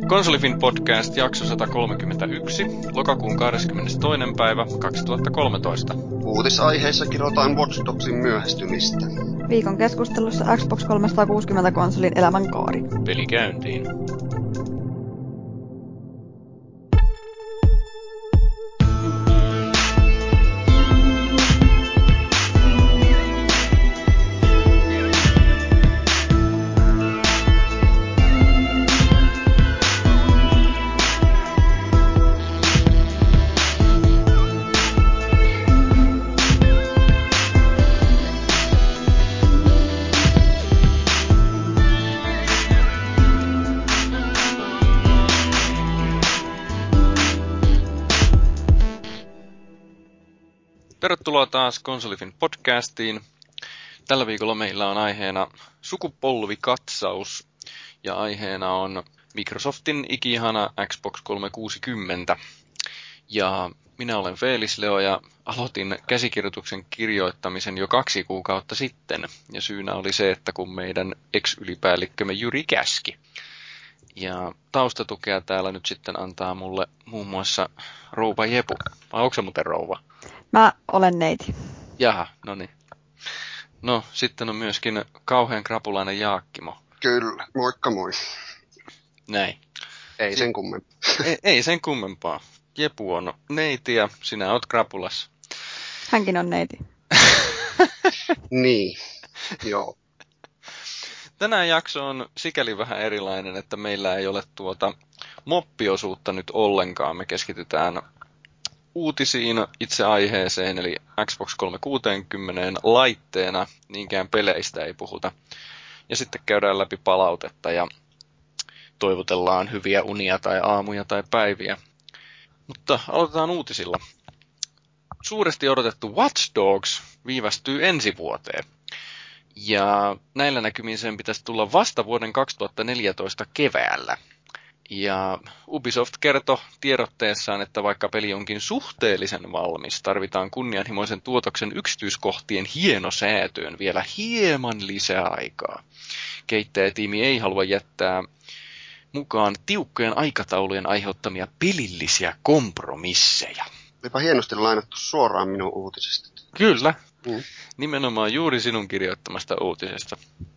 Konsolifin podcast jakso 131, lokakuun 22. päivä 2013. Uutisaiheissa kirotaan Watch Dogsin myöhästymistä. Viikon keskustelussa Xbox 360 konsolin elämänkaari. Peli käyntiin. Tervetuloa taas Konsolifin podcastiin. Tällä viikolla meillä on aiheena sukupolvikatsaus ja aiheena on Microsoftin ikihana Xbox 360. Ja minä olen Felis Leo ja aloitin käsikirjoituksen kirjoittamisen jo 2 kuukautta sitten. Ja syynä oli se, että kun meidän ex-ylipäällikkömme Jyri käski. Ja taustatukea täällä nyt sitten antaa mulle muun muassa rouva Jepu. Vai onko se muuten rouva? Mä olen neiti. Jaha, no niin. No, sitten on myöskin kauhean krapulainen Jaakkimo. Kyllä, moikka moi. Näin. Ei sen kummempaa. Ei sen kummempaa. Jepu on neiti ja sinä oot krapulassa. Hänkin on neiti. Niin, joo. Tänään jakso on sikäli vähän erilainen, että meillä ei ole moppiosuutta nyt ollenkaan. Me keskitytään uutisiin itse aiheeseen, eli Xbox 360 laitteena, niinkään peleistä ei puhuta. Ja sitten käydään läpi palautetta ja toivotellaan hyviä unia tai aamuja tai päiviä. Mutta aloitetaan uutisilla. Suuresti odotettu Watch Dogs viivästyy ensi vuoteen. Ja näillä näkymin sen pitäisi tulla vasta vuoden 2014 keväällä. Ja Ubisoft kertoi tiedotteessaan, että vaikka peli onkin suhteellisen valmis, tarvitaan kunnianhimoisen tuotoksen yksityiskohtien hienosäätöön vielä hieman lisää aikaa. Kehittäjätiimi ei halua jättää mukaan tiukkojen aikataulujen aiheuttamia pelillisiä kompromisseja. Olipa hienosti lainattu suoraan minun uutisesta. Kyllä, nimenomaan juuri sinun kirjoittamasta uutisesta.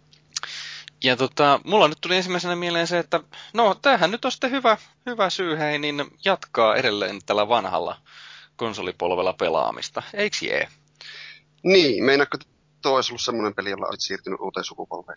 Ja mulla nyt tuli ensimmäisenä mieleen se, että no tämähän nyt on sitten hyvä syy niin jatkaa edelleen tällä vanhalla konsolipolvella pelaamista, eikö jee? Niin, meinaatko tuo olisi ollut semmoinen peli, jolla olet siirtynyt uuteen sukupolveen?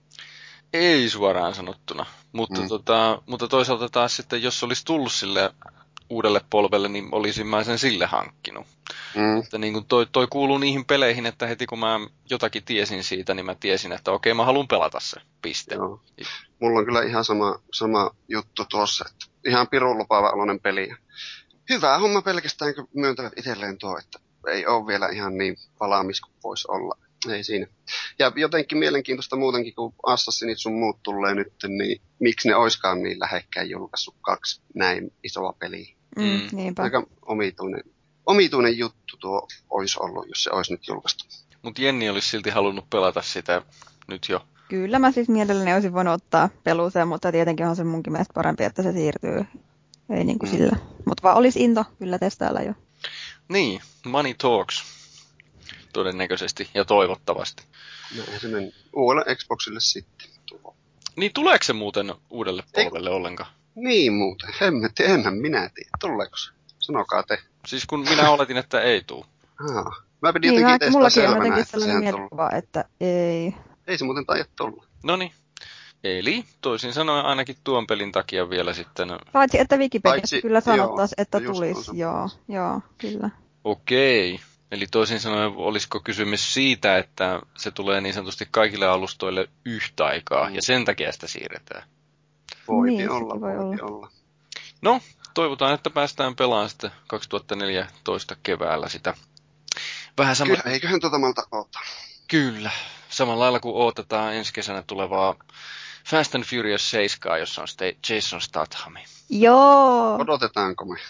Ei suoraan sanottuna, mutta toisaalta taas sitten jos olisi tullut sille uudelle polvelle, niin olisin mä sen sille hankkinut. Että niin kuin toi kuuluu niihin peleihin, että heti kun mä jotakin tiesin siitä, niin mä tiesin, että okei, mä haluan pelata se, piste. Joo. Mulla on kyllä ihan sama juttu tuossa, että ihan pirun lupaava oloinen peli. Hyvä homma pelkästään, kun myöntävät itselleen tuo, että ei ole vielä ihan niin valmis kuin voisi olla. Ei siinä. Ja jotenkin mielenkiintoista muutenkin, kun Assassinit sun muut tulee nyt, niin miksi ne oiskaan niin lähekkäin julkaissut 2 näin isoa peliä. Niinpä. Aika omituinen juttu tuo olisi ollut, jos se olisi nyt julkaistu. Mutta Jenni olisi silti halunnut pelata sitä nyt jo. Kyllä mä siis mielelläni olisin voinut ottaa peluseen, mutta tietenkin on se munkin mielestä parempi, että se siirtyy. Ei niin kuin sillä. Mutta vaan olisi into kyllä testailla jo. Niin, money talks. Todennäköisesti ja toivottavasti. No se meni uudelle Xboxille sitten. Niin tuleeko se muuten uudelle polvelle ollenkaan? Niin muuten, enhän minä tiedä. Tuleeko se? Sanokaa te. Siis kun minä oletin, että ei tule. Mä pidin jotenkin testaa mullakin on selvänä, jotenkin että sellainen mielikuva, että ei. Ei se muuten taida tulla. Noniin. Eli toisin sanoen ainakin tuon pelin takia vielä sitten. Paitsi että Wikipediassa kyllä sanottaisiin, että just tulisi. Joo, kyllä. Okei. Eli toisin sanoen olisiko kysymys siitä, että se tulee niin sanotusti kaikille alustoille yhtä aikaa ja sen takia sitä siirretään? Voi olla. No, toivotaan, että päästään pelaamaan sitten 2014 keväällä sitä. Vähän Kyllä, eiköhän malta oota. Kyllä. Samalla lailla kuin odotetaan ensi kesänä tulevaa Fast and Furious 7, jossa on Jason Statham. Joo! Odotetaanko me?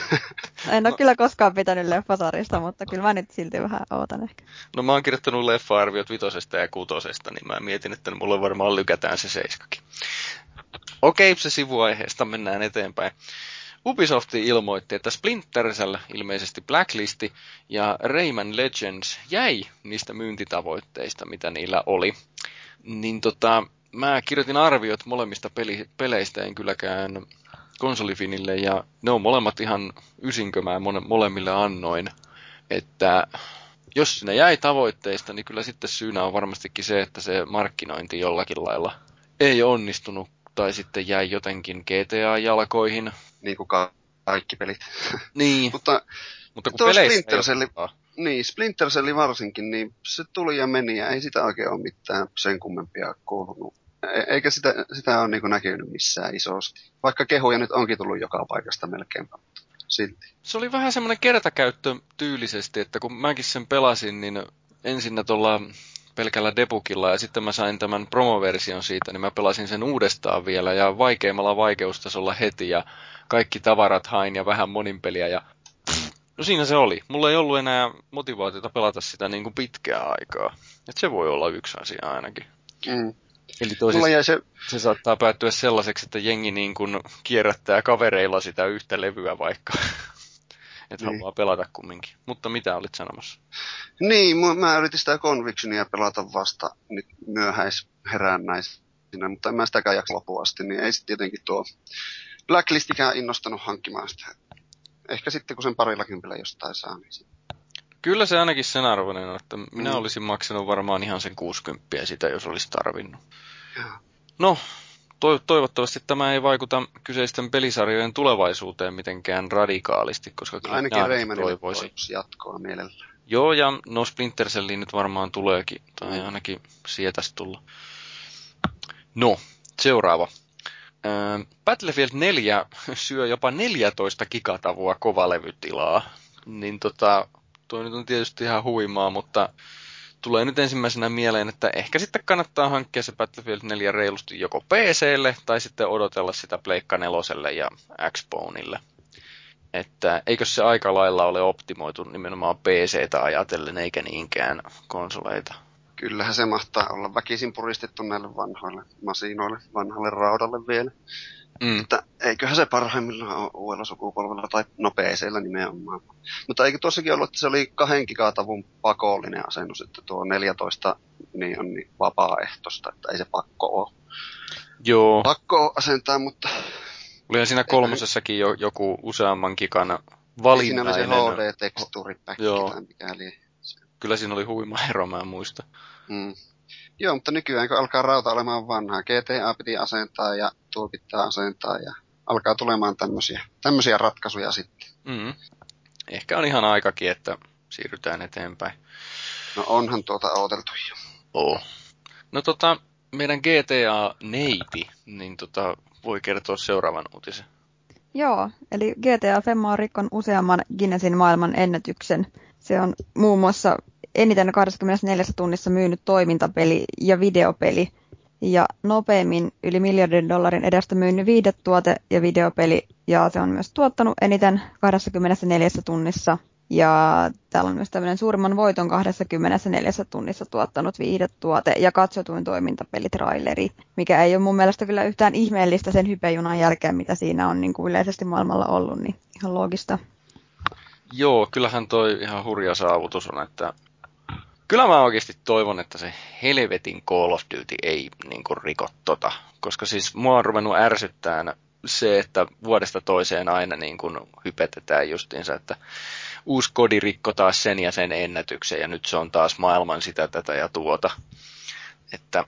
En ole kyllä koskaan pitänyt leffasarjasta, mutta kyllä mä nyt silti vähän ootan ehkä. No mä oon kirjoittanut leffa-arviot 5 ja 6, niin mä mietin, että mulle varmaan lykätään se 7. Okei, se sivuaiheesta mennään eteenpäin. Ubisoft ilmoitti, että Splinter Cell, ilmeisesti Blacklisti ja Rayman Legends jäi niistä myyntitavoitteista, mitä niillä oli. Niin mä kirjoitin arviot molemmista peleistä, en kylläkään konsolifinille, ja ne on molemmat ihan ysinkö mä molemmille annoin. Että jos ne jäi tavoitteista, niin kyllä sitten syynä on varmastikin se, että se markkinointi jollakin lailla ei onnistunut, tai sitten jäi jotenkin GTA-jalkoihin. Niin kuin kaikki pelit. Niin, mutta kun tuo peleissä Splinter Cell, niin, Splinter Cell varsinkin, niin se tuli ja meni, ja ei sitä oikein ole mitään sen kummempia kuulunut. Eikä sitä ole niin kuin näkynyt missään isosti. Vaikka kehuja nyt onkin tullut joka paikasta melkeinpä, mutta silti. Se oli vähän semmoinen kertakäyttö tyylisesti, että kun mäkin sen pelasin, niin ensinnä tuolla pelkällä debugilla ja sitten mä sain tämän promoversion siitä, niin mä pelasin sen uudestaan vielä ja vaikeimmalla vaikeustasolla heti ja kaikki tavarat hain ja vähän moninpeliä ja no siinä se oli. Mulla ei ollut enää motivaatiota pelata sitä niin kuin pitkää aikaa. Et se voi olla yksi asia ainakin. Mm. Eli toisaalta se saattaa päättyä sellaiseksi, että jengi niin kuin kierrättää kavereilla sitä yhtä levyä vaikka. Että haluaa pelata kumminkin. Mutta mitä olit sanomassa? Niin, mä yritin sitä Convictionia pelata vasta nyt myöhäisherännäisenä, mutta en mä sitäkään jaksa loppuun asti, niin ei sitten tietenkin tuo Blacklistikään innostanut hankkimaan sitä. Ehkä sitten kun sen parillakympillä jostain saa, niin Kyllä se ainakin sen arvoinen on, että minä olisin maksanut varmaan ihan sen 60 sitä, jos olisi tarvinnut. Ja. No, toivottavasti tämä ei vaikuta kyseisten pelisarjojen tulevaisuuteen mitenkään radikaalisti, koska kyllä ainakin Raymanille toivoisi jatkoa mielellään. Joo, ja no Splinter Celliin nyt varmaan tuleekin, tai ainakin sietäisi tulla. No, seuraava. Battlefield 4 syö jopa 14 gigatavua kovalevytilaa, niin toi nyt on tietysti ihan huimaa, mutta tulee nyt ensimmäisenä mieleen, että ehkä sitten kannattaa hankkia se Battlefield 4 reilusti joko PC:lle tai sitten odotella sitä Pleikka 4:lle ja Xboneille. Että eikö se aika lailla ole optimoitu nimenomaan PC:tä ajatellen eikä niinkään konsoleita. Kyllähän se mahtaa olla väkisin puristettu näille vanhoille masinoille, vanhalle raudalle vielä. Mutta eiköhän se parhaimmillaan ole uudella sukupolvella tai PC:llä nimenomaan. Mutta eikö tuossakin ollut, että se oli 2 gigatavun pakollinen asennus, että tuo 14 niin on niin vapaaehtoista, että ei se pakko ole. Joo. Pakko ole asentaa, mutta olihan siinä 3:ssäkin joku useamman gigan valinnainen. Siinä oli se HD-tekstuuripäkki tai mikäli. Kyllä siinä oli huima ero, mä en muista. Joo, mutta nykyään kun alkaa rauta olemaan vanhaa, GTA piti asentaa ja tuo pitää asentaa ja alkaa tulemaan tämmöisiä ratkaisuja sitten. Ehkä on ihan aikakin, että siirrytään eteenpäin. No onhan odoteltu jo. No meidän GTA-neiti, niin voi kertoa seuraavan uutisen. Joo, eli GTA Femma on rikkonut useamman Guinnessin maailman ennätyksen. Se on muun muassa eniten 24 tunnissa myynyt toimintapeli ja videopeli. Ja nopeimmin yli $1 miljardin edestä myynyt viihdetuote ja videopeli. Ja se on myös tuottanut eniten 24 tunnissa. Ja täällä on myös tämmöinen suurimman voiton 24 tunnissa tuottanut viihdetuote ja katsotuin toimintapelitraileri, mikä ei ole mun mielestä kyllä yhtään ihmeellistä sen hypejunan jälkeen, mitä siinä on niin kuin yleisesti maailmalla ollut, niin ihan loogista. Joo, kyllähän toi ihan hurja saavutus on, että kyllä mä oikeasti toivon, että se helvetin Call of Duty ei niin kuin riko koska siis mua on ruvennut ärsyttämään se, että vuodesta toiseen aina niin kuin hypetetään justiinsa, että uusi kodi rikko taas sen ja sen ennätyksen ja nyt se on taas maailman sitä, tätä ja tuota. Että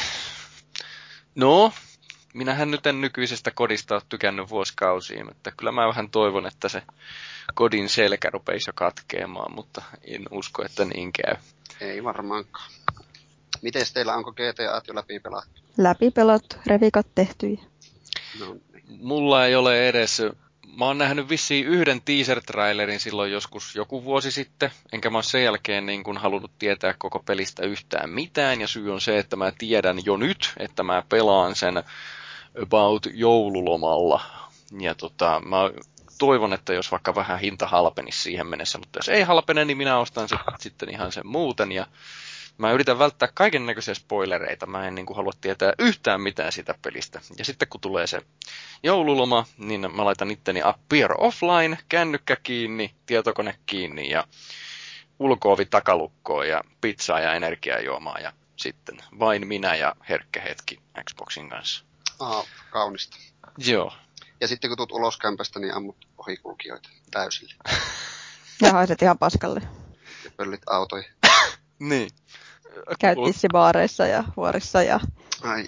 no, minähän nyt en nykyisestä kodista ole tykännyt vuosikausiin, mutta kyllä mä vähän toivon, että se kodin selkä rupeisi jo katkeamaan, mutta en usko, että niin käy. Ei varmaankaan. Mites teillä, onko GTA jo läpipelattu? Läpipelattu, revikat tehtyjä. No, Mulla ei ole edes mä oon nähnyt vissiin yhden teaser-trailerin silloin joskus joku vuosi sitten, enkä mä oon sen jälkeen niin kun halunnut tietää koko pelistä yhtään mitään, ja syy on se, että mä tiedän jo nyt, että mä pelaan sen about joululomalla, ja mä toivon, että jos vaikka vähän hinta halpenisi siihen mennessä, mutta jos ei halpene, niin minä ostan sitten ihan sen muuten, ja mä yritän välttää kaiken näköisiä spoilereita. Mä en halua tietää yhtään mitään siitä pelistä. Ja sitten kun tulee se joululoma, niin mä laitan itteni appear offline, kännykkä kiinni, tietokone kiinni ja ulko-ovi takalukkoon ja pizzaa ja energiajuomaa. Ja sitten vain minä ja herkkä hetki Xboxin kanssa. Kaunista. Joo. Ja sitten kun tulet ulos kämpästä, niin ammut ohikulkijoita täysille. Ja haiset ihan paskalle. Ja pöllit autoja. Niin. Käyt tissibaareissa ja huorissa ja... Ai.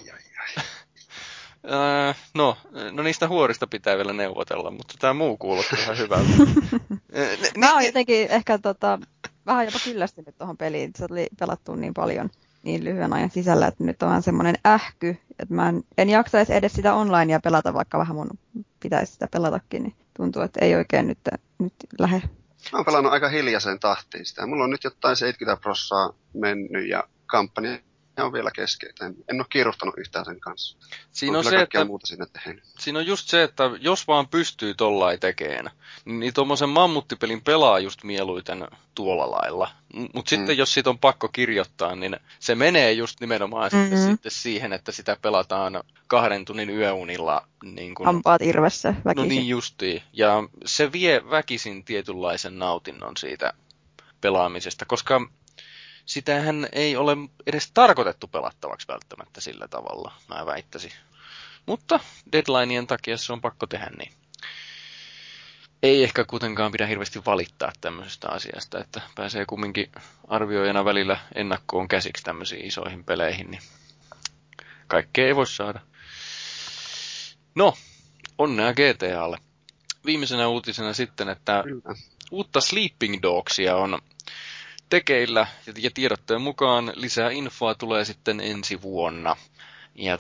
No niistä huorista pitää vielä neuvotella, mutta tämä muu kuulostaa ihan hyvältä. Mä oon jotenkin ehkä vähän jopa kyllästynyt tuohon peliin. Se oli pelattu niin paljon niin lyhyen ajan sisällä, että nyt on vähän semmoinen ähky, että mä en jaksaisi edes sitä onlinea pelata, vaikka vähän mun pitäisi sitä pelatakin, niin tuntuu, että ei oikein nyt lähde. Mä oon pelannut aika hiljaiseen tahtiin sitä. Mulla on nyt jotain 70% mennyt ja kampanja on vielä kesken. En ole kiiruhtanut yhtään sen kanssa. Siinä on se, että muuta sinne tehnyt. Siinä on just se, että jos vaan pystyy tollain tekemään, niin tommosen mammuttipelin pelaa just mieluiten tuolla lailla. Mutta sitten jos siitä on pakko kirjoittaa, niin se menee just nimenomaan sitten siihen, että sitä pelataan 2 tunnin yöunilla. Niin kun... Hampaat irvessä väkisin. No niin justiin. Ja se vie väkisin tietynlaisen nautinnon siitä pelaamisesta, koska sitähän ei ole edes tarkoitettu pelattavaksi välttämättä sillä tavalla, mä väittäisin. Mutta deadlineien takia se on pakko tehdä niin. Ei ehkä kuitenkaan pidä hirveästi valittaa tämmöisestä asiasta, että pääsee kumminkin arvioijana välillä ennakkoon käsiksi tämmöisiin isoihin peleihin, niin kaikkea ei voi saada. No, onnea GTAlle. Viimeisenä uutisena sitten, että uutta Sleeping Dogsia on tekeillä ja tiedotteen mukaan lisää infoa tulee sitten ensi vuonna. Ja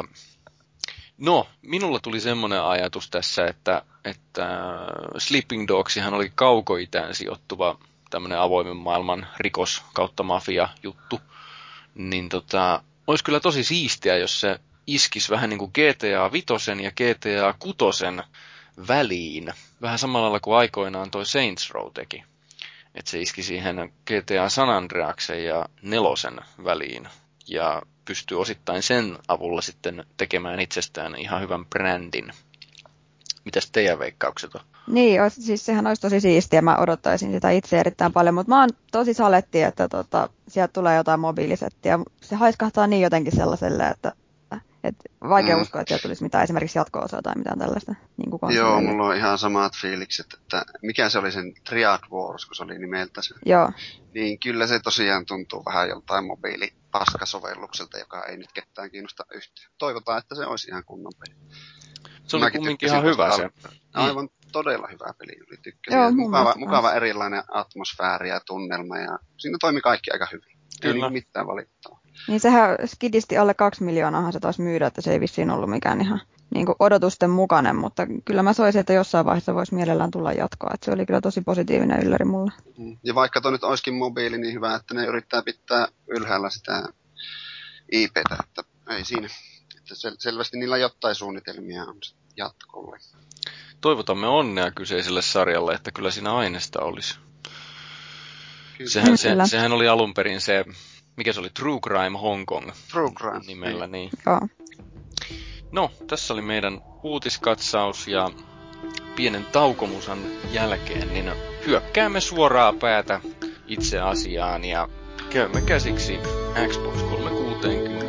minulla tuli semmoinen ajatus tässä, että Sleeping Dogsihan oli kaukoitään sijoittuva tämmöinen avoimen maailman rikos kautta mafia juttu. Niin olisi kyllä tosi siistiä, jos se iskisi vähän niin kuin GTA 5 ja GTA 6 väliin. Vähän samalla lailla kuin aikoinaan toi Saints Row teki. Että se iski siihen GTA San Andreasen ja 4 väliin. Ja pystyy osittain sen avulla sitten tekemään itsestään ihan hyvän brändin. Mitäs teidän veikkaukset on? Niin, siis sehän olisi tosi siistiä. Mä odottaisin sitä itse erittäin paljon, mutta mä oon tosi saletti, että sieltä tulee jotain mobiilisettiä. Se haiskahtaa niin jotenkin sellaiselle, että vaikea uskoa, että sieltä tulisi mitään esimerkiksi jatko-osaa tai mitään tällaista. Niin kuin Joo, mulla on ihan samat fiilikset, että mikä se oli sen Triad Wars, kun se oli nimeltä se. Joo. Niin kyllä se tosiaan tuntuu vähän joltain mobiilipaskasovellukselta, joka ei nyt ketään kiinnosta yhtään. Toivotaan, että se olisi ihan kunnon peli. Se oli kumminkin ihan hyvä se. Aivan todella hyvä peli, oli tykkäsin. Joo, mukava erilainen atmosfääri ja tunnelma ja siinä toimi kaikki aika hyvin. Kyllä. Ei mitään valittaa. Niin sehän skidisti alle 2 miljoonaahan se taisi myydä, että se ei vissiin ollut mikään ihan niin kuin odotusten mukainen, mutta kyllä mä soisin, että jossain vaiheessa voisi mielellään tulla jatkoa, että se oli kyllä tosi positiivinen ylläri mulle. Ja vaikka toi nyt olisikin mobiili, niin hyvä, että ne yrittää pitää ylhäällä sitä IPtä, että ei siinä. Että selvästi niillä jotain suunnitelmia on jatkolle. Toivotamme onnea kyseiselle sarjalle, että kyllä siinä aineesta olisi. Sehän oli alun perin se, mikä se oli, True Crime Hong Kong nimellä. Niin. No, tässä oli meidän uutiskatsaus ja pienen taukomusan jälkeen, niin hyökkäämme suoraa päätä itse asiaan ja käymme käsiksi Xbox 360.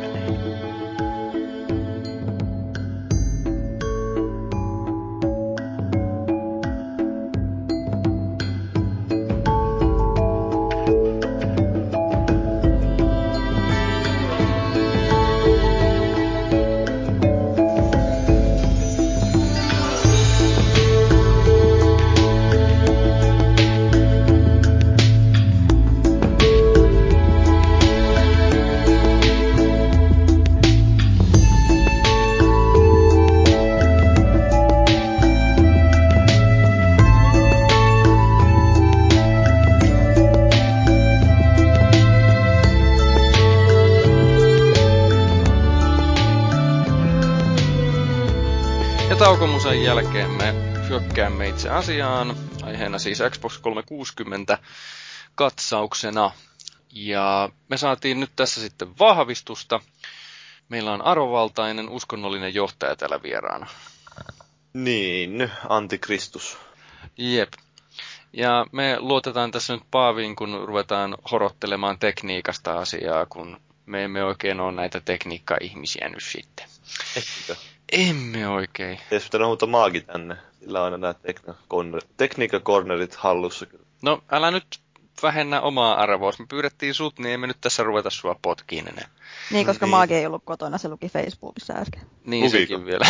alkumusan jälkeen me hyökkäämme itse asiaan. Aiheena siis Xbox 360 katsauksena. Ja me saatiin nyt tässä sitten vahvistusta. Meillä on arvovaltainen uskonnollinen johtaja täällä vieraana. Niin, antikristus. Jep. Ja me luotetaan tässä nyt Paaviin, kun ruvetaan horottelemaan tekniikasta asiaa, kun me emme oikein ole näitä tekniikka-ihmisiä nyt sitten. Eikö? Emme oikein. Jos pitää huuta maagi tänne, sillä on aina nämä tekniikka-cornerit hallussa. No, älä nyt vähennä omaa arvoa. Me pyydettiin sut, niin emme nyt tässä ruveta sua potkiin enää. Niin, koska Niin. maagi ei ollut kotona, se luki Facebookissa äsken. Niin Lukiko? sekin vielä.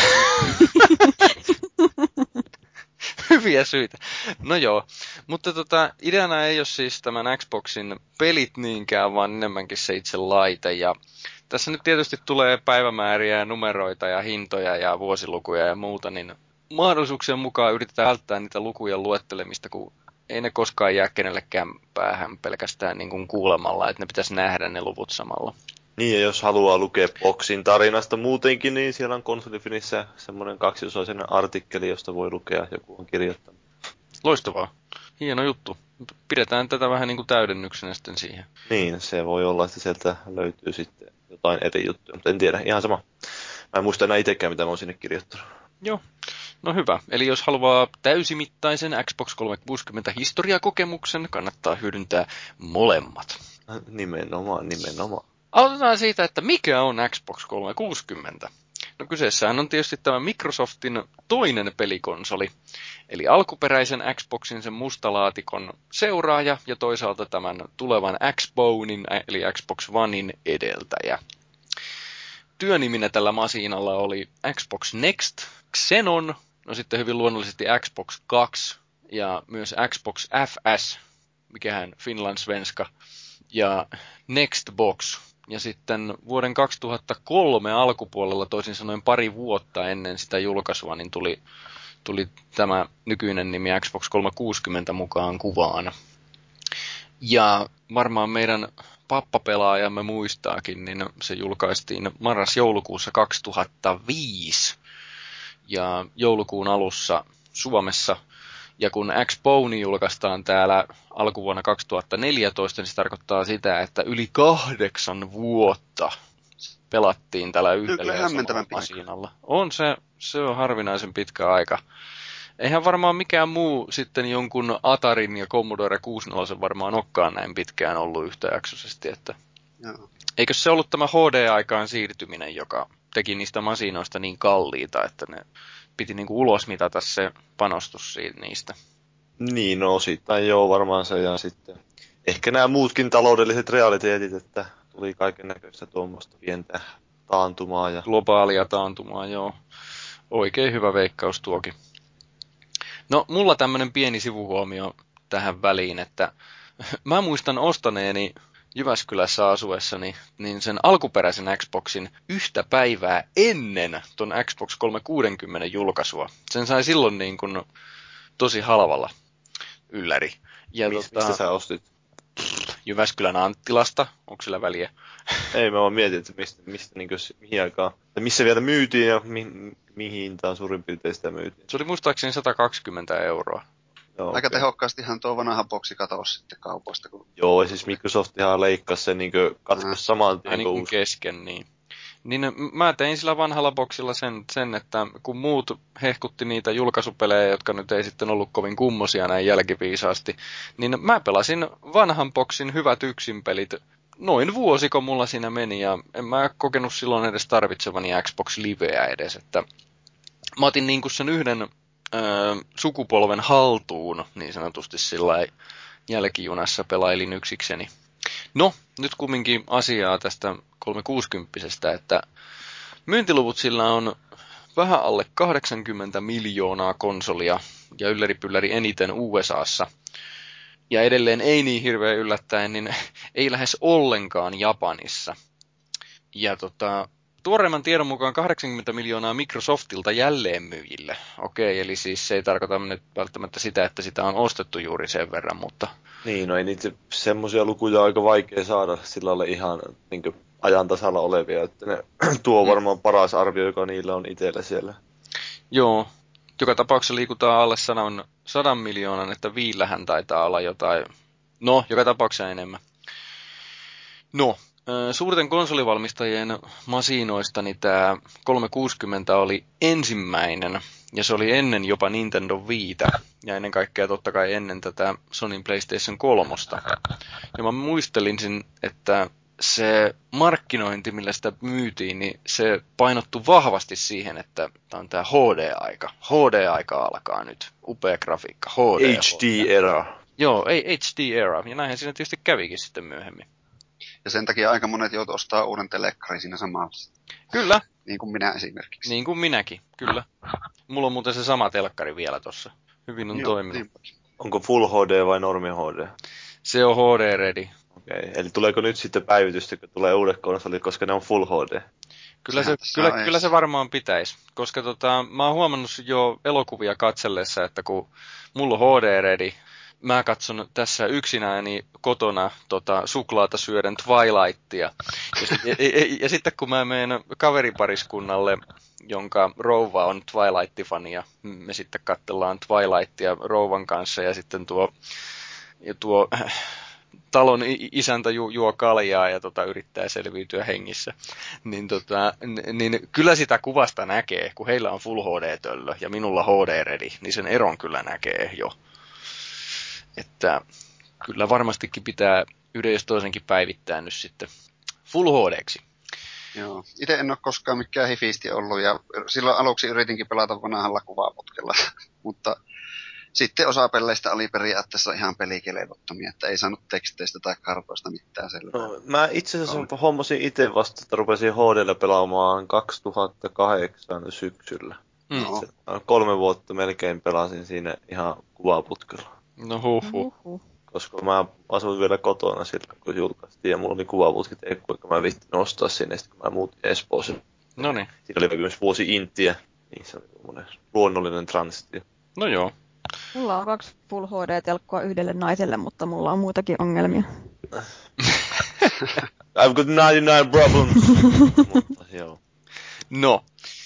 Hyviä syitä. No joo, mutta ideana ei ole siis tämän Xboxin pelit niinkään, vaan enemmänkin se itse laite. Ja tässä nyt tietysti tulee päivämääriä ja numeroita ja hintoja ja vuosilukuja ja muuta, niin mahdollisuuksien mukaan yritetään välttää niitä lukujen luettelemista, kun ei ne koskaan jää kenellekään päähän pelkästään niin kuin kuulemalla, että ne pitäisi nähdä ne luvut samalla. Niin, ja jos haluaa lukea Boxin tarinasta muutenkin, niin siellä on Konsolifinissä semmoinen 2-osainen artikkeli, josta voi lukea, joku on kirjoittanut. Loistavaa. Hieno juttu. Pidetään tätä vähän niin kuin täydennyksenä sitten siihen. Niin, se voi olla, että sieltä löytyy sitten jotain eri juttuja, mutta en tiedä, ihan sama. Mä en muista enää itsekään, mitä mä oon sinne kirjoittanut. Joo. No hyvä. Eli jos haluaa täysimittaisen Xbox 360 historiakokemuksen, kannattaa hyödyntää molemmat. Nimenomaan. Aloitetaan siitä, että mikä on Xbox 360? No kyseessähän on tietysti tämä Microsoftin toinen pelikonsoli, eli alkuperäisen Xboxin sen mustalaatikon seuraaja ja toisaalta tämän tulevan Xbonein eli Xbox Onein edeltäjä. Työniminä tällä masiinalla oli Xbox Next, Xenon, no sitten hyvin luonnollisesti Xbox 2 ja myös Xbox FS, mikähän Finlandsvenska, ja Nextbox. Ja sitten vuoden 2003 alkupuolella, toisin sanoen pari vuotta ennen sitä julkaisua, niin tuli tämä nykyinen nimi Xbox 360 mukaan kuvaan. Ja varmaan meidän pappapelaajamme muistaakin, niin se julkaistiin marras-joulukuussa 2005 ja joulukuun alussa Suomessa. Ja kun Xbone julkaistaan täällä alkuvuonna 2014, niin se tarkoittaa sitä, että yli 8 vuotta pelattiin tällä yhdellä ja samalla masiinalla. Se on harvinaisen pitkä aika. Eihän varmaan mikään muu sitten jonkun Atarin ja Commodore 64 varmaan olekaan näin pitkään ollut yhtäjaksoisesti. Että... Eikö se ollut tämä HD-aikaan siirtyminen, joka teki niistä masinoista niin kalliita, että ne piti niinku ulosmitata se panostus niistä? Niin, no osittain joo, varmaan se. Ja sitten ehkä nämä muutkin taloudelliset realiteetit, että tuli kaiken näköistä tuommoista pientä taantumaa. Ja... globaalia taantumaa, joo. Oikein hyvä veikkaus tuokin. No, mulla tämmönen pieni sivuhuomio tähän väliin, että mä muistan ostaneeni Jyväskylässä asuessani niin sen alkuperäisen Xboxin yhtä päivää ennen ton Xbox 360 julkaisua. Sen sai silloin niin kuin tosi halvalla ylläri. Ja Mistä sä ostit? Jyväskylän Anttilasta, onko sillä väliä? Ei, mä vaan mietin, että mistä niin kuin, mihin aikaan, missä vielä myytiin ja mihin hintaan suurin piirtein sitä myytiin. Se oli muistaakseni 120 €. Joo, aika tehokkaastihan tuo vanha boksi katosi sitten kaupoista. Kun... Joo, ja siis Microsoft ihan leikkasi sen niin katkosi saman tien kuin kesken, niin. Niin mä tein sillä vanhalla boksilla sen, että kun muut hehkutti niitä julkaisupelejä, jotka nyt ei sitten ollut kovin kummosia näin jälkiviisaasti, niin mä pelasin vanhan boksin hyvät yksinpelit noin vuosiko mulla siinä meni, ja en mä kokenut silloin edes tarvitsevani Xbox Liveä edes, että mä otin niinku sen yhden sukupolven haltuun, niin sanotusti sillä jälkijunassa pelailin yksikseni. No, nyt kumminkin asiaa tästä 360, että myyntiluvut sillä on vähän alle 80 miljoonaa konsolia ja ylläri eniten USAssa. Ja edelleen ei niin hirveän yllättäen, niin ei lähes ollenkaan Japanissa. Ja tuoreimman tiedon mukaan 80 miljoonaa Microsoftilta jälleenmyyjille. Okei, eli siis se ei tarkoita nyt välttämättä sitä, että sitä on ostettu juuri sen verran, mutta... Niin, no ei niitä semmoisia lukuja aika vaikea saada sillä lailla ihan niin kuin ajan tasalla olevia, että ne tuo varmaan paras arvio, joka niillä on itsellä siellä. Joo, joka tapauksessa liikutaan alle 100 miljoonan, että viillähän taitaa olla jotain. No, joka tapauksessa enemmän. No, suurten konsolivalmistajien masinoista niin tämä 360 oli ensimmäinen, ja se oli ennen jopa Nintendo Viitä, ja ennen kaikkea totta kai ennen tätä Sonyn PlayStation 3. Ja mä muistelin, että se markkinointi, millä sitä myytiin, niin se painottui vahvasti siihen, että tämä on tämä HD-aika. HD-aika alkaa nyt. Upea grafiikka. HD-era. Joo, ei HD-era. Ja näinhän siinä tietysti kävikin sitten myöhemmin. Ja sen takia aika monet joutuu ostaa uuden telekkarin siinä samalla. Kyllä. Niin kuin minä esimerkiksi. Niin kuin minäkin, kyllä. Mulla on muuten se sama telkkari vielä tossa. Hyvin on toiminut. Niin. Onko Full HD vai Normi HD? Se on HD ready. Okei, eli tuleeko nyt sitten päivitystä, kun tulee uudet konsolit, koska ne on Full HD? Kyllä se varmaan pitäisi, koska mä oon huomannut jo elokuvia katsellessa, että kun mulla on HD ready, mä katson tässä yksinäni kotona suklaata syöden Twilightia. Ja sitten kun mä menen kaveripariskunnalle, jonka rouva on Twilight-fani, ja me sitten katsellaan Twilightia rouvan kanssa, ja sitten tuo talon isäntä juo kaljaa ja yrittää selviytyä hengissä, niin kyllä sitä kuvasta näkee, kun heillä on Full HD-töllö ja minulla HD-ready, niin sen eron kyllä näkee jo. Että kyllä varmastikin pitää yhden jos toisenkin päivittää nyt sitten Full HD:ksi. Joo. Itse en ole koskaan mikään hifisti ollut, ja silloin aluksi yritinkin pelata vanhalla kuvaputkella, mutta sitten osa pelleistä oli periaatteessa ihan pelikelevottomia, että ei saanut teksteistä tai kartoista mitään selvää. No, mä itse asiassa hommasin itse vasta, että rupesin HD:llä pelaamaan 2008 syksyllä. No. 3 vuotta melkein pelasin siinä ihan kuvaputkella. No huhhuh. Koska mä asuin vielä kotona silloin, kun julkaistiin, ja mulla oli kuvaputkit, eikä mä vittin ostaa sinne, sitten kun mä muutin Espooseen. Noniin. Siinä oli myös vuosi intiä, niin se oli tommonen luonnollinen transitio. No joo. Mulla on 2 Full HD-telkkoa yhdelle naiselle, mutta mulla on muitakin ongelmia. I've got 99 problems. Mutta, joo. No,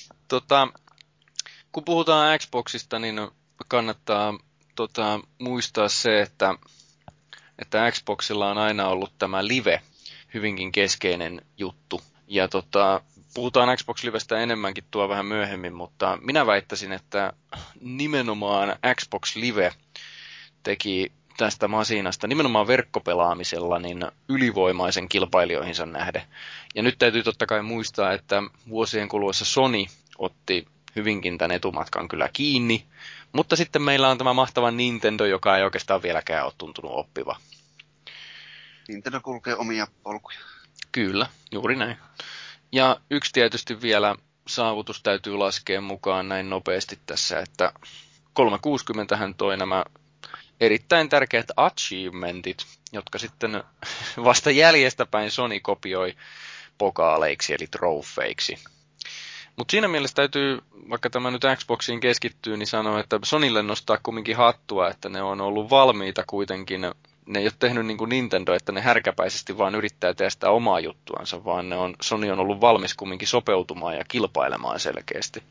kun puhutaan Xboxista, niin kannattaa muistaa se, että Xboxilla on aina ollut tämä live hyvinkin keskeinen juttu. Ja puhutaan Xbox Livestä enemmänkin tuo vähän myöhemmin, mutta minä väittäisin, että nimenomaan Xbox Live teki tästä masinasta nimenomaan verkkopelaamisella niin ylivoimaisen kilpailijoihinsa nähden. Ja nyt täytyy totta kai muistaa, että vuosien kuluessa Sony otti hyvinkin tämän etumatkan kyllä kiinni, mutta sitten meillä on tämä mahtava Nintendo, joka ei oikeastaan vieläkään ole tuntunut oppiva. Nintendo kulkee omia polkuja. Kyllä, juuri näin. Ja yksi tietysti vielä saavutus täytyy laskea mukaan näin nopeasti tässä, että 360-hän toi nämä erittäin tärkeät achievementit, jotka sitten vasta jäljestäpäin Sony kopioi pokaaleiksi eli trofeiksi. Mutta siinä mielessä täytyy, vaikka tämä nyt Xboxiin keskittyy, niin sanoa, että Sonylle nostaa kumminkin hattua, että ne on ollut valmiita kuitenkin. Ne ei ole tehnyt niin kuin Nintendo, että ne härkäpäisesti vaan yrittää tehdä sitä omaa juttuansa, vaan Sony on ollut valmis kumminkin sopeutumaan ja kilpailemaan selkeästi.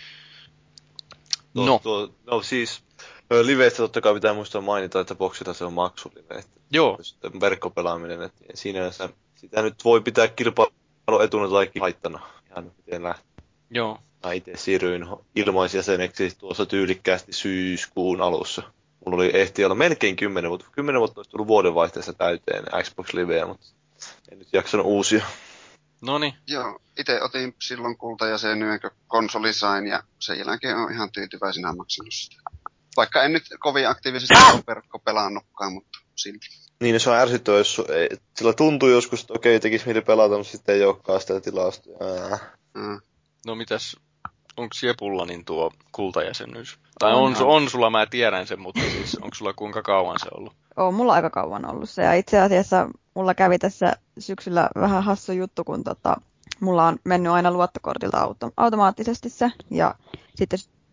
No siis liveistä totta kai pitää muistaa mainita, että boxilla se on maksullinen. Että joo. Verkkopelaaminen, että sinänsä sitä nyt voi pitää kilpailuetuna tai haittana. Ihan miten lähtee. Joo. Mä itse siirryin ilmaisjäseneksi tuossa tyylikkäästi syyskuun alussa. Mulla ehti olla melkein 10 vuotta. 10 vuotta olisi tullut vuodenvaihteessa täyteen Xbox Liveä, mutta en nyt jaksanut uusia. Noniin. Joo, itse otin silloin kultajäsenyyden konsoli sain ja sen jälkeen olen ihan tyytyväisenä maksanut sitä. Vaikka en nyt kovin aktiivisesti ole verkkopelaannutkaan, mutta silti. Niin, se on ärsyttävää, jos sillä tuntuu joskus, että okei, tekisi mieli pelata, mutta sitten ei olekaan sitä tilausta. No mitäs, onko Jepulla niin tuo kultajäsenyys? Tai on sulla, mä tiedän sen, mutta siis onko sulla kuinka kauan se ollut? On mulla aika kauan ollut se, ja itse asiassa mulla kävi tässä syksyllä vähän hassu juttu, kun mulla on mennyt aina luottokortilta automaattisesti se, ja sitten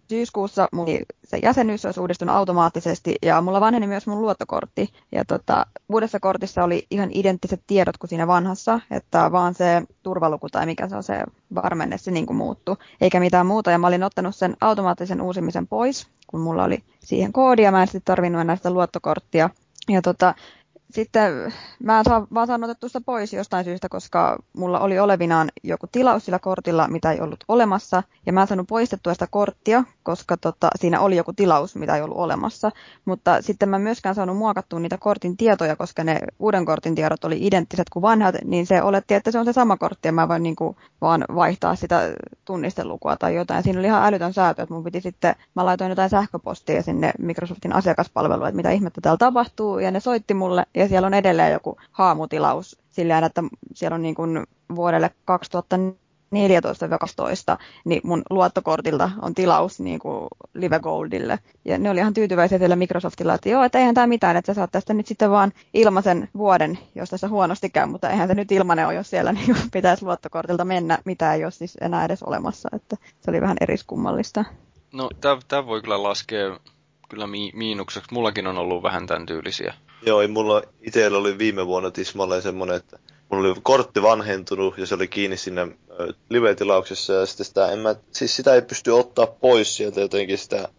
syyskuussa se jäsenyys olisi uudistunut automaattisesti ja mulla vanheni myös mun luottokortti. Ja uudessa kortissa oli ihan identtiset tiedot kuin siinä vanhassa, että vaan se turvaluku tai mikä se on se varmenne, se niin kuin muuttui, eikä mitään muuta. Ja mä olin ottanut sen automaattisen uusimisen pois, kun mulla oli siihen koodi ja mä en sitten tarvinnut enää sitä luottokorttia. Ja sitten mä en vaan saanut otettua sitä pois jostain syystä, koska mulla oli olevinaan joku tilaus sillä kortilla, mitä ei ollut olemassa. Ja mä en saanut poistettua sitä korttia, koska siinä oli joku tilaus, mitä ei ollut olemassa. Mutta sitten mä myöskään saanut muokattua niitä kortin tietoja, koska ne uuden kortin tiedot oli identtiset kuin vanhat. Niin se oletti, että se on se sama kortti ja mä voin vaan vaihtaa sitä tunnistelukua tai jotain. Siinä oli ihan älytön säätö, että mun piti sitten, mä laitoin jotain sähköpostia sinne Microsoftin asiakaspalveluun, että mitä ihmettä täällä tapahtuu. Ja ne soitti mulle. Ja siellä on edelleen joku haamutilaus sillä että siellä on niin kuin vuodelle 2014-2012, niin mun luottokortilta on tilaus niin kuin Live Goldille. Ja ne oli ihan tyytyväisiä siellä Microsoftilla, että joo, että eihän tämä mitään, että sä saat tästä nyt sitten vaan ilmaisen vuoden, jos tässä huonosti käy, mutta eihän se nyt ilmanen ole, jos siellä niin pitäisi luottokortilta mennä, mitä ei ole siis enää edes olemassa. Että se oli vähän eriskummallista. No, tämä voi kyllä laskea kyllä miinukseksi. Mullakin on ollut vähän tämän tyylisiä. Joo, mulla itsellä oli viime vuonna tismalleen semmoinen, että mulla oli kortti vanhentunut ja se oli kiinni siinä live-tilauksessa ja sitten sitä ei pysty ottaa pois sieltä jotenkin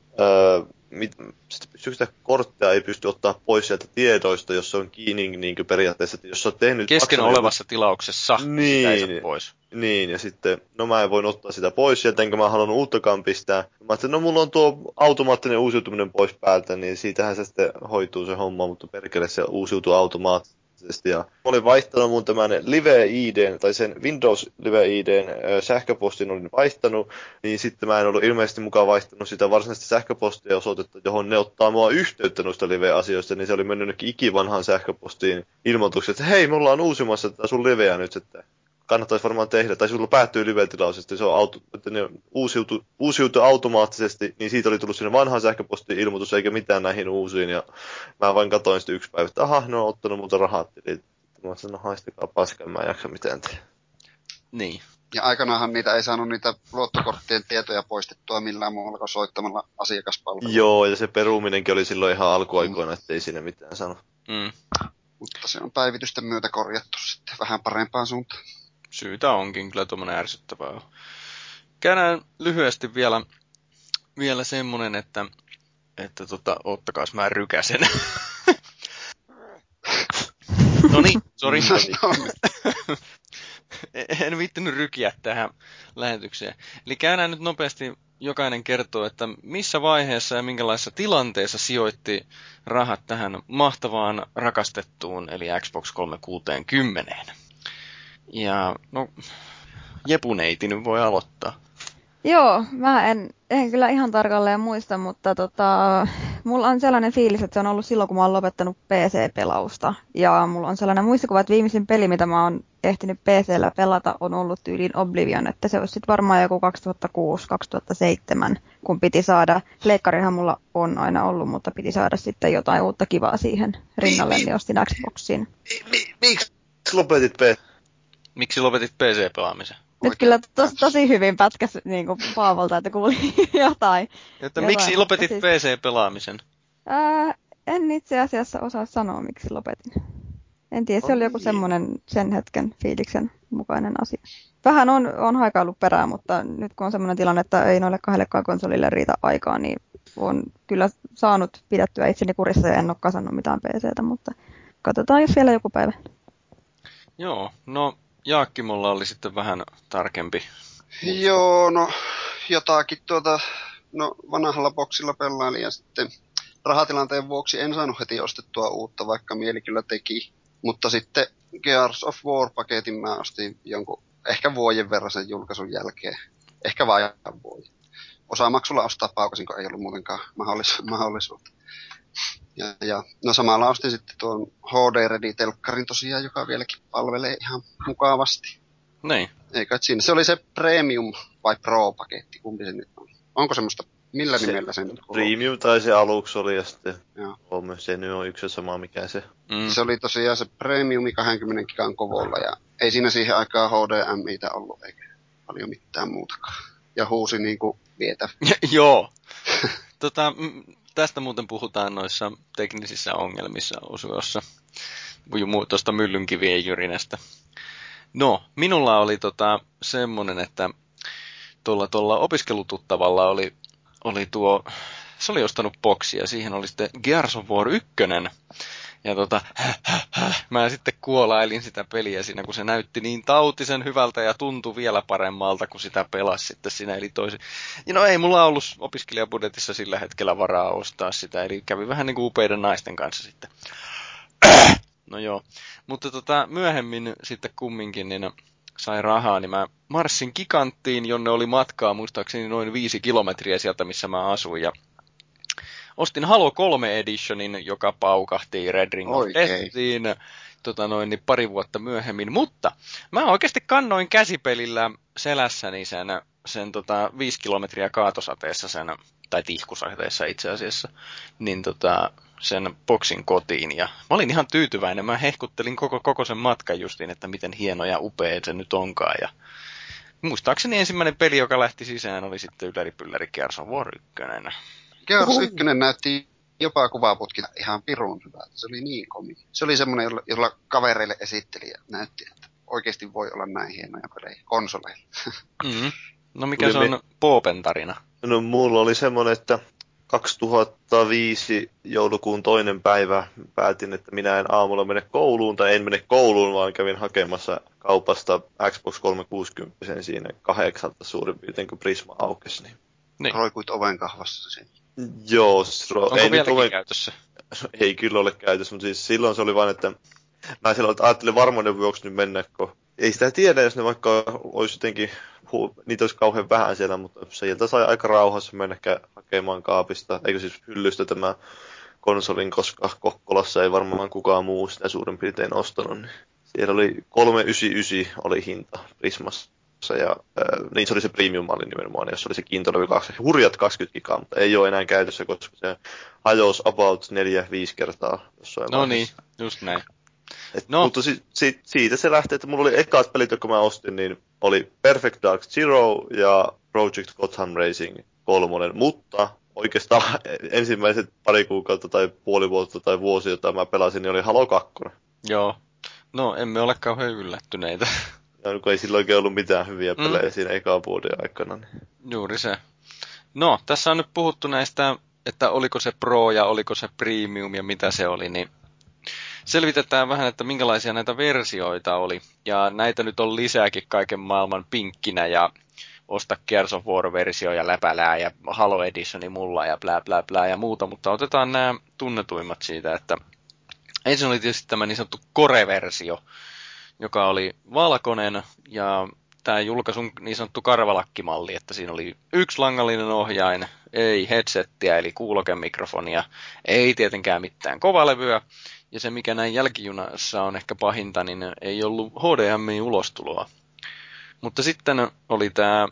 sitä korttia ei pysty ottaa pois sieltä tiedoista, jos se on kiinni niin kuin periaatteessa, että jos sä oot tehnyt kesken olevassa tilauksessa sitä ei saa pois. Niin, ja sitten, mä en voin ottaa sitä pois sieltä, enkä mä halunnut uuttakaan pistää. Mä ajattelin, mulla on tuo automaattinen uusiutuminen pois päältä, niin siitähän se sitten hoituu se homma, mutta perkele se uusiutuu automaattisesti. Ja mä olin vaihtanut mun tämän Live-IDn, tai sen Windows Live-IDn sähköpostin olin vaihtanut, niin sitten mä en ollut ilmeisesti mukaan vaihtanut sitä varsinaista sähköpostia osoitetta, johon ne ottaa mua yhteyttä noista Live-asioista, niin se oli mennyt ikivanhaan sähköpostiin ilmoitukset, että hei, me ollaan uusimassa tätä sun Liveä nyt, että kannattaisi varmaan tehdä, tai sulla päättyy live-tilaus, että että ne uusiutui automaattisesti, niin siitä oli tullut sinne vanhaan sähköpostiin ilmoitus, eikä mitään näihin uusiin, ja mä vain katsoin sitten yksi päivä, että aha, ne on ottanut multa rahat, eli mä sanoin, haistakaa paskaa, mä en jaksa mitään tehdä. Niin. Ja aikanaanhan niitä ei saanut niitä luottokorttien tietoja poistettua millään muulla kuin soittamalla asiakaspalvelua. Joo, ja se peruuminenkin oli silloin ihan alkuaikoina, ettei siinä mitään sano. Mutta se on päivitysten myötä korjattu sitten vähän parempaan suuntaan. Syytä onkin kyllä tuommoinen ärsyttävää. Käydään lyhyesti vielä semmonen, että ottakaas mä rykäsen. Noniin, sori. En viittinyt rykiä tähän lähetykseen. Eli käydään nyt nopeasti, jokainen kertoo, että missä vaiheessa ja minkälaisessa tilanteessa sijoitti rahat tähän mahtavaan rakastettuun, eli Xbox 360. Ja no, Jepuneiti nyt voi aloittaa. Joo, mä en kyllä ihan tarkalleen muista, mutta mulla on sellainen fiilis, että se on ollut silloin, kun mä oon lopettanut PC-pelausta. Ja mulla on sellainen muistikuva, että viimeisin peli, mitä mä oon ehtinyt PC:llä pelata, on ollut tyyliin Oblivion, että se olisi sitten varmaan joku 2006-2007, kun piti saada, leikkarihan mulla on aina ollut, mutta piti saada sitten jotain uutta kivaa siihen rinnalle, niin ostin Xboxiin. Miksi lopetit PC? Miksi lopetit PC-pelaamisen? Nyt kyllä tosi hyvin pätkäs niin kuin Paavolta, että kuuli jotain. Että miksi lopetit PC-pelaamisen? En itse asiassa osaa sanoa, miksi lopetin. En tiedä, se oli joku semmoinen sen hetken fiiliksen mukainen asia. Vähän on haikaillut perään, mutta nyt kun on semmoinen tilanne, että ei noille kahdellekaan konsolille riitä aikaa, niin on kyllä saanut pidettyä itseni kurissa ja en ole kasannut mitään PC:tä, mutta katsotaan, jos vielä joku päivä. Joo, no Jaakkimolla oli sitten vähän tarkempi. Joo, no jotakin vanhalla boksilla pelailin ja sitten rahatilanteen vuoksi en saanut heti ostettua uutta, vaikka mieli kyllä teki. Mutta sitten Gears of War-paketin mä ostin jonkun, ehkä vuoden verran sen julkaisun jälkeen. Ehkä vajaan vuoden. Osamaksulla ostaa paukasin, kun ei ollut muutenkaan mahdollisuutta. No samalla ostin sitten tuon HD Ready-telkkarin tosiaan, joka vieläkin palvelee ihan mukavasti. Niin. Eikä siinä. Se oli se Premium vai Pro-paketti, kumpi se nyt on? Onko semmoista, millä nimellä se nyt on? Premium tai se aluksi oli ja sitten se nyt on yksi sama mikä se. Se oli tosiaan se Premium 20 gigan kovolla ja ei siinä siihen aikaan HDMI:tä ollut eikä paljon mitään muutakaan. Ja huusi niinku vietä. Joo. Tästä muuten puhutaan noissa teknisissä ongelmissa osiossa, tuosta myllynkivien jyrinästä. No, minulla oli semmonen, että tuolla opiskelututtavalla oli se oli ostanut boksia, siihen oli sitten Gears of War 1. Ja mä sitten kuolailin sitä peliä siinä, kun se näytti niin tautisen hyvältä ja tuntui vielä paremmalta, kun sitä pelasi sitten siinä. Eli ja no ei mulla ollut opiskelijabudjetissa sillä hetkellä varaa ostaa sitä, eli kävi vähän niin kuin upeiden naisten kanssa sitten. No joo, mutta myöhemmin sitten kumminkin niin sai rahaa, niin mä marssin Giganttiin, jonne oli matkaa muistaakseni noin 5 kilometriä sieltä, missä mä asuin. Ja ostin Halo 3 Editionin, joka paukahti Red Ring of Deathiin niin pari vuotta myöhemmin. Mutta mä oikeasti kannoin käsipelillä selässäni sen 5 kilometriä kaatosateessa tai tihkusateessa itse asiassa, niin sen boksin kotiin. Ja mä olin ihan tyytyväinen. Mä hehkuttelin koko sen matkan justiin, että miten hieno ja upea se nyt onkaan. Ja muistaakseni ensimmäinen peli, joka lähti sisään, oli sitten Ylläri-Pylläri Gears of War 1. Gears 1 näytti jopa kuvaputkilla ihan pirun hyvältä. Se oli niin komi. Se oli semmoinen, jolla kavereille esitteli ja näytti, että oikeasti voi olla näin hienoja pelejä konsoleilla. Mm-hmm. No mikä se on Poopen tarina? No mulla oli semmoinen, että 2005 joulukuun 2. päivä päätin, että minä en aamulla mene kouluun, tai en mene kouluun, vaan kävin hakemassa kaupasta Xbox 360 siinä 8 suurin piirtein, kun Prisma aukesi. Niin. Roikuit oven kahvassa sen. Joo. Onko ei vieläkin käytössä? Ei kyllä ole käytössä, mutta siis silloin se oli vain, että mä silloin ajattelin varmuuden vuoksi nyt mennä, kun ei sitä tiedä, jos ne vaikka olisi jotenkin, niitä olisi kauhean vähän siellä, mutta sieltä sai aika rauhassa mennä hakemaan kaapista, eikö siis hyllystä tämä konsolin, koska Kokkolassa ei varmaan kukaan muu sitä suurin piirtein ostanut. Niin siellä oli 399 oli hinta Prismassa. Ja niin se oli se premium-malli nimenomaan, jossa oli se kiintolevy 2, hurjat 20 gigaa, mutta ei ole enää käytössä, koska se hajosi about 4-5 kertaa jossain vaiheessa. Niin, just näin. Mutta siitä se lähtee, että mulla oli ekat pelit, jotka mä ostin, niin oli Perfect Dark Zero ja Project Gotham Racing 3, mutta oikeastaan ensimmäiset pari kuukautta tai puoli vuotta tai vuosi, jota mä pelasin, niin oli Halo 2. Joo, no emme ole kauhean yllättyneitä. Ja kun ei silloin oikein ollut mitään hyviä pelejä siinä ekan vuoden aikana. Niin. Juuri se. No, tässä on nyt puhuttu näistä, että oliko se Pro ja oliko se Premium ja mitä se oli, niin selvitetään vähän, että minkälaisia näitä versioita oli. Ja näitä nyt on lisääkin kaiken maailman pinkkinä ja osta Gears of War-versio ja läpälää ja Halo Editioni mulla ja blää blää blää ja muuta, mutta otetaan nämä tunnetuimmat siitä, että ensin oli tietysti tämä niin sanottu Core-versio, joka oli valkoinen ja tämä julkaisun niin sanottu karvalakkimalli, että siinä oli yksi langallinen ohjain, ei headsettiä eli kuulokemikrofonia, ei tietenkään mitään kovalevyä, ja se mikä näin jälkijunassa on ehkä pahinta, niin ei ollut HDMI-ulostuloa. Mutta sitten oli tämä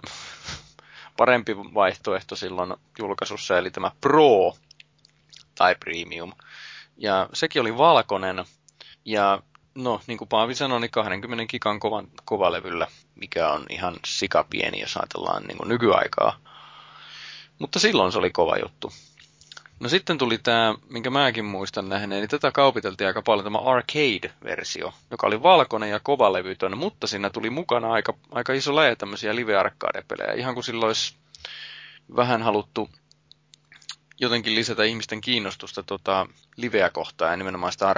parempi vaihtoehto silloin julkaisussa, eli tämä Pro tai Premium, ja sekin oli valkoinen, ja no, niin kuin Paavi sanoi, niin 20 gigan kovalevyllä, mikä on ihan sikapieni, jos ajatellaan niin kuin nykyaikaa. Mutta silloin se oli kova juttu. No sitten tuli tämä, minkä mäkin muistan nähneen, niin tätä kaupiteltiin aika paljon, tämä Arcade-versio, joka oli valkoinen ja kovalevytön, mutta siinä tuli mukana aika iso läjä tämmöisiä live-arcade-pelejä, ihan kuin silloin olisi vähän haluttu jotenkin lisätä ihmisten kiinnostusta liveä kohtaan ja nimenomaan sitä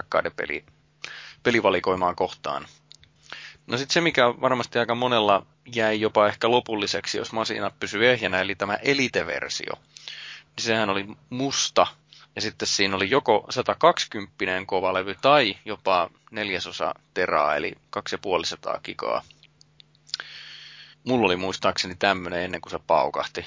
arcade-pelivalikoimaan kohtaan. No sitten se, mikä varmasti aika monella jäi jopa ehkä lopulliseksi, jos masina pysyi ehjänä, eli tämä Elite-versio. Niin sehän oli musta, ja sitten siinä oli joko 120 kovalevy tai jopa 4/4 teraa, eli 250 gigaa. Mulla oli muistaakseni tämmönen ennen kuin se paukahti.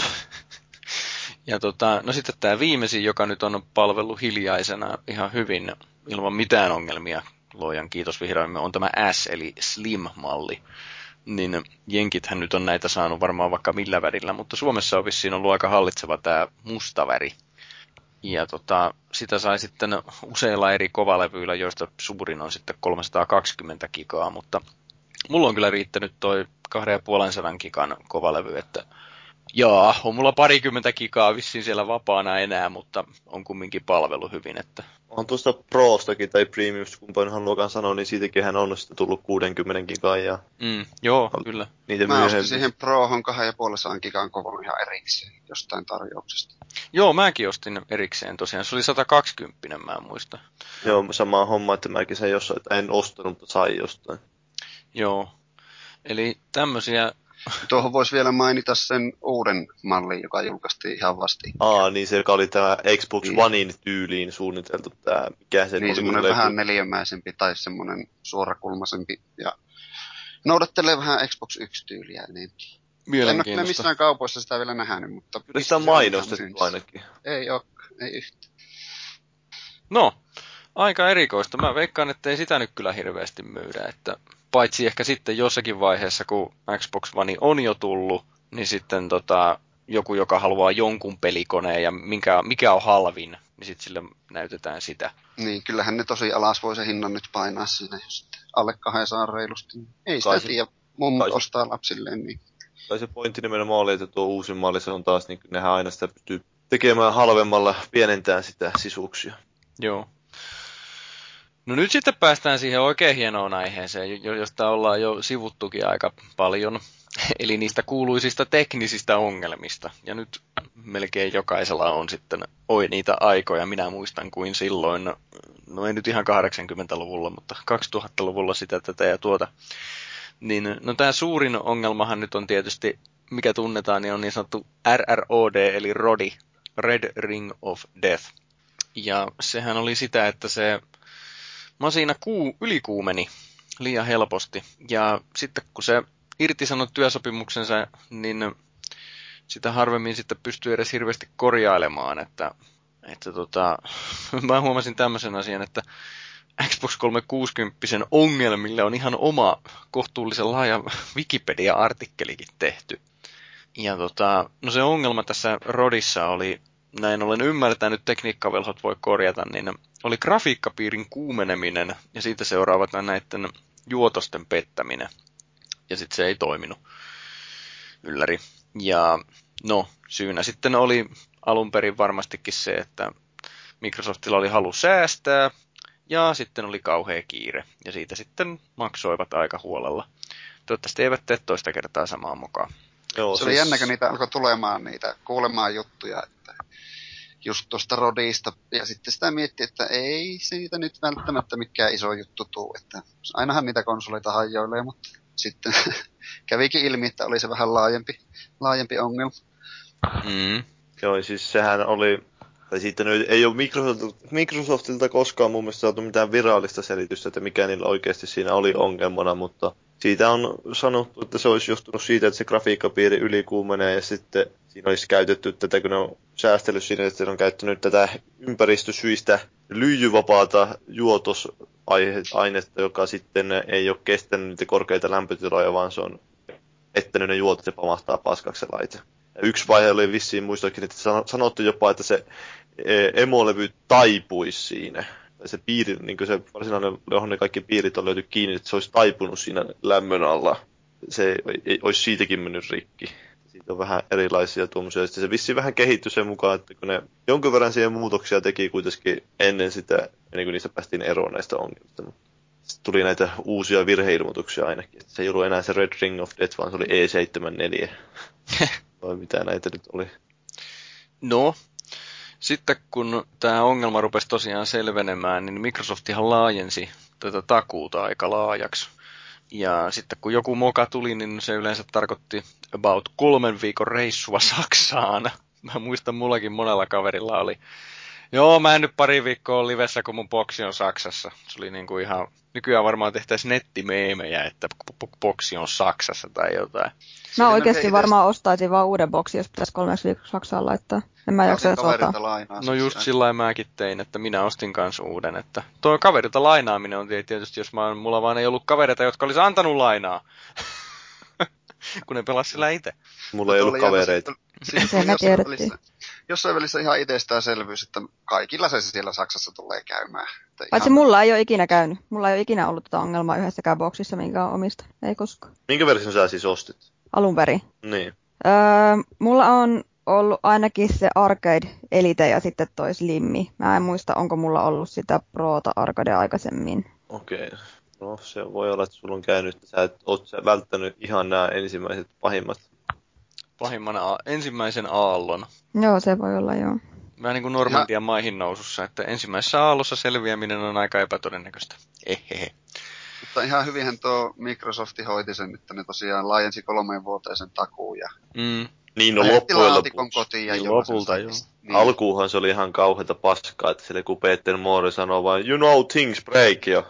Ja no sitten tämä viimeisin, joka nyt on palvellut hiljaisena ihan hyvin, ilman mitään ongelmia, luojan kiitos vihdoin, on tämä S, eli Slim-malli. Niin jenkithän nyt on näitä saanut varmaan vaikka millä värillä, mutta Suomessa on vissiin ollut aika hallitseva tämä musta väri. Ja sitä sai sitten useilla eri kovalevyillä, joista suurin on sitten 320 gigaa, mutta mulla on kyllä riittänyt toi 250 gigan kovalevy, että Joo, on mulla 20 gigaa vissiin siellä vapaana enää, mutta on kumminkin palvelu hyvin, että... On tuosta Prostakin tai Premiumista, kumpaan luokan sanoa, niin siitäkin hän on sitten tullut 60 gigaa ja... joo, kyllä. Niitä mä ostin siihen Prohon 2,5 gigan kovon ihan erikseen jostain tarjouksesta. Joo, mäkin ostin erikseen tosiaan. Se oli 120, mä en muista. Joo, sama homma, että mäkin sen jossain, että en ostanut, mutta sain jostain. Joo. Eli tämmösiä... Tuohon voisi vielä mainita sen uuden mallin, joka julkaistiin ihan vasti. Niin se joka oli tämä Xbox Onein tyyliin suunniteltu tämä, mikä se niin, semmoinen vähän neliömäisempi tai semmoinen suorakulmaisempi ja noudattelee vähän Xbox 1-tyyliä enemmän. En ole kyllä missään kaupoissa sitä vielä nähnyt, mutta... Kyllä sitä on mainostettu ainakin. Ei ole, ei yhtään. No, aika erikoista. Mä veikkaan, että ei sitä nyt kyllä hirveästi myydä, että... Paitsi ehkä sitten jossakin vaiheessa, kun Xbox One on jo tullut, niin sitten joku, joka haluaa jonkun pelikoneen ja mikä on halvin, niin sitten sille näytetään sitä. Niin, kyllähän ne tosi alas voi se hinnan nyt painaa siinä, jos alle 200 reilusti. Ei sitä tiedä, mummut ostaa lapsilleen. Niin. Tai se pointti nimenomaan oli, että tuo uusin malli, se on taas, niin nehän aina sitä pystyy tekemään halvemmalla, pienentää sitä sisuuksia. Joo. No nyt sitten päästään siihen oikein hienoon aiheeseen, josta ollaan jo sivuttukin aika paljon, eli niistä kuuluisista teknisistä ongelmista. Ja nyt melkein jokaisella on sitten niitä aikoja, minä muistan kuin silloin, no ei nyt ihan 80-luvulla, mutta 2000-luvulla sitä tätä ja tuota. Niin, no tämä suurin ongelmahan nyt on tietysti, mikä tunnetaan, niin on niin sanottu RROD, eli RODI, Red Ring of Death. Ja sehän oli sitä, että se... Masina ylikuumeni liian helposti, ja sitten kun se irtisanoi työsopimuksensa, niin sitä harvemmin sitten pystyy edes hirveästi korjailemaan, että mä huomasin tämmöisen asian, että Xbox 360 ongelmille on ihan oma kohtuullisen laaja Wikipedia-artikkelikin tehty. Ja no se ongelma tässä RODissa oli, näin olen ymmärtänyt, tekniikkavelhot voi korjata, niin oli grafiikkapiirin kuumeneminen ja siitä seuraavat näiden juotosten pettäminen. Ja sitten se ei toiminut ylläri. Ja no, syynä sitten oli alun perin varmastikin se, että Microsoftilla oli halu säästää ja sitten oli kauhea kiire. Ja siitä sitten maksoivat aika huolella. Toivottavasti eivät tee toista kertaa samaa mukaan. Joo, se oli jännä, kun niitä alkoi tulemaan kuulemaan juttuja, että just tuosta Rodista, ja sitten sitä miettii, että ei siitä nyt välttämättä mikään iso juttu tuu, että ainahan niitä konsoleita hajoilee, mutta sitten kävikin ilmi, että oli se vähän laajempi ongelma. Joo, siis sehän oli, tai siitä nyt ei ole Microsoftilta koskaan mun mielestä saatu mitään virallista selitystä, että mikä niillä oikeasti siinä oli ongelmana, mutta siitä on sanottu, että se olisi johtunut siitä, että se grafiikkapiiri ylikuumenee ja sitten siinä olisi käytetty tätä, kun ne on säästellyt siinä, että se on käyttänyt tätä ympäristösyistä lyijyvapaata juotosainetta, joka sitten ei ole kestänyt niitä korkeita lämpötiloja, vaan se on ettänyt ne juotot ja pamahtaa paskaksi se laite. Ja yksi vaihe oli vissiin, muistakin, että sanottu jopa, että se emolevy taipuisi siinä. Se piiri, niin kuin se varsinainen, johon ne kaikki piirit on löyty kiinni, että se olisi taipunut siinä lämmön alla. Se ei olisi siitäkin mennyt rikki. Siitä on vähän erilaisia tuommoisia. Sitten se vissiin vähän kehittyi sen mukaan, että kun ne jonkin verran siihen muutoksia teki kuitenkin ennen sitä, ennen kuin niistä päästiin eroon näistä ongelmista. Sitten tuli näitä uusia virheilmoituksia ainakin. Että se ei ollut enää se Red Ring of Death, vaan se oli E74. Vai mitä näitä nyt oli? No, sitten kun tämä ongelma rupesi tosiaan selvenemään, niin Microsoftihan laajensi tätä takuuta aika laajaksi. Ja sitten kun joku moka tuli, niin se yleensä tarkoitti about 3 viikon reissua Saksaan. Mä muistan, mullakin monella kaverilla oli. Joo, mä en nyt pari viikkoa ole livessä, kun mun boksi on Saksassa. Se oli niinku ihan, nykyään varmaan tehtäisiin nettimeemejä, että boksi on Saksassa tai jotain. Mä oikeasti varmaan ostaisin vaan uuden boksi, jos pitäisi 3 viikossa Saksaan laittaa. En mä jaksa ottaa. No just sillä lailla mäkin tein, että minä ostin kans uuden. Että tuo kaverilta lainaaminen on tietysti, jos mulla vaan ei ollut kavereita, jotka olisi antanut lainaa. Kun ne pelasi sillä itse. Mulla ei ollut kavereita. Se me tiedettiin. Jossain välissä ihan itsestäänselvyys, että kaikilla se siellä Saksassa tulee käymään. Paitsi mulla ei ole ikinä käynyt. Mulla ei ole ikinä ollut tätä ongelmaa yhdessäkään boksissa, minkä on omista. Ei koskaan. Minkä version sä siis ostit? Alun perin. Niin. Mulla on ollut ainakin se Arcade Elite ja sitten toi Slimmi. Mä en muista, onko mulla ollut sitä Prota Arcade aikaisemmin. Okei. No se voi olla, että sulla on käynyt, että oot sä välttänyt ihan nämä ensimmäiset pahimmat. Ensimmäisen aallon. Joo, se voi olla, joo. Vähän niin kuin Normandian maihin nousussa, että ensimmäisessä aallossa selviäminen on aika epätodennäköistä. Ehehe. Mutta ihan hyvinhän tuo Microsoft hoiti sen, että ne tosiaan laajensi 3 vuoteen sen takuun ja Niin, no loppujen lopuksi. kotiin ja niin lopulta joo. Niin. Alkuuhan se oli ihan kauheata paskaa, että sille kun Peter Moore sanoo vain, you know things break, jo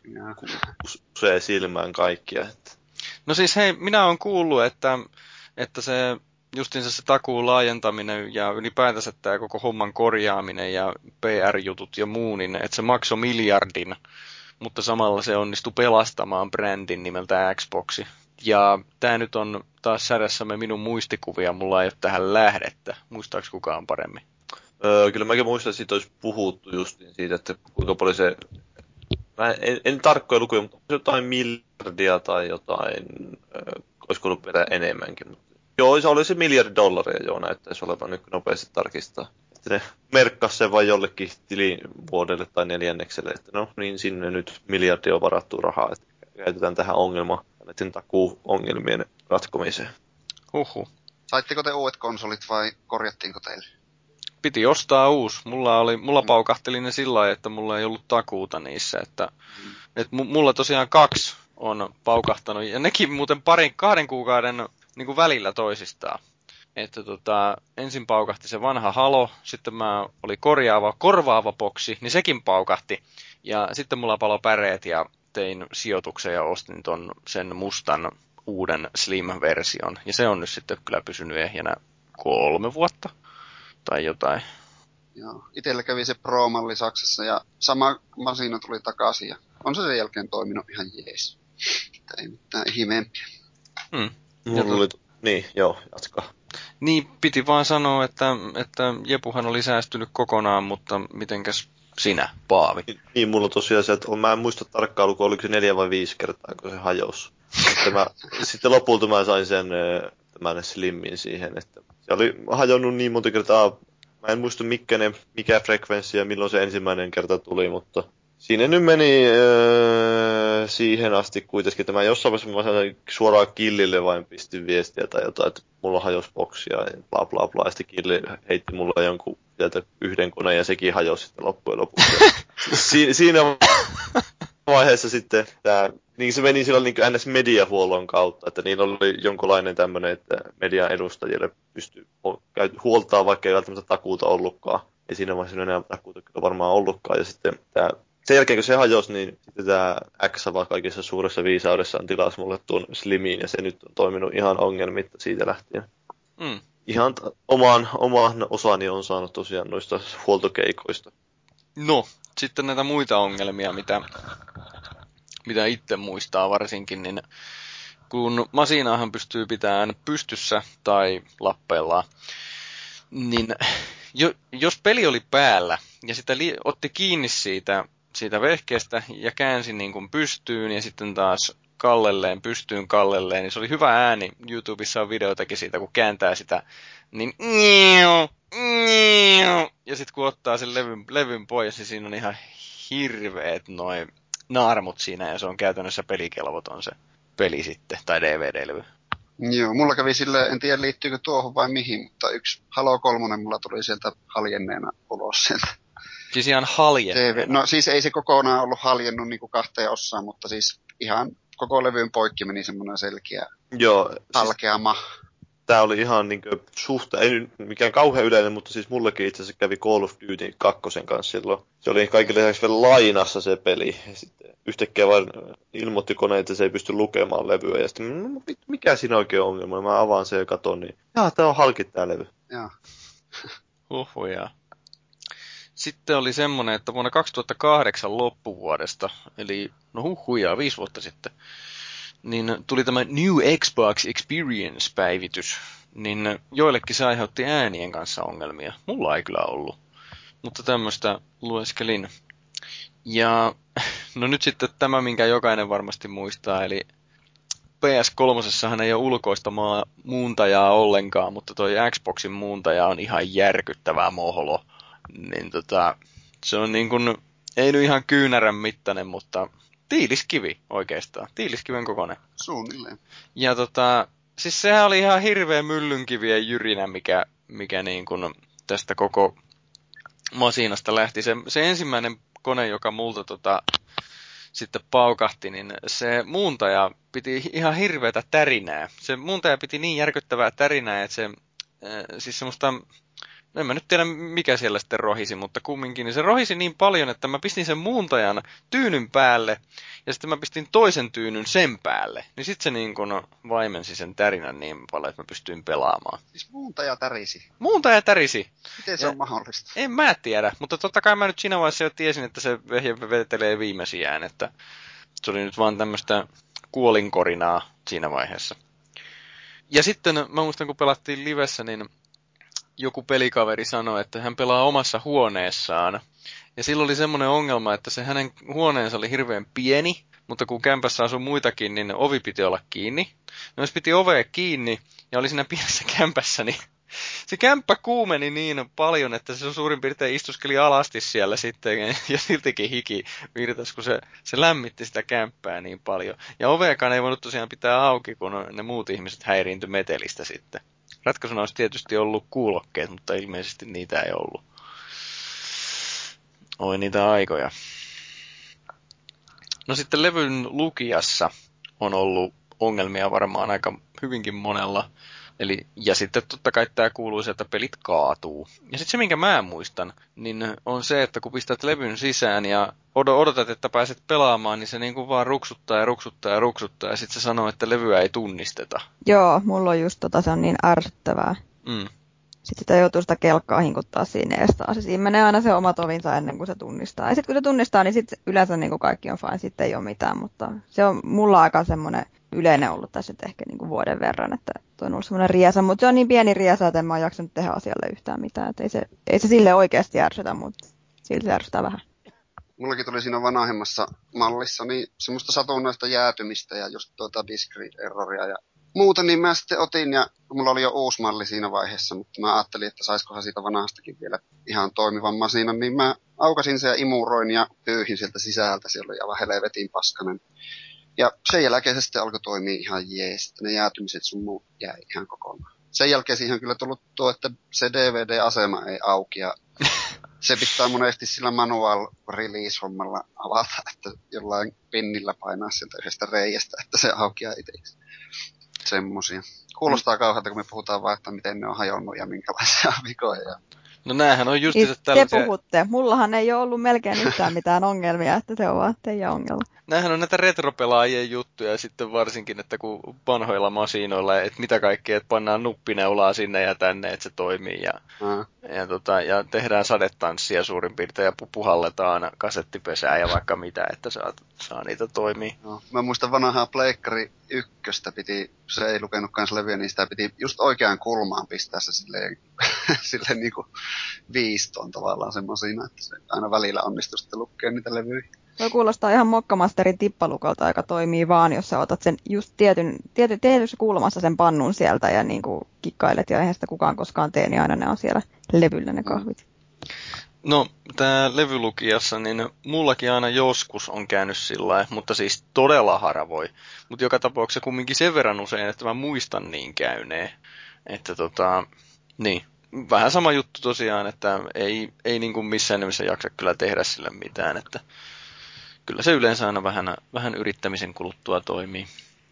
usee silmään kaikkia. Että. No siis hei, minä olen kuullut, että se justiinsa se takuun laajentaminen ja ylipäätänsä tämä koko homman korjaaminen ja PR-jutut ja muu, niin että se maksoi miljardin, mutta samalla se onnistui pelastamaan brändin nimeltä Xboxi. Ja tämä nyt on taas särjässämme minun muistikuvia, mulla ei ole tähän lähdettä. Muistaaks kukaan paremmin? Kyllä mäkin muistan, että siitä olisi puhuttu justiin siitä, että kuinka paljon se... Mä en tarkkoja lukuja, mutta jotain miljardia tai jotain, olisiko ollut vielä enemmänkin. Mutta joo, se oli se $1 miljardia, joo, näyttäisi olevan nyt nopeasti tarkistaa. Sitten ne merkkasi sen vain jollekin tilivuodelle tai 4. että no niin, sinne nyt $1 miljardia on varattu rahaa, että käytetään tähän ongelmaan, näiden takuu-ongelmien ratkomiseen. Huhhuh. Saitteko te uudet konsolit vai korjattiinko teille? Piti ostaa uusi. Mulla paukahteli ne sillä lailla, että mulla ei ollut takuuta niissä. Että mulla tosiaan 2 on paukahtanut. Ja nekin muuten 2 kuukauden niin kuin välillä toisistaan. Että ensin paukahti se vanha Halo, sitten oli korvaava boksi, niin sekin paukahti. Ja sitten mulla palo päreet ja tein sijoituksen ja ostin sen mustan uuden Slim-version. Ja se on nyt sitten kyllä pysynyt ehjänä 3 vuotta. Tai jotain. Joo. Itellä kävi se Pro-malli Saksassa ja sama masina tuli takaisin ja on se sen jälkeen toiminut ihan jees. Ei mitään ihmeempiä. Mulla oli... Niin, joo, jatkaa. Niin, piti vaan sanoa, että Jepuhan oli säästynyt kokonaan, mutta mitenkäs sinä, Paavi? Niin, mulla tosiaan se, että mä en muista tarkkaan lukua, oliko se 4 vai 5 kertaa, kun se hajosi. Sitten lopulta mä sain sen tämän Slimmin siihen, että se oli hajonnut niin monta kertaa. Mä en muista mikä frekvenssi ja milloin se ensimmäinen kerta tuli, mutta siinä nyt meni siihen asti kuitenkin, että mä jossain vaiheessa mä sain suoraan Killille vain pistin viestiä tai jotain, että mulla hajosi boksia ja bla bla bla, ja sitten Killi heitti mulla jonkun sieltä yhden koneen ja sekin hajosi sitten loppujen lopuksi. Siinä vaiheessa sitten niin se meni silloin niin kuin NS-mediahuollon kautta, että niillä oli jonkunlainen tämmöinen, että median edustajille pystyy huoltaa, vaikka ei välttämättä takuuta ollutkaan. Ei siinä vaiheessa enää takuuta kyllä varmaan ollutkaan. Ja sitten sen jälkeen, kun se hajosi, niin sitten tämä X vaan kaikissa suuressa viisaudessaan tilasi mulle tuon Slimiin, ja se nyt on toiminut ihan ongelmitta siitä lähtien. Ihan oman osani on saanut tosiaan noista huoltokeikoista. No, sitten näitä muita ongelmia, mitä itse muistaa varsinkin, niin kun masinaahan pystyy pitämään pystyssä tai lappeellaan, niin jos peli oli päällä ja sitä otti kiinni siitä vehkeestä ja käänsi niin kuin pystyyn ja sitten taas pystyyn kallelleen, niin se oli hyvä ääni. YouTubessa on videoitakin siitä, kun kääntää sitä, niin ja sitten kun ottaa sen levyn pois, niin siinä on ihan hirveet noin naarmut siinä, ja se on käytännössä pelikelvoton se peli sitten, tai DVD-levy. Joo, mulla kävi silleen, en tiedä liittyykö tuohon vai mihin, mutta yksi Halo 3 mulla tuli sieltä haljenneena ulos sieltä. Siis ihan haljenneena? No siis ei se kokonaan ollut haljennut niin kuin 2 osaan, mutta siis ihan koko levyn poikki meni semmoinen selkeä halkeama. Tää oli ihan niin kuin ei mikään kauhean yleinen, mutta siis mullekin itse asiassa kävi Call of Duty 2 kanssa silloin. Se oli kaikille lisäksi vielä lainassa se peli. Ja sitten yhtäkkiä vaan ilmoitti kone, että se ei pysty lukemaan levyä. Ja sitten, mikä siinä oikein on ongelma? Mä avaan sen ja katon, niin tää on halki tää levy. Joo. Huhujaa. Sitten oli semmonen, että vuonna 2008 loppuvuodesta, eli 5 vuotta sitten, niin tuli tämä New Xbox Experience-päivitys, niin joillekin se aiheutti äänien kanssa ongelmia. Mulla ei kyllä ollut, mutta tämmöistä lueskelin. Ja no nyt sitten tämä, minkä jokainen varmasti muistaa, eli PS3:ssahan ei ole ulkoista muuntajaa ollenkaan, mutta toi Xboxin muuntaja on ihan järkyttävää mohlo. Niin se on niin kuin, ei nyt ihan kyynärän mittainen, mutta tiiliskivi oikeastaan. Tiiliskiven kokoinen. Suunnilleen. Ja siis sehän oli ihan hirveä myllynkivien jyrinä, mikä niin kuin tästä koko masiinasta lähti. Se ensimmäinen kone, joka multa sitten paukahti, niin se muuntaja piti ihan hirveätä tärinää. Se muuntaja piti niin järkyttävää tärinää, että se siis semmoista, en mä nyt tiedä mikä siellä sitten rohisi, mutta kumminkin, niin se rohisi niin paljon, että mä pistin sen muuntajan tyynyn päälle, ja sitten mä pistin toisen tyynyn sen päälle. Niin sitten se niin kuin vaimensi sen tärinän niin paljon, että mä pystyin pelaamaan. Siis muuntaja tärisi. Muuntaja tärisi. Miten se on mahdollista? En mä tiedä, mutta totta kai mä nyt siinä vaiheessa jo tiesin, että se vehje vetelee viimeisiään, että se oli nyt vaan tämmöistä kuolinkorinaa siinä vaiheessa. Ja sitten mä muistan, kun pelattiin livessä, niin joku pelikaveri sanoi, että hän pelaa omassa huoneessaan. Ja silloin oli semmoinen ongelma, että se hänen huoneensa oli hirveän pieni, mutta kun kämpässä asui muitakin, niin ovi piti olla kiinni. No jos piti ovea kiinni ja oli siinä pienessä kämpässä, niin se kämppä kuumeni niin paljon, että se suurin piirtein istuskeli alasti siellä sitten ja siltikin hiki virtas, kun se lämmitti sitä kämppää niin paljon. Ja oveakaan ei voinut tosiaan pitää auki, kun ne muut ihmiset häiriintyi metelistä sitten. Ratkaisuna olisi tietysti ollut kuulokkeet, mutta ilmeisesti niitä ei ollut. Oi niitä aikoja. No sitten levyn lukijassa on ollut ongelmia varmaan aika hyvinkin monella. Ja sitten totta kai tämä kuuluisi, että pelit kaatuu. Ja sitten se, minkä mä muistan, niin on se, että kun pistät levyn sisään ja odotat, että pääset pelaamaan, niin se niin kuin vaan ruksuttaa ja ruksuttaa ja ruksuttaa. Ja sitten se sanoo, että levyä ei tunnisteta. Joo, mulla on just se on niin ärsyttävää. Sitten sitä joutuu sitä kelkkaa hinkuttaa siinä eestaan. Siinä menee aina se oma tovinsa ennen kuin se tunnistaa. Ja sitten kun se tunnistaa, niin sitten yleensä niin kuin kaikki on fine, sitten ei ole mitään. Mutta se on mulla aika semmoinen yleinen ollut tässä nyt ehkä niin kuin vuoden verran, että toi on ollut semmoinen riesa. Mutta se on niin pieni riesa, että en mä ole jaksanut tehdä asialle yhtään mitään. Että ei se sille oikeasti ärsytä, mutta silti se ärsytää vähän. Mullakin tuli siinä vanhemmassa mallissa niin semmoista satunnaista jäätymistä ja just disk read erroria ja muuta, niin mä sitten otin, ja mulla oli jo uusi malli siinä vaiheessa, mutta mä ajattelin, että saisikohan siitä vanhastakin vielä ihan toimivan masiinan, niin mä aukasin sen ja imuroin ja pyyhin sieltä sisältä, siellä oli aivan helvetin paskanen. Ja sen jälkeen se sitten alkoi toimia ihan jees, että ne jäätymiset sun muut jäi ihan kokonaan. Sen jälkeen siihen on kyllä tullut tuo, että se DVD-asema ei auki, ja se pitää monesti sillä manual release-hommalla avata, että jollain pinnillä painaa sieltä yhdestä reiästä, että se aukeaa itseksi. Semmosia. Kuulostaa kauhealta, kun me puhutaan vaan, että miten ne on hajonnut ja minkälaisia vikoja. No näähän on just tällaisia. Te puhutte. Mullahan ei ole ollut melkein yhtään mitään ongelmia, että se on vaan teidän ongelma. Näähän on näitä retropelaajien juttuja ja sitten varsinkin, että kun vanhoilla masinoilla, että mitä kaikkea, että pannaan nuppineulaa sinne ja tänne, että se toimii ja tehdään sadetanssia suurin piirtein ja puhalletaan kasettipesää ja vaikka mitä, että saa niitä toimii. No, mä muistan vanhaa Pleikkari 1, se ei lukenut kans levyä, niin sitä piti just oikeaan kulmaan pistää se silleen niinku viistoon tavallaan semmosina, että se aina välillä onnistui sitten lukea niitä levyjä. Toi kuulostaa ihan Mokkamasterin tippalukolta, joka toimii vaan, jos sä otat sen just tietyssä kulmassa sen pannun sieltä ja niinku kikkailet ja eihän sitä kukaan koskaan tee, niin aina ne on siellä levyllä ne kahvit. No, tää levylukijassa, niin mullakin aina joskus on käynyt sillä, mutta siis todella harvoin. Mutta joka tapauksessa kumminkin sen verran usein, että mä muistan niin käyneen. Että niin. Vähän sama juttu tosiaan, että ei niin kuin missään nimessä jaksa kyllä tehdä sille mitään, että kyllä se yleensä aina vähän yrittämisen kuluttua toimii.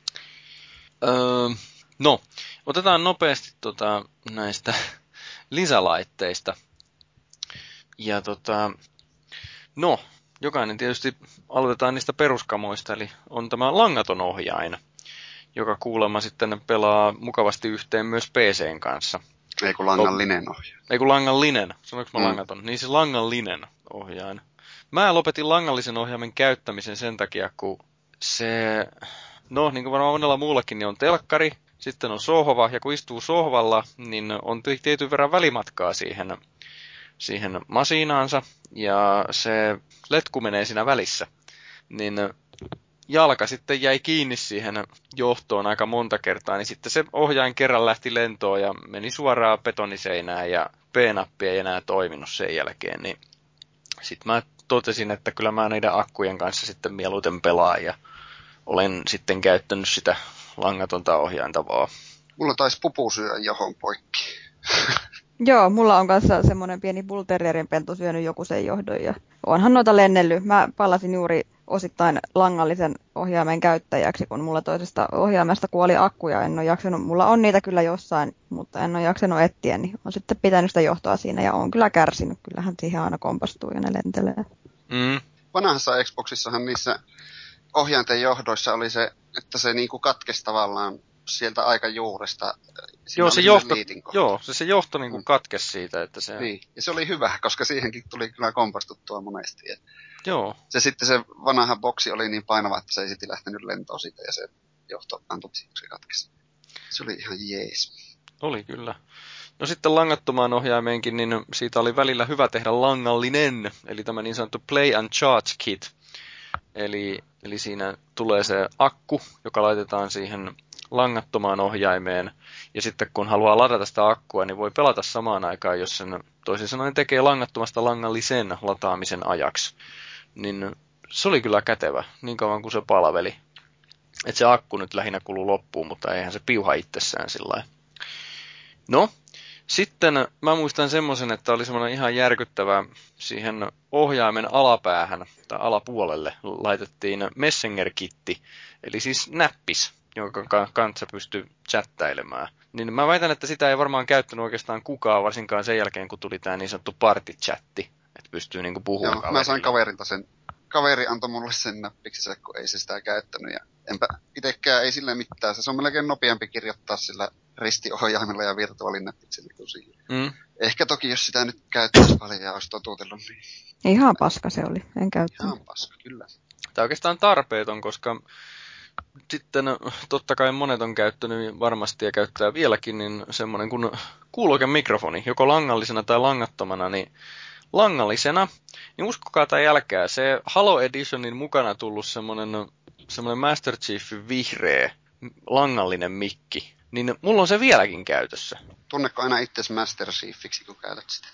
No, otetaan nopeasti näistä lisälaitteista. Ja no, jokainen tietysti aloitetaan niistä peruskamoista, eli on tämä langaton ohjain, joka kuulemma sitten pelaa mukavasti yhteen myös PC:n kanssa. Ei kun langallinen ohjain. Ei kun langallinen, sanoinko mä langaton? Niin se langallinen ohjain. Mä lopetin langallisen ohjaimen käyttämisen sen takia, kun se, no niin kuin varmaan monella muullakin, niin on telkkari, sitten on sohva, ja kun istuu sohvalla, niin on tietyn verran välimatkaa siihen masiinaansa, ja se letku menee siinä välissä. jalka sitten jäi kiinni siihen johtoon aika monta kertaa, niin sitten se ohjain kerran lähti lentoon ja meni suoraan betoniseinään ja P-nappi ei enää toiminut sen jälkeen, niin sitten mä totesin, että kyllä mä niiden akkujen kanssa sitten mieluiten pelaan ja olen sitten käyttänyt sitä langatonta ohjainta vaan. Mulla taisi pupu syödä johon poikki. Joo, mulla on kanssa semmoinen pieni Bull Terrierin pentu syönyt joku sen johdon ja onhan noita lennellyt. Mä palasin juuri osittain langallisen ohjaimen käyttäjäksi, kun mulla toisesta ohjaimesta kuoli akku ja en ole jaksanut, mulla on niitä kyllä jossain, mutta en ole jaksanut etsiä, niin on sitten pitänyt sitä johtoa siinä ja on kyllä kärsinyt. Kyllähän siihen aina kompastuu ja ne lentelee. Vanhassa Xboxissahan niissä ohjainten johdoissa oli se, että se niinku katkesi tavallaan sieltä aika juuresta. Joo, se johto niinku katkesi siitä, että se... Niin, ja se oli hyvä, koska siihenkin tuli kyllä kompastuttua monesti. Joo. Se vanha boksi oli niin painava, että se ei sitten lähtenyt lentoon siitä, ja se johto antoi se katkesi. Se oli ihan jees. Oli kyllä. No sitten langattomaan ohjaimeenkin, niin siitä oli välillä hyvä tehdä langallinen, eli tämä niin sanottu Play and Charge Kit. Eli siinä tulee se akku, joka laitetaan siihen langattomaan ohjaimeen, ja sitten kun haluaa ladata sitä akkua, niin voi pelata samaan aikaan, jos sen toisin sanoen tekee langattomasta langallisen lataamisen ajaksi. Niin se oli kyllä kätevä, niin kauan kuin se palveli. Että se akku nyt lähinnä kuluu loppuun, mutta eihän se piuha itsessään sillä lailla. No, sitten mä muistan semmoisen, että oli semmoinen ihan järkyttävä siihen ohjaimen alapäähän tai alapuolelle laitettiin Messenger-kitti, eli siis näppis, jonka kanssa pystyy chattailemaan. Niin mä väitän, että sitä ei varmaan käyttänyt oikeastaan kukaan, varsinkaan sen jälkeen, kun tuli tää niin sanottu party-chatti, että pystyy niinku puhumaan kaverille. Mä sain kaverilta sen. Kaveri antoi mulle sen näppiksensä, kun ei se sitä käyttänyt. Ja enpä itekään, ei sille mitään. Se on melkein nopeampi kirjoittaa sillä ristiohjaimella ja virtuaalinäppiksellä kuin sillä. Ehkä toki, jos sitä nyt käyttäisi paljon ja olisi totuutellut, niin... Ihan paska se oli, en käyttänyt. Ihan paska, kyllä. Tämä on oikeastaan tarpeeton, koska sitten totta kai monet on käyttänyt varmasti ja käyttää vieläkin niin semmoinen kuin kuulokemikrofoni, joko langallisena tai langattomana, niin langallisena, niin uskokaa tai jälkää, se Halo Editionin mukana tullut semmoinen Master Chiefin vihreä langallinen mikki, niin mulla on se vieläkin käytössä. Tunneko aina itsesi Master Chiefiksi, kun käytät sitä?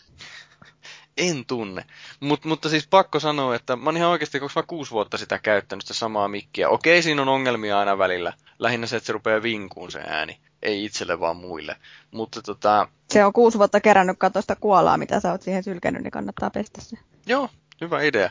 En tunne, mutta siis pakko sanoa, että mä oon ihan oikeasti, koska mä 6 vuotta sitä käyttänyt sitä samaa mikkiä. Okei, siinä on ongelmia aina välillä. Lähinnä se, että se rupeaa vinkuun se ääni. Ei itselle, vaan muille. Mutta Se on 6 vuotta kerännyt katosta kuolaa, mitä sä oot siihen sylkenyt, niin kannattaa pestä se. Joo, hyvä idea.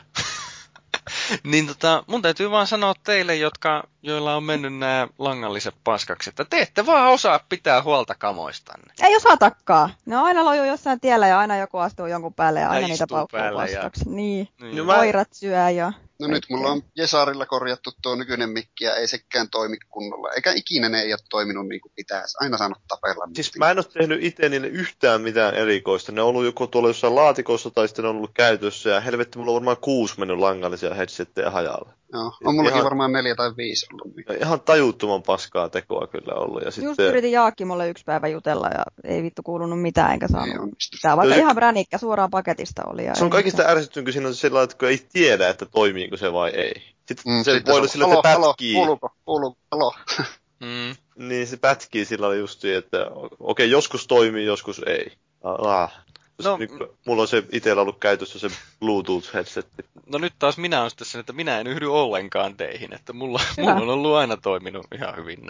Niin mun täytyy vaan sanoa teille, joilla on mennyt nämä langalliset paskaksi, että te ette vaan osaa pitää huolta kamoistanne. Ei osatakaan. Ne on aina lojuu jossain tiellä ja aina joku astuu jonkun päälle ja aina niitä paukkuu paskaksi. Niin. Koirat syö ja... No nyt mulla on Jesarilla korjattu tuo nykyinen mikki ja ei sekään toimi kunnolla. Eikä ikinä ne ei ole toiminut niin kuin pitäisi. Aina saanut tapella. Siis mä en ole tehnyt itse niille yhtään mitään erikoista. Ne on ollut joko tuolla jossain laatikossa tai sitten ne on ollut käytössä. Ja helvetti, mulla on varmaan 6 mennyt langallisia headsetteja hajalla. Joo, on mullakin varmaan 4 tai 5 ollut. Ihan tajuttoman paskaa tekoa kyllä ollut. Ja just yritin Jaakkimolle 1 päivä jutella ja ei vittu kuulunut mitään enkä saanut. Tää vaikka ihan bränikkä suoraan paketista oli. Ja se on kaikista ärsyttynyt, kun siinä on sellainen, että kun ei tiedä, että toimiiko se vai ei. Sitten se voi olla sillä, että se pätkii. Kuuluuko, halo. Niin se pätkii sillä justiin, että okei, joskus toimii, joskus ei. No, nyt, mulla on se itsellä ollut käytössä se Bluetooth-headsetti. No nyt taas minä olen sitten sen, että minä en yhdy ollenkaan teihin, että mulla on ollut aina toiminut ihan hyvin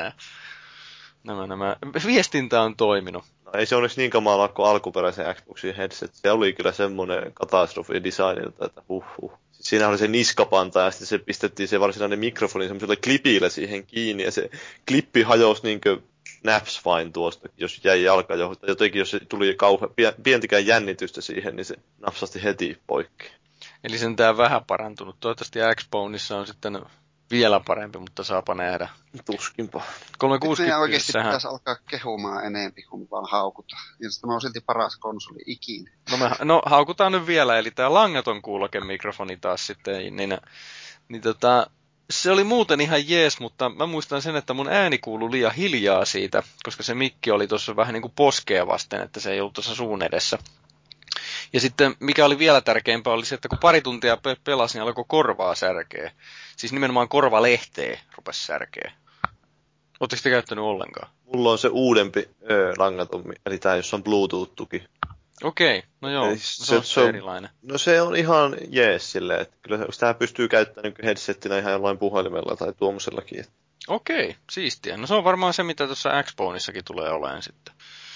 nämä. Viestintä on toiminut. No, ei se onneksi niin kamalaa kuin alkuperäisen Xboxin headset. Se oli kyllä semmoinen katastrofi designilta, että Siinä oli se niskapanta ja sitten se pistettiin se varsinainen mikrofoni semmoiselle klipille siihen kiinni ja se klippi hajosi niinkö naps vain tuosta, jos jäi jalka johon. Jotenkin jos se tuli pientikään jännitystä siihen, niin se napsasti heti poikki. Eli sentään vähän parantunut. Toivottavasti Xboneissa on sitten vielä parempi, mutta saapa nähdä. Tuskinpa. 360 nyt oikeasti pitäisi alkaa kehumaan enemmän kuin vaan haukuta. Ja tämä on silti paras konsoli ikinä. No haukutaan nyt vielä, eli tämä langaton kuulokemikrofoni taas sitten, se oli muuten ihan jees, mutta mä muistan sen, että mun ääni kuului liian hiljaa siitä, koska se mikki oli tuossa vähän niin kuin poskea vasten, että se ei ollut tuossa suun edessä. Ja sitten mikä oli vielä tärkeämpää oli se, että kun pari tuntia pelasin, niin alkoi korvaa särkeä. Siis nimenomaan korvalehteä rupesi särkeä. Oletteko te käyttänyt ollenkaan? Mulla on se uudempi langaton, eli tää, jossa on Bluetooth-tuki. Okei, no joo, Eli se on se on, erilainen. no se on ihan jees silleen, että kyllä sitä pystyy käyttämään niin headsettinä ihan jollain puhelimella tai tuommoisellakin. Okei, siistiä. No se on varmaan se, mitä tuossa Xboneissakin tulee olemaan sitten.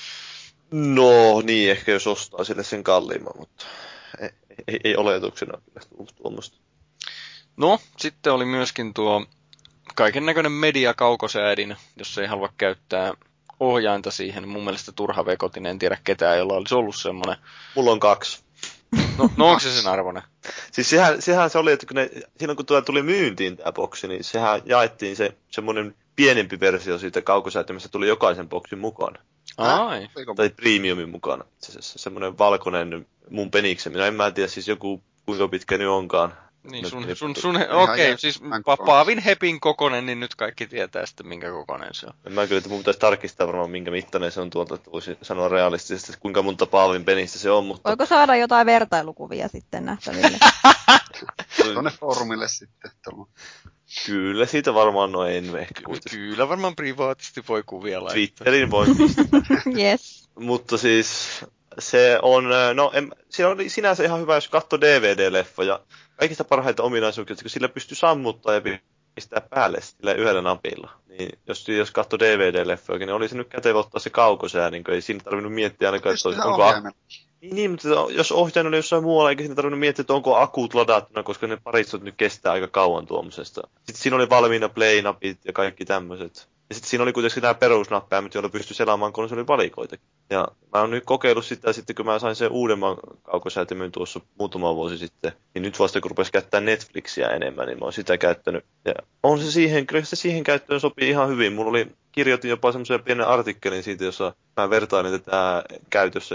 No niin, ehkä jos ostaa sille sen kalliimman, mutta ei oletuksena kyllä tullut tuommoista. No, sitten oli myöskin tuo kaiken näköinen mediakaukosäädin, jos ei halua käyttää ohjainta siihen. Mun mielestä turha vekotin, en tiedä ketään, jolla olisi ollut semmoinen. Mulla on 2. No onko se sen arvoinen? Siis sehän se oli, että silloin kun tuli myyntiin tämä boksi, niin sehän jaettiin semmoinen pienempi versio siitä kaukosäätimestä tuli jokaisen boksin mukana. Ai. Tai premiumin mukana. Semmoinen valkoinen mun peniksen. Minä en tiedä siis joku kuinka pitkä nyt onkaan. Niin okei, siis Paavin hepin kokonen, niin nyt kaikki tietää sitten minkä kokonen se on. Mä kyllä, että mun pitäisi tarkistaa varmaan minkä mittainen se on tuolta, että voisi sanoa realistisesti, että kuinka monta Paavin penistä se on. Mutta... Voiko saada jotain vertailukuvia sitten nähtäville? Tuonne foorumille sitten. Kyllä, siitä varmaan en ehkä. Kyllä varmaan privaatisti voi kuvia laittaa. Twitterin voi pistää. Yes. Mutta siis se on, siinä oli sinänsä ihan hyvä, jos katsoo DVD-leffoja. Kaikista parhaita ominaisuuksia, kun sillä pystyy sammuttaa ja pistää päälle sillä yhdellä napilla. Niin jos katsoo DVD-leffoja, niin oli se nyt kätevä ottaa se kaukosää, niin ei siinä tarvinnut miettiä ainakaan, että onko... Niin, mutta jos ohjain oli jossain muualla, eikä siinä tarvinnut miettiä, että onko akut ladattuna, koska ne paristot nyt kestää aika kauan tuommoisesta. Sitten siinä oli valmiina play-napit ja kaikki tämmöiset. Ja sitten siinä oli kuitenkin nämä perusnappaimet, joilla pystyi selaamaan konsolin valikoitakin. Ja mä oon nyt kokeillut sitä sitten, kun mä sain sen uudemman kaukosäätimen tuossa muutama vuosi sitten. Niin nyt vasta kun rupesi käyttää Netflixiä enemmän, niin mä oon sitä käyttänyt. Ja on se kyllä se siihen käyttöön sopii ihan hyvin. Kirjoitin jopa semmoisen pienen artikkelin siitä, jossa mä vertailen tätä käytössä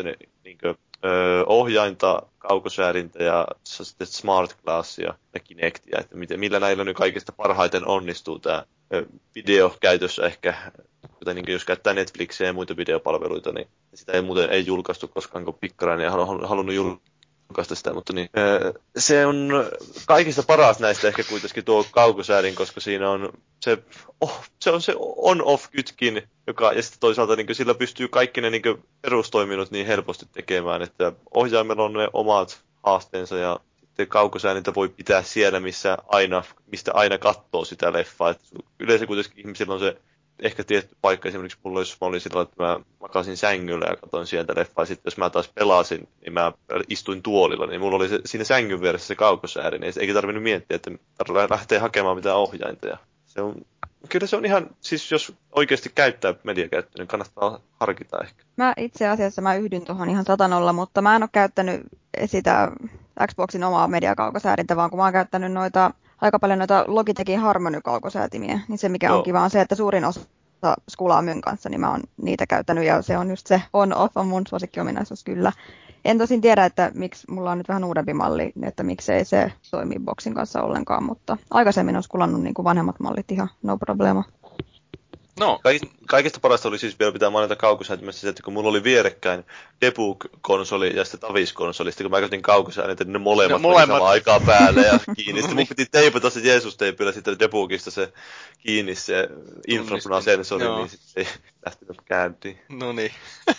ohjainta, kaukosäädintä ja sitten Smart Glassia ja Kinectia, että millä näillä nyt kaikista parhaiten onnistuu tämä videokäytössä ehkä, niin jos käyttää Netflixiä ja muita videopalveluita, niin sitä ei julkaistu koskaan, kun Pikkarainen ei halunnut julkaista sitä, mutta niin, se on kaikista paras näistä ehkä kuitenkin tuo kaukosäädin, koska siinä on se on se on-off-kytkin, ja sitten toisaalta niin sillä pystyy kaikki ne niin perustoiminnot niin helposti tekemään, että ohjaimella on ne omat haasteensa ja sitten kaukosäädintä voi pitää siellä, mistä aina katsoo sitä leffaa. Et yleensä kuitenkin ihmisillä on se ehkä tietty paikka, esimerkiksi mulla jos mä olin sillä, että mä makasin sängyllä ja katsoin sieltä leffaa, ja sitten jos mä taas pelasin, niin mä istuin tuolilla, niin mulla oli siinä sängyn vieressä se kaukosäädin, eikä tarvinnut miettiä, että lähtee hakemaan mitään ohjainta. Ja kyllä se on ihan, siis jos oikeasti käyttää mediakäyttöä, niin kannattaa harkita ehkä. Itse asiassa yhdyn tuohon ihan satanolla, mutta mä en ole käyttänyt sitä Xboxin omaa mediakaukosäädintä, vaan kun mä oon käyttänyt aika paljon noita Logitechin Harmony-kaukosäätimiä, niin se mikä on kiva on se, että suurin osa skulaa Myn kanssa, niin mä oon niitä käyttänyt ja se on just se on-off on mun suosikkiominaisuus kyllä. En tosin tiedä, että miksi mulla on nyt vähän uudempi malli, että miksei se toimi boxin kanssa ollenkaan, mutta aikaisemmin on skulannut niin kuin vanhemmat mallit ihan no problema. No. Kaikista parasta oli siis vielä pitää mainita kaukosäätimessä se, että kun mulla oli vierekkäin Debug-konsoli ja sitten Tavis-konsoli, sitten kun mä käytin kaukosäädintä, niin ne molemmat samaan aikaan päälle ja kiinni. Sitten mun piti teipata se Jeesus-teipillä sitten Debugista se kiinni, se infrapunasensori, niin sitten ei lähtenyt käyntiin. No niin.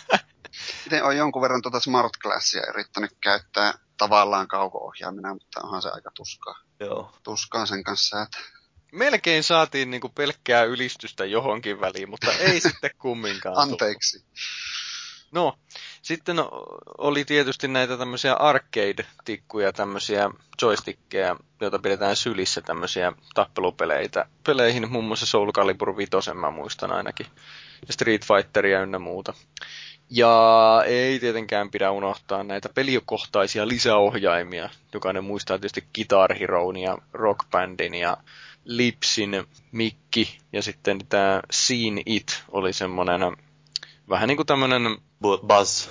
Itse olen jonkun verran Smart Glassia yrittänyt käyttää tavallaan kauko-ohjaamina, mutta onhan se aika tuskaa. Joo. Tuskaa sen kanssa, että... Melkein saatiin niinku pelkkää ylistystä johonkin väliin, mutta ei sitten kumminkaan. Anteeksi. No, sitten oli tietysti näitä tämmöisiä arcade-tikkuja, tämmöisiä joystickkejä, joita pidetään sylissä tämmöisiä tappelupeleihin, muun muassa Soul Calibur 5, mä muistan ainakin, ja Street Fighteria ynnä muuta. Ja ei tietenkään pidä unohtaa näitä pelikohtaisia lisäohjaimia. Jokainen muistaa tietysti Guitar Heroen ja Rock Bandin ja Lipsin mikki. Ja sitten tämä Seen It oli semmoinen vähän niin kuin tämmöinen... Buzz.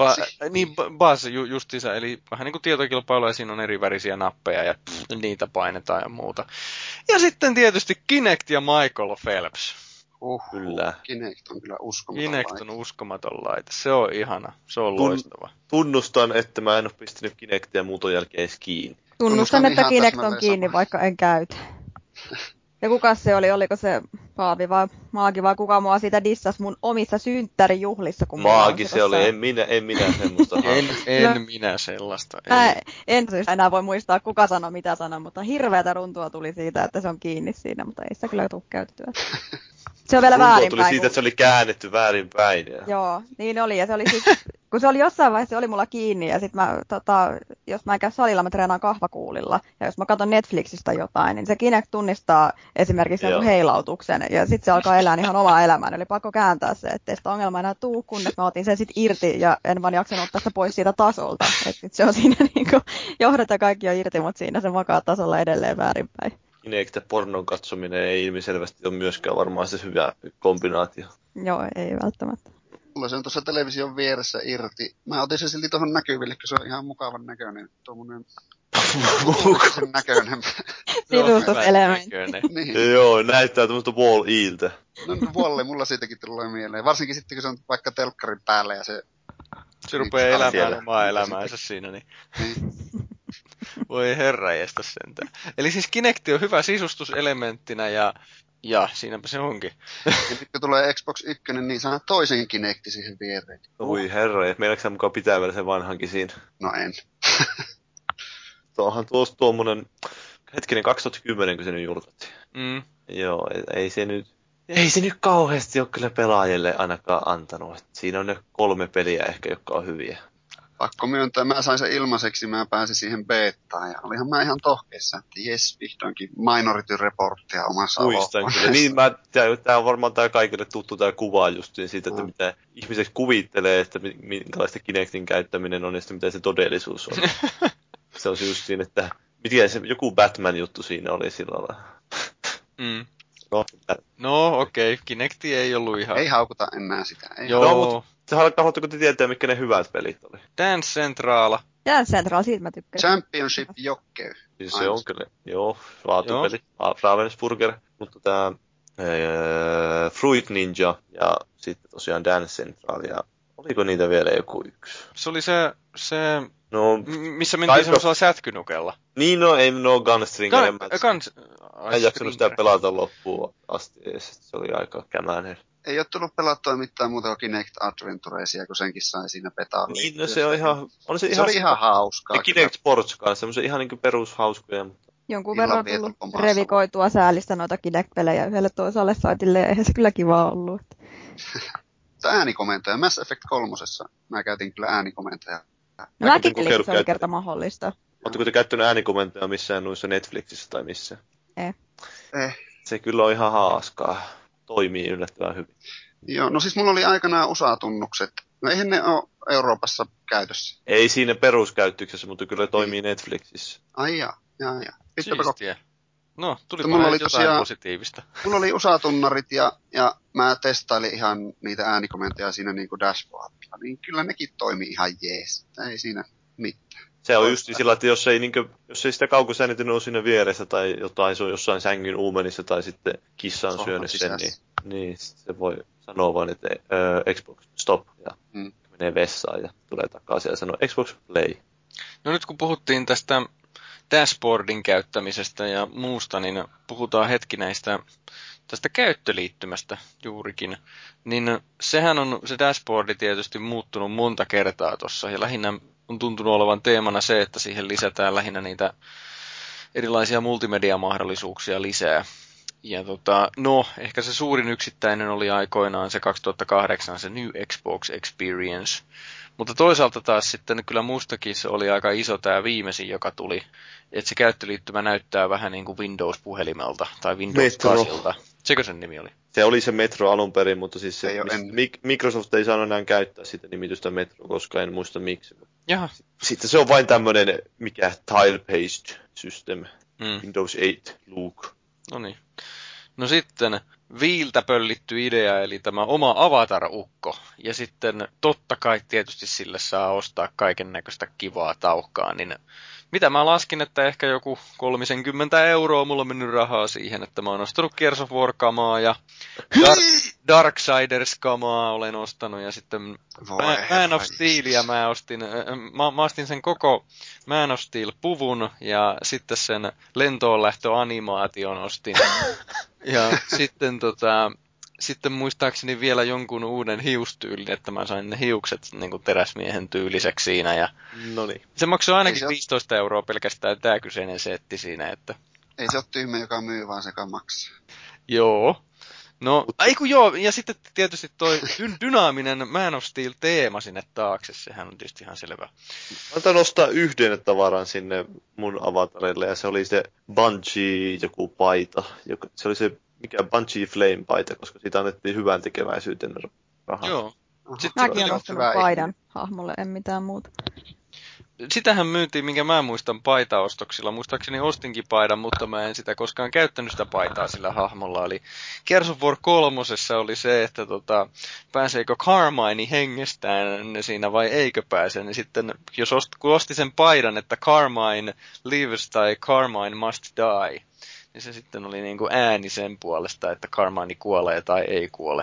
Buzz justiinsa. Eli vähän niin kuin tietokilpailu ja siinä on eri värisiä nappeja ja niitä painetaan ja muuta. Ja sitten tietysti Kinect ja Michael Phelps. Kyllä. Kinect on kyllä uskomaton Kinect laite. on uskomaton laite. Se on ihana. Se on loistava. Tunnustan, että mä en ole pistänyt Kinectia muuton jälkeen edes kiinni. Tunnustan, että ihan Kinect on täsmälleen kiinni, sama. vaikka en käytä. Ja kuka se oli? Oliko se Paavi vai Maagi vai kuka mua siitä dissas mun omissa synttärijuhlissa? Kun mulla Maagi on se oli, en minä semmoista En minä sellaista. Mä Ei. en siis enää voi muistaa, kuka sanoi mitä sanoi, mutta hirveätä runtua tuli siitä, että se on kiinni siinä, mutta ei sitä kyllä tule käytettyä. Se on vielä Runtoa väärinpäin. tuli siitä, että se oli käännetty väärinpäin. Ja... Joo, niin oli. Ja se oli siis, kun se oli jossain vaiheessa, se oli mulla kiinni. Ja sit mä, jos mä en käy salilla, mä treenaan kahvakuulilla. Ja jos mä katson Netflixistä jotain, niin se Kinect tunnistaa esimerkiksi jonkun heilautuksen. Ja sit se alkaa elää ihan omaa elämään. Eli pakko kääntää se, ettei sitä ongelmaa enää tuu, kunnes mä otin sen sit irti. Ja en vaan jaksanut ottaa sitä pois siitä tasolta. Et nyt se on siinä niinku, johdat ja kaikki on irti, mutta siinä se makaa tasolla edelleen väärinpäin. Kinect ja pornon katsominen ei ilmiselvästi ole myöskään varmaan se hyvä kombinaatio. Joo, ei välttämättä. Mulla se on tuossa television vieressä irti. Mä otin sen silti tuohon näkyville, kun se on ihan mukavan näköinen. Tuommoinen sen näköinen. Sisustuselementti. Niin. Joo, näyttää tämmöistä wall-eeltä. No Walle, mulla siitäkin tulee mieleen. Varsinkin sitten, kun se on vaikka telkkarin päällä ja se... Se rupeaa elämään siellä. omaa elämäänsä siinä, niin Niin. voi herranjestas sentään. Eli siis Kinect on hyvä sisustuselementtinä ja siinäpä se onkin. Ja nyt kun tulee Xbox 1, niin saa toisen Kinecti siihen viereen. Oi herra, ja meidänkö sä mukaan pitää vielä sen vanhankin siinä? No en. Tuohan tuossa tuommoinen, hetkinen 2010, kun se nyt julkaistiin. Mm. Joo, ei se nyt kauheasti ole kyllä pelaajille ainakaan antanut. Et siinä on ne 3 peliä ehkä, jotka on hyviä. Pakko myöntää, mä sain sen ilmaiseksi, mä pääsin siihen beettaan ja olihan mä ihan tohkeessa, että jes, vihdoinkin Minority Reportia omassa Muistan kyllä. Niin, tää on varmaan tää kaikille tuttu tää kuva justiin siitä, että mitä ihmiset kuvittelee, että minkälaista Kinectin käyttäminen on ja sitten mitä se todellisuus on. Se on just siinä, että joku Batman-juttu siinä oli sillä lailla. Mm. No, okei. Kinecti ei ollut ihan... Ei haukuta enää sitä. Ei Joo. No, mutta haluatteko te tietää, mitkä ne hyvät pelit oli? Dance Central. Dance Central, siitä mä tykkään. Championship Jokke. Siis se on kyllä, joo, laatupeli, Ravensburger, mutta tää Fruit Ninja ja sitten tosiaan Dance Central ja oliko niitä vielä joku yksi? Se oli se No, missä mentiin semmoisella sätkynukella. Niin, no ei no Gunstringer. En jaksanut sitä pelata loppuun asti, se oli aika kämäinen. Ei ole tullut pelattua mitään muuta kuin Kinect Adventureisia, kun senkin sai siinä petaan. Niin, no se on ihan... Se oli ihan hauskaa. Ja Kinect Sports kanssa, semmoisia ihan niinku perushauskoja, mutta... Jonkun verran tullut revikoitua säälistä noita Kinect-pelejä yhdelle toisaalle saitille, ja eihän se kyllä kiva ollut. Äänikomentoja. Mass Effect 3. Mä käytin kyllä äänikomentoja. No mäkin että se oli kerta mahdollista. Oletteko te käyttänyt äänikomentoja missään noissa Netflixissä tai missä? Ei. Se kyllä on ihan haaskaa. Toimii yllättävän hyvin. Joo, no siis mulla oli aikanaan USA-tunnukset. No eihän ne ole Euroopassa käytössä. Ei siinä peruskäyttöksessä, mutta kyllä toimii Netflixissä. Ai jaa. Siistiä. No, tuli jotain positiivista. Mulla oli USA-tunnarit ja mä testailin ihan niitä äänikomentoja siinä niinku dashboardilla. Niin kyllä nekin toimii ihan jees. Ei siinä mitään. Se on just sillä, että jos ei sitä kaukosäännetön ole siinä vieressä tai jotain, se on jossain sängyn uumenissa tai sitten kissa on syönyt sen, niin se voi sanoa vain, että Xbox stop ja menee vessaan ja tulee takaisin ja sanoo Xbox play. No nyt kun puhuttiin tästä dashboardin käyttämisestä ja muusta, niin puhutaan hetki tästä käyttöliittymästä juurikin. Niin sehän on se dashboardi tietysti muuttunut monta kertaa tuossa ja lähinnä on tuntunut olevan teemana se, että siihen lisätään lähinnä niitä erilaisia multimediamahdollisuuksia lisää. Ja ehkä se suurin yksittäinen oli aikoinaan se 2008 se New Xbox Experience. Mutta toisaalta taas sitten kyllä mustakin se oli aika iso tämä viimeisin, joka tuli. Että se käyttöliittymä näyttää vähän niin kuin Windows-puhelimelta tai Windows 8. Sekö sen nimi oli? Se oli se Metro alun perin, mutta siis Microsoft ei saanut enää käyttää sitä nimitystä Metro, koska en muista miksi. Jaha. Sitten se on vain tämmöinen, tile-based system, Windows 8 Luke. No niin. No sitten, viiltä pöllitty idea, eli tämä oma avatar-ukko. Ja sitten totta kai tietysti sille saa ostaa kaiken näköistä kivaa tauhkaa, niin mitä mä laskin, että ehkä joku 30 euroa mulla on mennyt rahaa siihen, että mä oon ostanut Gears of War-kamaa ja Darksiders-kamaa olen ostanut ja sitten Man of Steelia mä ostin sen koko Man of Steel-puvun ja sitten sen lentoonlähtöanimaation ostin. Ja sitten muistaakseni vielä jonkun uuden hiustyylin, että mä sain ne hiukset niin kuin teräsmiehen tyyliseksi siinä. Ja Noniin. se maksoi ainakin 15 euroa pelkästään tämä kyseinen setti siinä. Että... Ei se ole tyhmä, joka myy, vaan se, joka maksaa. Joo. No, joo, ja sitten tietysti toi dynaaminen Man of Steel-teema sinne taakse, sehän on tietysti ihan selvä. Mä otan nostaa yhden tavaran sinne mun avatarille, ja se oli se Bungie joku paita. Se oli se, mikä Bungie Flame-paita, koska siitä annettiin hyvän tekeväisyyden rahaa. Joo. Mäkin olen ostanut paidan hahmolle, en mitään muuta. Sitähän myyntiin, minkä mä muistan paitaostoksilla. Muistaakseni ostinkin paidan, mutta mä en sitä koskaan käyttänyt sitä paitaa sillä hahmolla. Eli Gears of War 3 oli se, että pääseekö Carmine hengestään siinä vai eikö pääse. Niin sitten, kun osti sen paidan, että Carmine lives tai Carmine must die, niin se sitten oli niin kuin ääni sen puolesta, että Carmine kuolee tai ei kuole.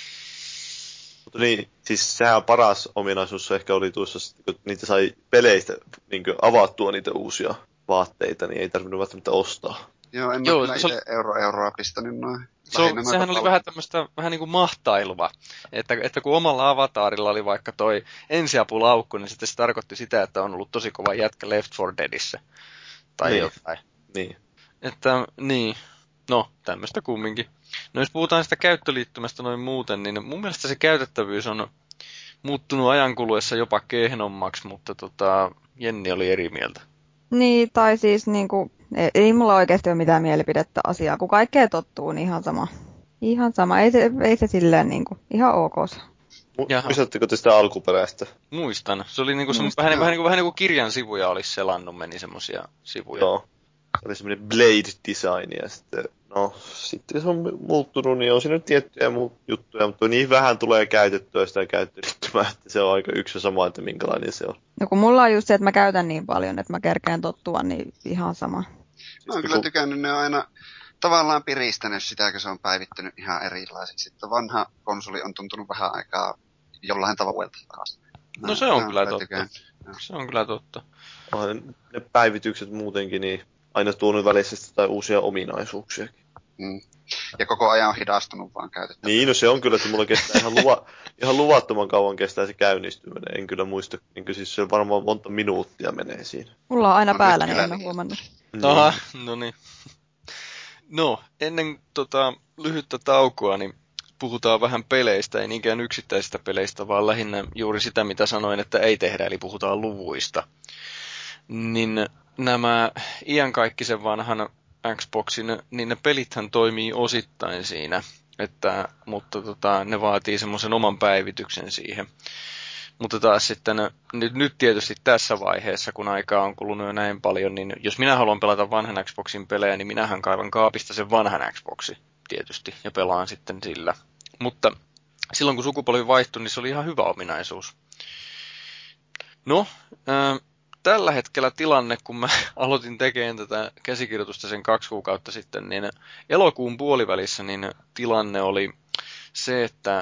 Mutta niin, siis sehän paras ominaisuus ehkä oli tuossa, kun niitä sai peleistä niin avattua niitä uusia vaatteita, niin ei tarvinnut välttämättä ostaa. Joo, en ole itse euroa pistänyt noin. Sehän oli vähän tämmöistä, vähän niin kuin mahtailua, että kun omalla avataarilla oli vaikka toi ensiapulaukku, niin sitten se tarkoitti sitä, että on ollut tosi kova jätkä Left 4 Deadissä. Tai niin. jotain. Niin. Että, niin. No, tämmöistä kumminkin. No jos puhutaan sitä käyttöliittymästä noin muuten, niin mun mielestä se käytettävyys on muuttunut ajan kuluessa jopa kehnommaksi, mutta Jenni oli eri mieltä. Niin, tai siis niinku, ei mulla oikeasti ole mitään mielipidettä asiaa, kun kaikkea tottuu, niin ihan sama. Ihan sama, ei se silleen niinku, ihan ok. Muistatteko te sitä alkuperäistä? Muistan. Se oli niinku vähän niin kuin kirjan sivuja olisi selannut, meni semmosia sivuja. Joo. Se oli semmoinen blade design ja sitten se on muuttunut, niin on siinä tiettyjä juttuja, mutta niin vähän tulee käytettyä sitä käyttöliittymää, että se on aika yksi ja sama, että minkälainen se on. No kun mulla on just se, että mä käytän niin paljon, että mä kerkeen tottua, niin ihan sama. Mä oon kyllä tykännyt, ne on aina tavallaan piristänyt sitä, kun se on päivittynyt ihan erilaisiksi. Sitten vanha konsoli on tuntunut vähän aikaa jollain tavalla taas. No se on kyllä totta. Se on kyllä totta. Ne päivitykset muutenkin, niin aina tuonut välisesti tai uusia ominaisuuksiakin. Ja koko ajan on hidastunut vaan käytettävä. Niin, no se on kyllä, että mulla kestää ihan luvattoman kauan kestää se käynnistyminen. En kyllä muista, niin siis se varmaan monta minuuttia menee siinä. Mulla on aina päällä, niin en ole huomannut. Aha, no niin. No, ennen lyhyttä taukoa, niin puhutaan vähän peleistä, ei niinkään yksittäisistä peleistä, vaan lähinnä juuri sitä, mitä sanoin, että ei tehdä, eli puhutaan luvuista. Niin nämä iankaikkisen vanhan Xboxin, niin ne pelithän toimii osittain siinä, mutta ne vaatii semmoisen oman päivityksen siihen. Mutta taas sitten nyt tietysti tässä vaiheessa, kun aikaa on kulunut jo näin paljon, niin jos minä haluan pelata vanhan Xboxin pelejä, niin minähän kaivan kaapista sen vanhan Xboxin tietysti ja pelaan sitten sillä. Mutta silloin kun sukupolvi vaihtui, niin se oli ihan hyvä ominaisuus. No, tällä hetkellä tilanne, kun mä aloitin tekemään tätä käsikirjoitusta sen 2 kuukautta sitten, niin elokuun puolivälissä niin tilanne oli se, että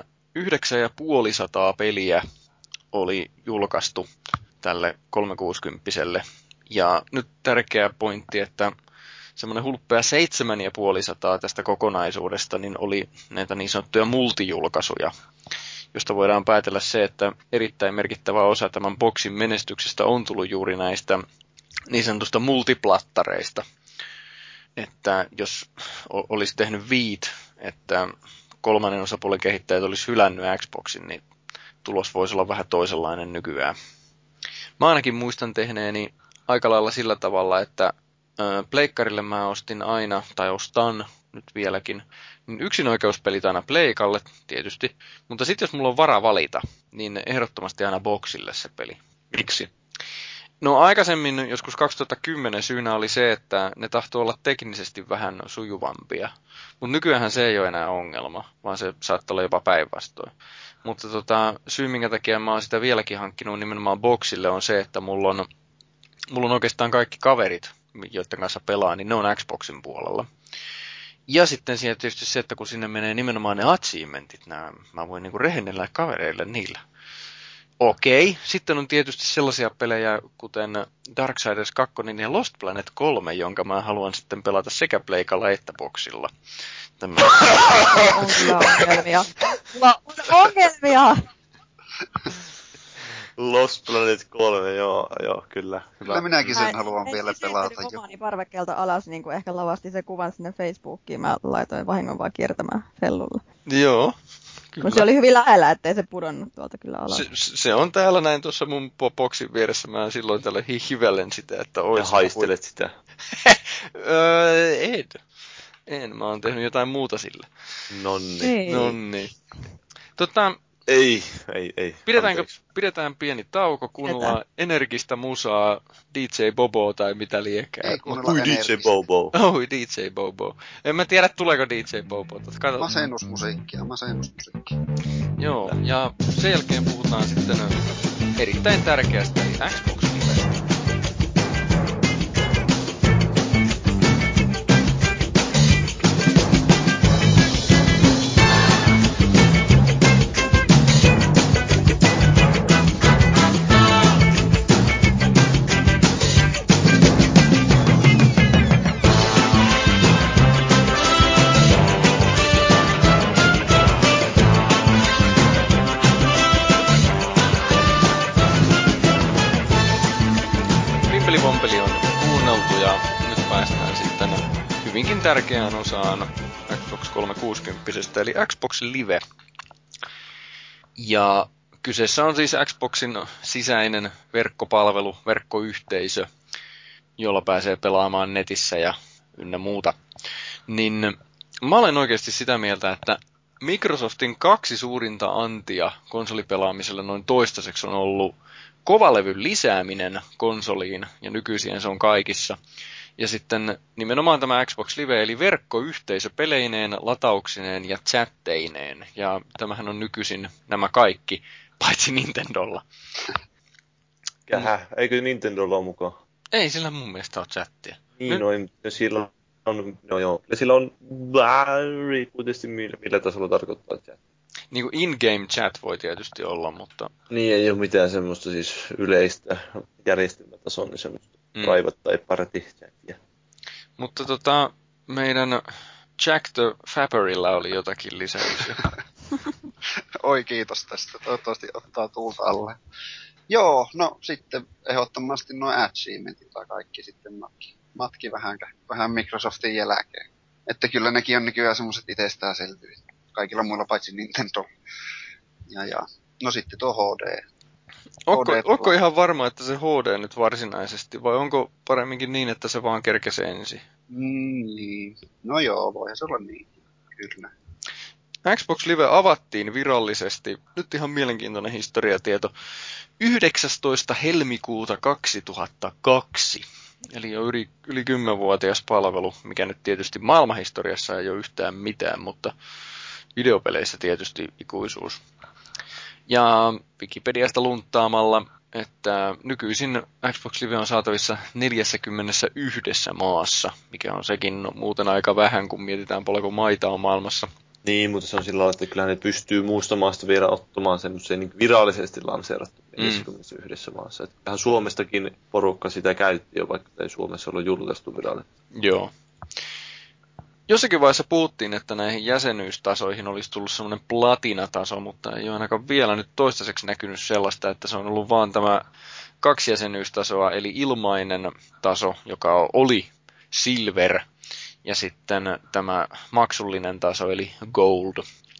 950 peliä oli julkaistu tälle 360-selle. Ja nyt tärkeä pointti, että semmoinen hulppea 750 tästä kokonaisuudesta niin oli näitä niin sanottuja multijulkaisuja, josta voidaan päätellä se, että erittäin merkittävä osa tämän boksin menestyksestä on tullut juuri näistä niin sanotusta multiplattareista. Että jos olisi tehnyt Viit, että kolmannen osapuolen kehittäjät olisi hylännyt Xboxin, niin tulos voisi olla vähän toisenlainen nykyään. Mä ainakin muistan tehneeni aika lailla sillä tavalla, että pleikkarille mä ostin aina, tai ostan nyt vieläkin, niin yksinoikeuspelit aina pleikalle tietysti, mutta sitten jos mulla on vara valita, niin ehdottomasti aina boksille se peli. Miksi? No aikaisemmin, joskus 2010 syynä oli se, että ne tahtoo olla teknisesti vähän sujuvampia. Mutta nykyään se ei ole enää ongelma, vaan se saattaa olla jopa päinvastoin. Mutta syy, minkä takia mä oon sitä vieläkin hankkinut nimenomaan boxille, on se, että mulla on oikeastaan kaikki kaverit, joiden kanssa pelaa, niin ne on Xboxin puolella. Ja sitten siihen tietysti se, että kun sinne menee nimenomaan ne achievementit, mä voin niinku rehennellä kavereille niillä. Okei, sitten on tietysti sellaisia pelejä, kuten Darksiders 2 ja Lost Planet 3, jonka mä haluan sitten pelata sekä pleikalla että boxilla. On kyllä ongelmia. On ongelmia! Lost Planet 3, joo, kyllä. Hyvä. Kyllä minäkin sen haluan vielä pelata. Omaani parvekkeelta alas, niin kuin ehkä lavasti se kuvan sinne Facebookiin. Mä laitoin vahingon vaan kiertämään fellulla. Joo. Kun se oli hyvin lähellä, ettei se pudonnut tuolta kyllä alas. Se on täällä näin tuossa mun boksin vieressä. Mä silloin tällä hivelen sitä, että ja haistelet sitä. En. Mä oon tehnyt jotain muuta sille. Nonni. Ei. Pidetään pieni tauko, kuunnellaan energistä musaa, DJ Bobo tai mitä liekää. Ei kuunnella DJ Bobo. DJ Bobo. En mä tiedä, tuleeko DJ Bobo. Masennusmusiikkia. Joo, ja sen jälkeen puhutaan sitten erittäin tärkeästä, eli Xbox Live. Pimpeli-pompeli on kuunneltu ja nyt päästään sitten hyvinkin tärkeään osaan Xbox 360, eli Xbox Live. Ja kyseessä on siis Xboxin sisäinen verkkopalvelu, verkkoyhteisö, jolla pääsee pelaamaan netissä ja ynnä muuta. Niin mä olen oikeasti sitä mieltä, että Microsoftin 2 suurinta antia konsolipelaamiselle noin toistaiseksi on ollut kovalevyn lisääminen konsoliin, ja nykyisin se on kaikissa. Ja sitten nimenomaan tämä Xbox Live, eli verkkoyhteisö peleineen, latauksineen ja chatteineen. Ja tämähän on nykyisin nämä kaikki, paitsi Nintendolla. Eikö Nintendolla ole mukaan? Ei sillä mun mielestä ole chattia. Niin, sillä on, ja sillä on riippuu millä tasolla tarkoittaa chat. Niin kuin in-game chat voi tietysti olla, mutta... Niin, ei ole mitään semmoista siis yleistä järjestelmätason, niin semmoista private tai party chatia. Mutta meidän Jack the Fapperilla oli jotakin lisäyksiä. Oi, kiitos tästä. Toivottavasti ottaa tuulta alle. Joo, no sitten ehdottomasti nuo achievementit tai kaikki sitten matki vähän Microsoftin jälkeen. Että kyllä nekin on nykyään semmoiset itsestäänselvyydet. Kaikilla muilla paitsi Nintendo. Ja. No sitten tuo HD. Onko ihan varma, että se HD nyt varsinaisesti, vai onko paremminkin niin, että se vaan kerkesi ensin? Niin. No joo, voihan se olla niin. Kyllä. Xbox Live avattiin virallisesti, nyt ihan mielenkiintoinen historiatieto, 19. helmikuuta 2002. Eli jo yli 10-vuotias palvelu, mikä nyt tietysti maailmanhistoriassa ei ole yhtään mitään, mutta videopeleissä tietysti ikuisuus. Ja Wikipediasta lunttaamalla, että nykyisin Xbox Live on saatavissa 41 maassa, mikä on sekin muuten aika vähän, kun mietitään paljonko maita on maailmassa. Niin, mutta se on sillä lailla, että kyllä ne pystyy muusta maasta vielä ottamaan semmoisen niin virallisesti lanseerattu 41 maassa. Että vähän Suomestakin porukka sitä käytti jo, vaikka ei Suomessa ollut julkaistu virallisesti. Joo. Jossakin vaiheessa puhuttiin, että näihin jäsenyystasoihin olisi tullut semmoinen platinataso, mutta ei ole ainakaan vielä nyt toistaiseksi näkynyt sellaista, että se on ollut vaan tämä 2 jäsenyystasoa, eli ilmainen taso, joka oli silver, ja sitten tämä maksullinen taso, eli gold.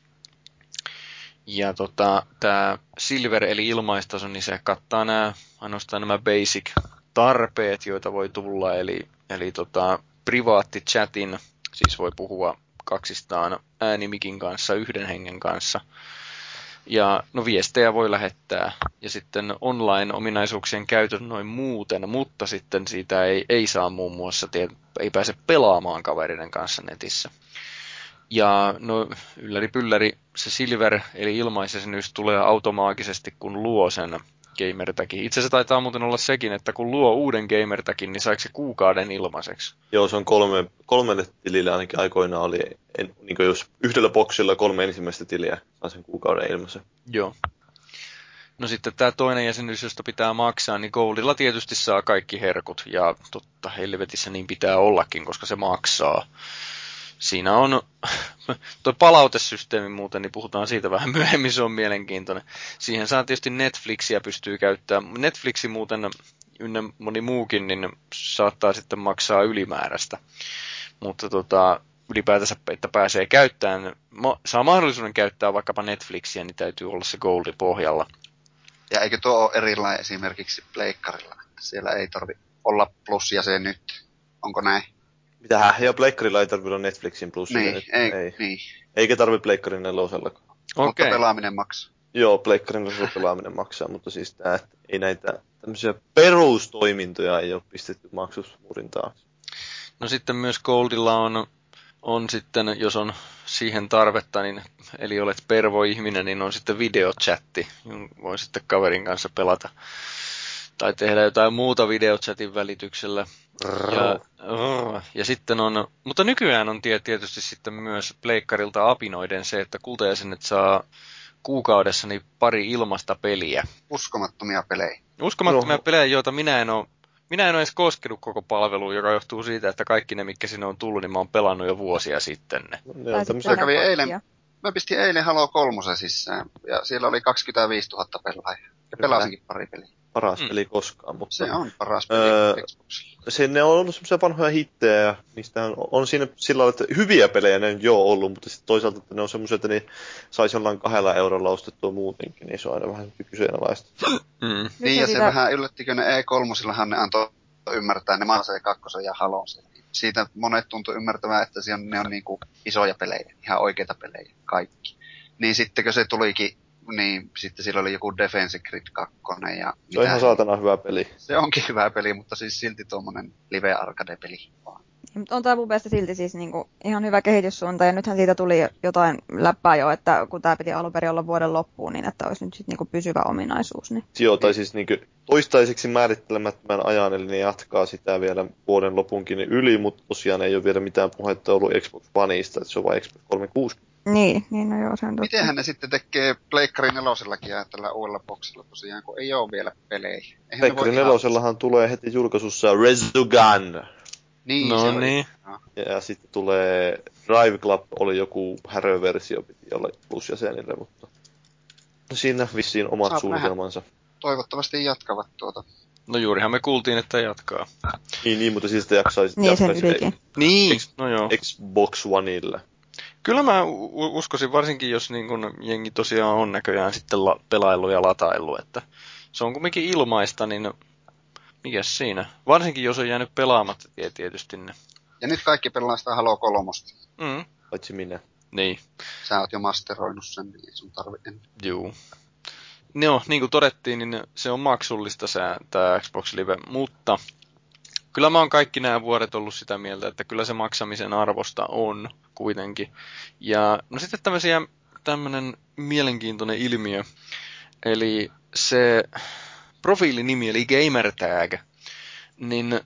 Ja tämä silver, eli ilmaistaso, niin se kattaa ainoastaan nämä basic-tarpeet, joita voi tulla, eli privaatti-chatin, siis voi puhua kaksistaan äänimikin kanssa, yhden hengen kanssa. Ja no viestejä voi lähettää ja sitten online-ominaisuuksien käytön noin muuten, mutta sitten siitä ei saa muun muassa, ei pääse pelaamaan kaveriden kanssa netissä. Ja no ylläri pylläri se Silver eli ilmaisjäsenyys tulee automaagisesti kun luo sen gamertagin. Itse asiassa taitaa muuten olla sekin, että kun luo uuden gamertagin, niin saiko se kuukauden ilmaiseksi? Joo, se on kolmelle tilille ainakin aikoinaan oli, niin jos yhdellä boksilla 3 ensimmäistä tiliä saa sen kuukauden ilmaisen. Joo. No sitten tämä toinen jäsenyys, josta pitää maksaa, niin Goldilla tietysti saa kaikki herkut, ja totta helvetissä niin pitää ollakin, koska se maksaa. Siinä on tuo palautesysteemi muuten, niin puhutaan siitä vähän myöhemmin, se on mielenkiintoinen. Siihen saa tietysti Netflixiä pystyy käyttämään. Netflixi muuten ynnä moni muukin, niin saattaa sitten maksaa ylimääräistä. Mutta ylipäätänsä, että pääsee käyttämään, saa mahdollisuuden käyttää vaikkapa Netflixiä, niin täytyy olla se Goldi pohjalla. Ja eikö tuo ole erilainen esimerkiksi pleikkarilla? Siellä ei tarvi olla plusjäsenyt. Onko näin? Mitähän? Ja pleikkarilla ei tarvitse olla Netflixin plussia. Niin, ei. Niin. Eikä tarvitse pleikkarin nelosellakaan. Mutta pelaaminen maksaa. Joo, pleikkarin pelaaminen maksaa, mutta siis tämä, että ei näitä tämmöisiä perustoimintoja ei ole pistetty maksusmuurin taakse. No sitten myös Goldilla on sitten, jos on siihen tarvetta, niin, eli olet pervo-ihminen, niin on sitten videochatti. Voi sitten kaverin kanssa pelata tai tehdä jotain muuta videochatin välityksellä. Ja sitten on, mutta nykyään on tietysti sitten myös pleikkarilta apinoiden se, että kultajäsenet saa kuukaudessa niin pari ilmasta peliä. Uskomattomia pelejä. Uskomattomia pelejä, joita minä en ole edes koskenut koko palveluun, joka johtuu siitä, että kaikki ne, mitkä sinne on tullut, niin mä oon pelannut jo vuosia sitten ne. Mä pistin eilen Halo 3 sisään, ja siellä oli 25 000 pelaajaa. Ja pelasinkin pari peliä. Paras peli koskaan, mutta... Se on paras peli Xboxilla. Ne on ollut semmoisia vanhoja hittejä, ja niistä on siinä sillä lailla, että hyviä pelejä ne on jo ollut, mutta sitten toisaalta, että ne on semmoisia, että ne saisi jollain 2 eurolla ostettua muutenkin, niin se on aina vähän kyseenalaista. Niin, ja se vähän yllättikö ne E3-sillahan ne antoi ymmärtää, ne Marseille 2 ja Halon. Siitä monet tuntui ymmärtämään, että ne on niinku isoja pelejä, ihan oikeita pelejä, kaikki. Niin sittenkö se tulikin, niin sitten sillä oli joku Defense Grid 2 ja... Se on ihan saatana hyvä peli. Se onkin hyvä peli, mutta siis silti tuommoinen live arcade-peli vaan. On tämä mun mielestä silti siis niinku ihan hyvä kehityssuunta, ja nythän siitä tuli jotain läppää jo, että kun tämä piti alun perin olla vuoden loppuun, niin että olisi nyt sitten niinku pysyvä ominaisuus. Niin. Joo, tai siis niinku toistaiseksi määrittelemättömän ajan, eli ne jatkaa sitä vielä vuoden lopunkin yli, mutta tosiaan ei ole vielä mitään puhetta ollut Xbox Oneista, että se on vain Xbox 360. Niin, no joo, se on totta. Mitenhän ne sitten tekee Pleikkarin 4:llakin ja tällä uudella boxilla tosiaan, kun ei ole vielä pelejä? Pleikkarin 4:llahan tulee heti julkaisussa Resogun. Niin, no niin. Ja sitten tulee Drive Club, oli joku häröversio, piti olla plusjäsenille, mutta siinä vissiin omat suunnitelmansa. Toivottavasti jatkavat tuota. No juurihan me kuultiin, että jatkaa. Niin, mutta siis sitä jaksaisi niin, sen ylikin. Niin, no joo. Xbox Oneille. Kyllä mä uskoisin, varsinkin jos niin kun jengi tosiaan on näköjään sitten pelaillut ja lataillut, että se on kumminkin ilmaista, niin mikäs siinä? Varsinkin jos on jäänyt pelaamatta tietysti ne. Ja nyt kaikki pelaa sitä Halo 3. Paitsi minä. Niin. Sä oot jo masteroinut sen, niin sun tarvitse. Juu. No, niin kuin todettiin, niin se on maksullista tämä Xbox Live, mutta kyllä mä oon kaikki nämä vuodet ollut sitä mieltä, että kyllä se maksamisen arvosta on kuitenkin. Ja no sitten tämmöinen mielenkiintoinen ilmiö, eli se profiilinimi, eli gamertag, niin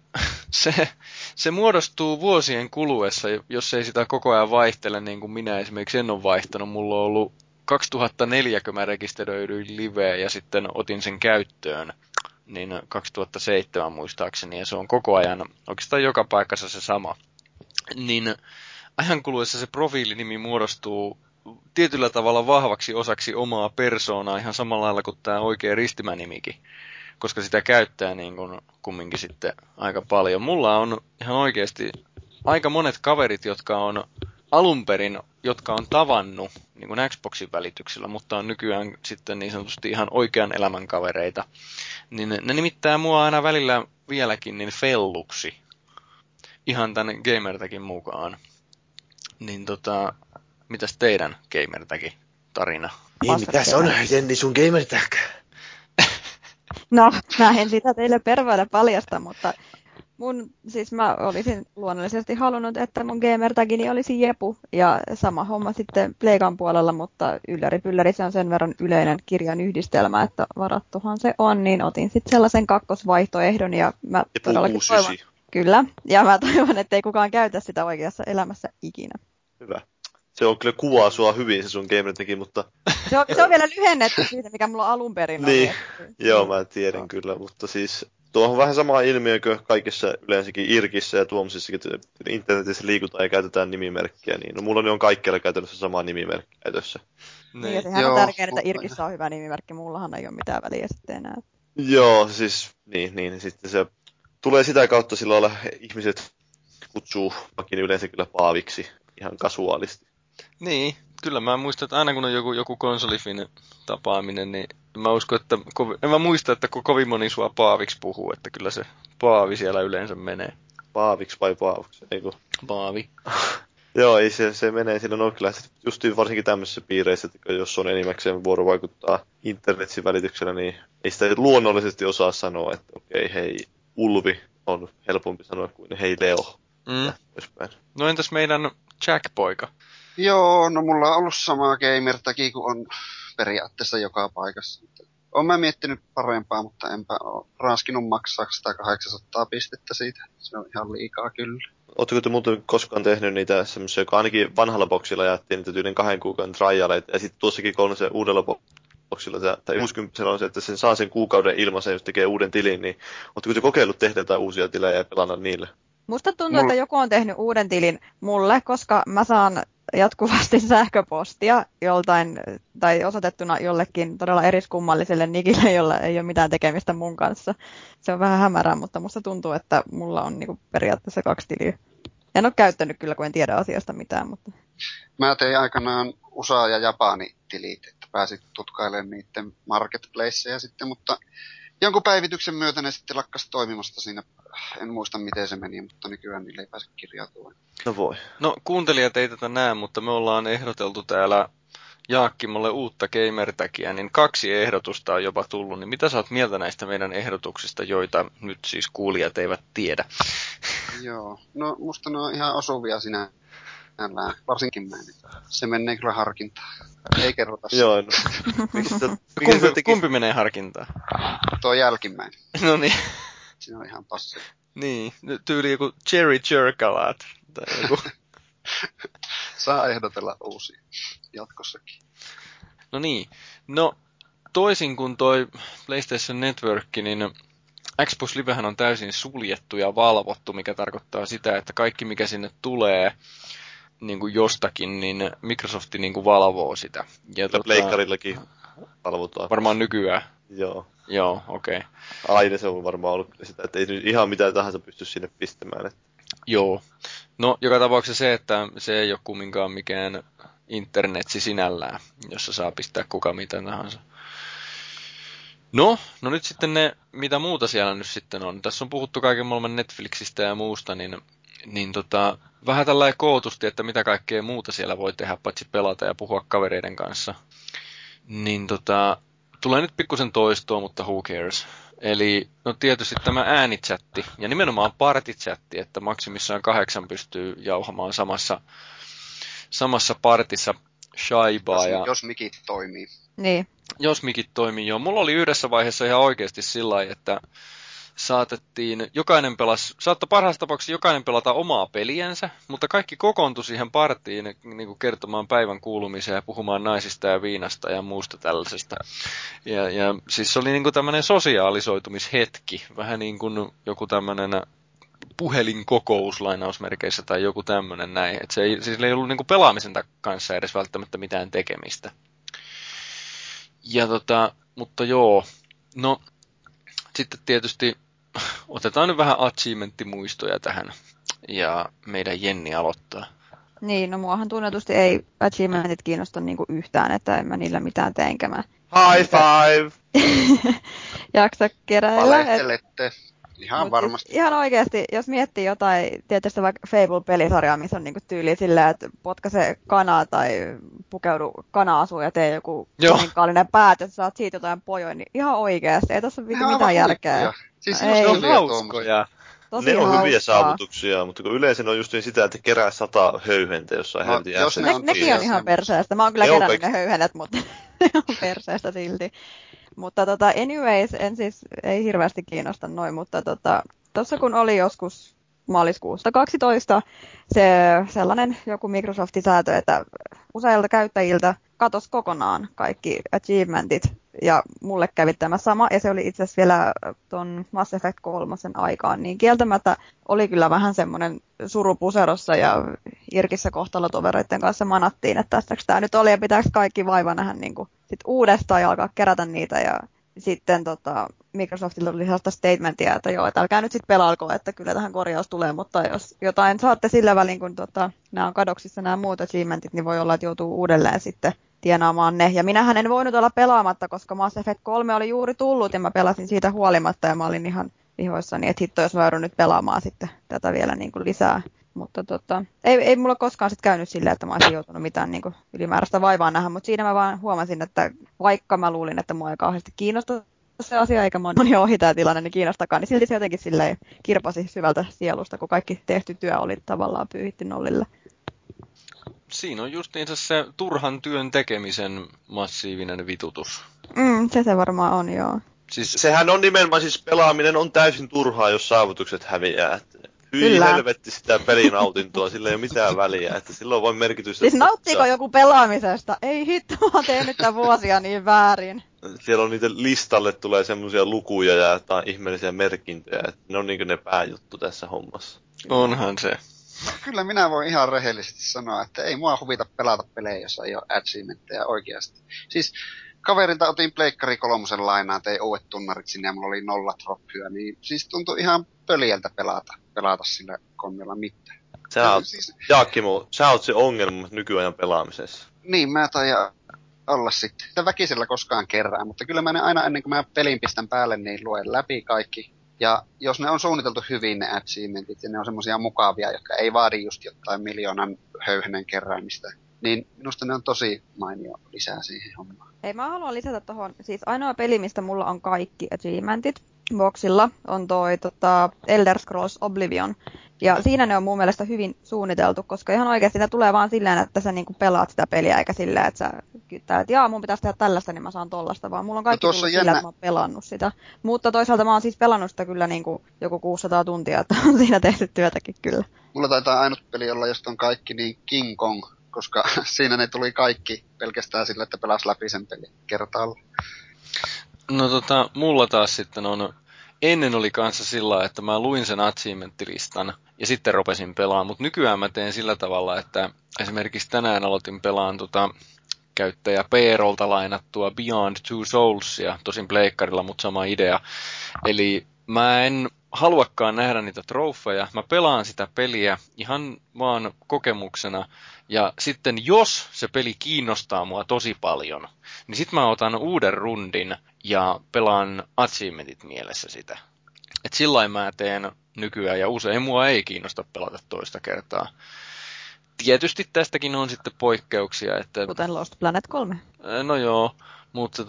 se muodostuu vuosien kuluessa, jos ei sitä koko ajan vaihtele, niin kuin minä esimerkiksi en ole vaihtanut. Mulla on ollut 2004, kun mä rekisteröidyin liveen ja sitten otin sen käyttöön, niin 2007 muistaakseni, ja se on koko ajan oikeastaan joka paikassa se sama. Niin ajan kuluessa se profiilinimi muodostuu tietyllä tavalla vahvaksi osaksi omaa persoonaa ihan samalla lailla kuin tämä oikea ristimänimikin, koska sitä käyttää niin kuin kumminkin sitten aika paljon. Mulla on ihan oikeasti aika monet kaverit, jotka on alun perin, jotka on tavannut niin kuin Xboxin välityksellä, mutta on nykyään sitten niin sanotusti ihan oikean elämän kavereita, niin ne nimittää mua aina välillä vieläkin niin felluksi, ihan tänne gamertagin mukaan. Niin mitäs teidän gamertagin tarina? Niin, mitä se on, Jenni, sun gamertag? No, mä en sitä teille pervoille paljasta, mutta mä olisin luonnollisesti halunnut, että mun gamertagini olisi Jepu ja sama homma sitten Pleikan puolella, mutta ylläri se on sen verran yleinen kirjan yhdistelmä, että varattuhan se on, niin otin sitten sellaisen kakkosvaihtoehdon ja mä todellakin toivon. Kyllä, ja mä toivon, että ei kukaan käytä sitä oikeassa elämässä ikinä. Hyvä. Se on kyllä kuvaa sua hyvin se sun gamertagi, mutta... Se on vielä lyhennetty siitä, mikä mulla alun perin oli. Niin, joo mä tiedän kyllä, mutta siis tuo on vähän sama ilmiö kuin kaikissa yleensäkin Irkissä ja tuommoisissakin, että internetissä liikutaan ja käytetään nimimerkkiä, niin no mulla on kaikkialla käytännössä sama nimimerkki käytössä. Niin, ja sehän on tärkeää, että Irkissä on hyvä nimimerkki, mullahan ei ole mitään väliä sitten enää. Joo, siis niin sitten se tulee sitä kautta sillä lailla ihmiset kutsuu makin yleensä kyllä Paaviksi ihan kasuaalisti. Niin, kyllä mä muistan, että aina kun on joku konsolifin tapaaminen, niin en mä muista, että kovin moni sua Paaviksi puhuu, että kyllä se Paavi siellä yleensä menee. Paaviksi vai Paaviksi? Eiku. Paavi. Joo, ei se menee silloin on kyllä justiin varsinkin tämmöisissä piireissä, että jos on enimmäkseen vuorovaikuttaa internetin välityksellä, niin ei sitä luonnollisesti osaa sanoa, että okei, hei, Ulvi on helpompi sanoa kuin hei Leo. No entäs meidän Jack-poika? Joo, no mulla on ollut sama gamertagi kuin on periaatteessa joka paikassa. Olen mä miettinyt parempaa, mutta enpä ole raaskinut maksaa 100-800 pistettä siitä. Se on ihan liikaa kyllä. Oletteko te muuten koskaan tehnyt niitä semmoisia, joka ainakin vanhalla boksilla jaettiin niitä tyyden 2 kuukauden trialeita, ja sitten tuossakin uudella boksilla, tai 60 on se, että sen saa sen kuukauden ilmaisen, jos tekee uuden tilin, niin oletteko te kokeillut tehdä jotain uusia tilejä ja pelata niille? Musta tuntuu, että joku on tehnyt uuden tilin mulle, koska mä saan jatkuvasti sähköpostia joltain, tai osoitettuna jollekin todella eriskummalliselle nikille, jolla ei ole mitään tekemistä mun kanssa. Se on vähän hämärää, mutta musta tuntuu, että mulla on niinku periaatteessa 2 tiliä. En ole käyttänyt kyllä, kun en tiedä asiasta mitään, mutta... Mä tein aikanaan USA- ja Japani-tilit, että pääsin tutkailemaan niiden marketplaceja sitten, mutta jonkun päivityksen myötä ne sitten lakkas toimimasta siinä. En muista miten se meni, mutta nykyään niille ei pääse kirjautumaan. No voi. No kuuntelijat ei tätä näe, mutta me ollaan ehdoteltu täällä Jaakkimolle uutta gamertagia, niin 2 ehdotusta on jopa tullut. Niin mitä sä oot mieltä näistä meidän ehdotuksista, joita nyt siis kuulijat eivät tiedä? Joo, no musta ne on ihan osuvia sinä. Varsinkin mä en. Se menee kyllä harkintaan. Ei kerrota sitä. Joo, no. Kumpi menee harkintaan? Tuo jälkimmäinen. No niin. Se on ihan passi. Niin, tyyli joku cherry jerkalat. Tai joku. Saa ehdotella uusia jatkossakin. No niin. No, toisin kuin toi PlayStation Network, niin Xbox Livehän on täysin suljettu ja valvottu, mikä tarkoittaa sitä, että kaikki mikä sinne tulee niin kuin jostakin, niin Microsoft niin kuin valvoo sitä. Ja pleikkarillakin valvotaan. Varmaan nykyään. Joo. Joo, okei. Okay. Aina se on varmaan ollut sitä, että ei nyt ihan mitään tahansa pysty sinne pistämään. Että... Joo. No, joka tapauksessa se, että se ei ole kumminkaan mikään internetsi sinällään, jossa saa pistää kuka mitä tahansa. No nyt sitten ne, mitä muuta siellä nyt sitten on. Tässä on puhuttu kaiken maailman Netflixistä ja muusta, niin vähän tällainen kootusti, että mitä kaikkea muuta siellä voi tehdä, paitsi pelata ja puhua kavereiden kanssa. Niin tulee nyt pikkusen toistoa, mutta who cares. Eli no tietysti tämä äänichatti ja nimenomaan partichatti, että maksimissaan 8 pystyy jauhamaan samassa partissa shaibaa. Jos mikit toimii. Niin. Jos mikit toimii, joo. Mulla oli yhdessä vaiheessa ihan oikeasti sillä lailla, että saattoi parhaassa tapauksessa jokainen pelata omaa peliänsä, mutta kaikki kokoontui siihen partiin niin kuin kertomaan päivän kuulumiseen ja puhumaan naisista ja viinasta ja muusta tällaisesta. Ja siis se oli niin kuin tämmöinen sosiaalisoitumishetki, vähän niin kuin joku tämmöinen puhelinkokous lainausmerkeissä tai joku tämmöinen näin. Et sillä ei ollut niin kuin pelaamisen kanssa edes välttämättä mitään tekemistä. Ja mutta joo, no sitten tietysti otetaan nyt vähän achievementtimuistoja tähän ja meidän Jenni aloittaa. Niin, no muahan tunnetusti ei achievementit kiinnosta niinku yhtään, että en mä niillä mitään tee, enkä mä... High five! jaksa keräillä. Valehtelette. Ihan Mut varmasti. Siis ihan oikeasti, jos miettii jotain, tietysti vaikka Fable-pelisarjaa, missä on niinku tyyli sillä, että potkaise kanaa tai pukeudu kana-asuun ja tee joku kuninkaallinen päätös, että saat siitä jotain pojoin, niin ihan oikeasti, ei tässä ole Nehän on mitään aivan järkeä. huippuja. Siis No just ei. Ne on hyviä hauskoja. Tosi Ne on hyviä hauskaa. saavutuksia, mutta kun yleensä ne on just niin sitä, että kerää 100 höyhentä jossain No, helvetin jos ne ässä. on Nekin on tosiaan ihan semmoisia. perseestä. Mä oon kyllä Ne on kerännyt kaikki- ne höyhenet, mutta ne on perseestä silti. Mutta anyways, ei hirveästi kiinnosta noin, mutta tossa kun oli joskus maaliskuusta 12 se sellainen joku Microsoftin säätö, että useilta käyttäjiltä katosi kokonaan kaikki achievementit, ja mulle kävi tämä sama, ja se oli itse asiassa vielä ton Mass Effect 3 aikaan, niin kieltämättä oli kyllä vähän semmoinen suru puserossa, ja Irkissä kohtalotovereiden kanssa manattiin, että tästäks tämä nyt oli, ja pitääkö kaikki vaiva nähdä niin kuin sit uudestaan ja alkaa kerätä niitä, ja sitten Microsoftilla tuli sellaista statementia, että joo, että älkää nyt sitten pelailko, että kyllä tähän korjaus tulee, mutta jos jotain saatte sillä välin, kun nämä on kadoksissa nämä muut achievementit, niin voi olla, että joutuu uudelleen sitten tienaamaan ne. Ja minähän en voinut olla pelaamatta, koska Mass Effect 3 oli juuri tullut ja mä pelasin siitä huolimatta ja mä olin ihan vihoissani, että hitto, jos mä joudun nyt pelaamaan sitten tätä vielä niin kuin lisää. Mutta ei mulla koskaan sitten käynyt silleen, että mä olisin joutunut mitään niin kuin ylimääräistä vaivaa nähdä, mutta siinä mä vaan huomasin, että vaikka mä luulin, että mua ei kauheasti kiinnosta se asia, eikä mä jo ohi tämä tilanne, niin kiinnostakaan, niin silti se jotenkin silleen kirpasi syvältä sielusta, kun kaikki tehty työ oli tavallaan pyyhitty nollille. Siinä on justiinsa se turhan työn tekemisen massiivinen vitutus. Se varmaan on, joo. Siis Sehän on nimenomaan, siis pelaaminen on täysin turhaa, jos saavutukset häviää. Että hyi Kyllä. helvetti sitä pelinautintoa, sillä ei ole mitään väliä, että sillä on vain merkitystä. Siis että nauttiiko joku pelaamisesta? Ei hitto, mä oon tehnyt tämän vuosia niin väärin. Siellä on niitä listalle tulee semmoisia lukuja ja jotain ihmeellisiä merkintöjä, että ne on niinku ne pääjuttu tässä hommassa. onhan se. Kyllä minä voin ihan rehellisesti sanoa, että ei mua huvita pelata pelejä, jossa ei ole achievementteja oikeasti. Siis kaverilta otin Pleikkari 3 lainaan, tein uudet tunnarit sinne ja mulla oli 0 droppyä, niin siis tuntui ihan pöliältä pelata sillä koneella mitään. Sä oot, Siis, Jaakkimo, sä oot se ongelma nykyajan pelaamisessa. niin, mä taidan olla sitten. Sitä väkisellä koskaan kerran, mutta kyllä mä ne aina ennen kuin mä pelin pistän päälle, niin luen läpi kaikki. Ja jos ne on suunniteltu hyvin ne achievementit ja ne on semmosia mukavia, jotka ei vaadi just jotain miljoonan höyhenen keräämistä, niin minusta ne on tosi mainio lisää siihen hommaan. Ei, mä haluan lisätä tuohon, siis ainoa peli, mistä mulla on kaikki achievementit boxilla, on toi Elder Scrolls Oblivion. Ja siinä ne on mun mielestä hyvin suunniteltu, koska ihan oikeasti ne tulee vaan silleen, että sä niinku pelaat sitä peliä, eikä silleen, että sä kyttää, että jaa, mun pitäisi tehdä tällaista, niin mä saan tollasta, vaan mulla on kaikki tullut sillä, että mä oon pelannut sitä. Mutta toisaalta mä oon siis pelannut sitä kyllä niinku joku 600 tuntia, että on siinä tehty työtäkin kyllä. Mulla taitaa ainut peli olla, josta on kaikki, niin King Kong, koska siinä ne tuli kaikki pelkästään sillä, että pelas läpi sen pelin kertaalla. No mulla taas sitten on, ennen oli kanssa sillä, että mä luin sen achievementtilistan ja sitten rupesin pelaamaan, mutta nykyään mä teen sillä tavalla, että esimerkiksi tänään aloitin pelaan käyttäjä Peerolta lainattua Beyond Two Soulsia, tosin pleikkarilla, mutta sama idea. Eli mä en haluakaan nähdä niitä trofeja, mä pelaan sitä peliä ihan vaan kokemuksena, ja sitten jos se peli kiinnostaa mua tosi paljon, niin sit mä otan uuden rundin ja pelaan achievementit mielessä sitä. Et sillain mä teen nykyään, ja usein mua ei kiinnosta pelata toista kertaa. Tietysti tästäkin on sitten poikkeuksia, että... Kuten Lost Planet 3. No joo, mutta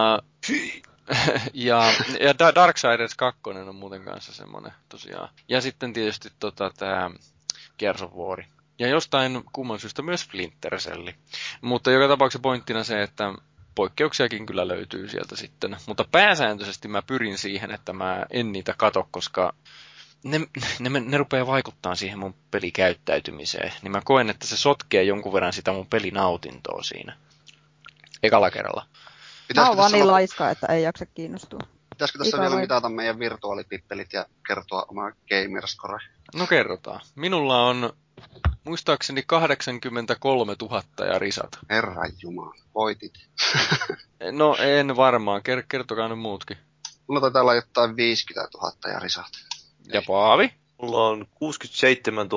ja Darksiders 2 on muuten kanssa semmonen tosiaan. Ja sitten tietysti tää Gears of War. Ja jostain kumman syystä myös Splinter Cell. Mutta joka tapauksessa pointtina se, että poikkeuksiakin kyllä löytyy sieltä sitten. Mutta pääsääntöisesti mä pyrin siihen, että mä en niitä kato, koska ne rupeaa vaikuttaa siihen mun pelikäyttäytymiseen. Niin mä koen, että se sotkee jonkun verran sitä mun pelinautintoa siinä. Ekalla kerralla. Mä oon vaan niin laiska, että ei jaksa kiinnostua. Pitäisikö tässä vielä mitata meidän virtuaalipippelit ja kertoa oma gamerscore? No kerrotaan. Minulla on muistaakseni 83 000 ja risat. Herran jumala, voitit. No en varmaan, kertokaa nyt muutkin. Mulla taitaa olla jotain 50 000 ja risat. Ja Paavi? Mulla on 67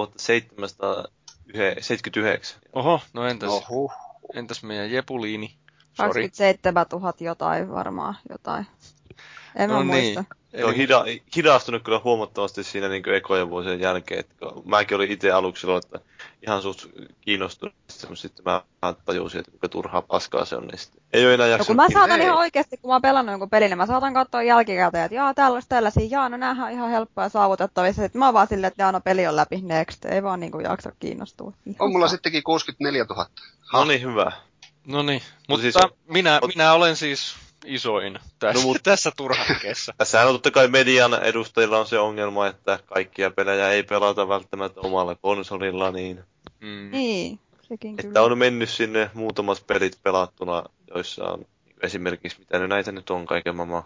779. Oho, no entäs, Oho. entäs meidän Jepuliini? Sorry. 27 000 jotain varmaan, jotain. En mä muista. Se on hidastunut kyllä huomattavasti siinä niin ekojen vuosien jälkeen. Että mäkin olin itse aluksi silloin, että ihan suht kiinnostunut, mutta sitten mä tajusin, että kuinka turhaa paskaa se on. Niin ei ole enää jaksanut. Kun mä saatan ihan oikeasti, kun mä oon pelannut jonkun pelin, niin mä saatan katsoa jälkikäteen, että jaa, täällä olisi tällaisia, no näähän on ihan helppoa saavutettavissa. Sitten mä oon vaan silleen, että jaa, no peli on läpi, next. Ei vaan niinku jaksa kiinnostua. On mulla sittenkin 64 000. No niin, hyvä. No niin, mutta siis minä olen siis isoin tässä turhakkeessa. Tässähän on totta kai median edustajilla on se ongelma, että kaikkia pelejä ei pelata välttämättä omalla konsolilla, niin... Niin, sekin kyllä. Että on mennyt sinne muutamat pelit pelattuna, joissa on esimerkiksi, mitä näitä nyt on, kaiken maailman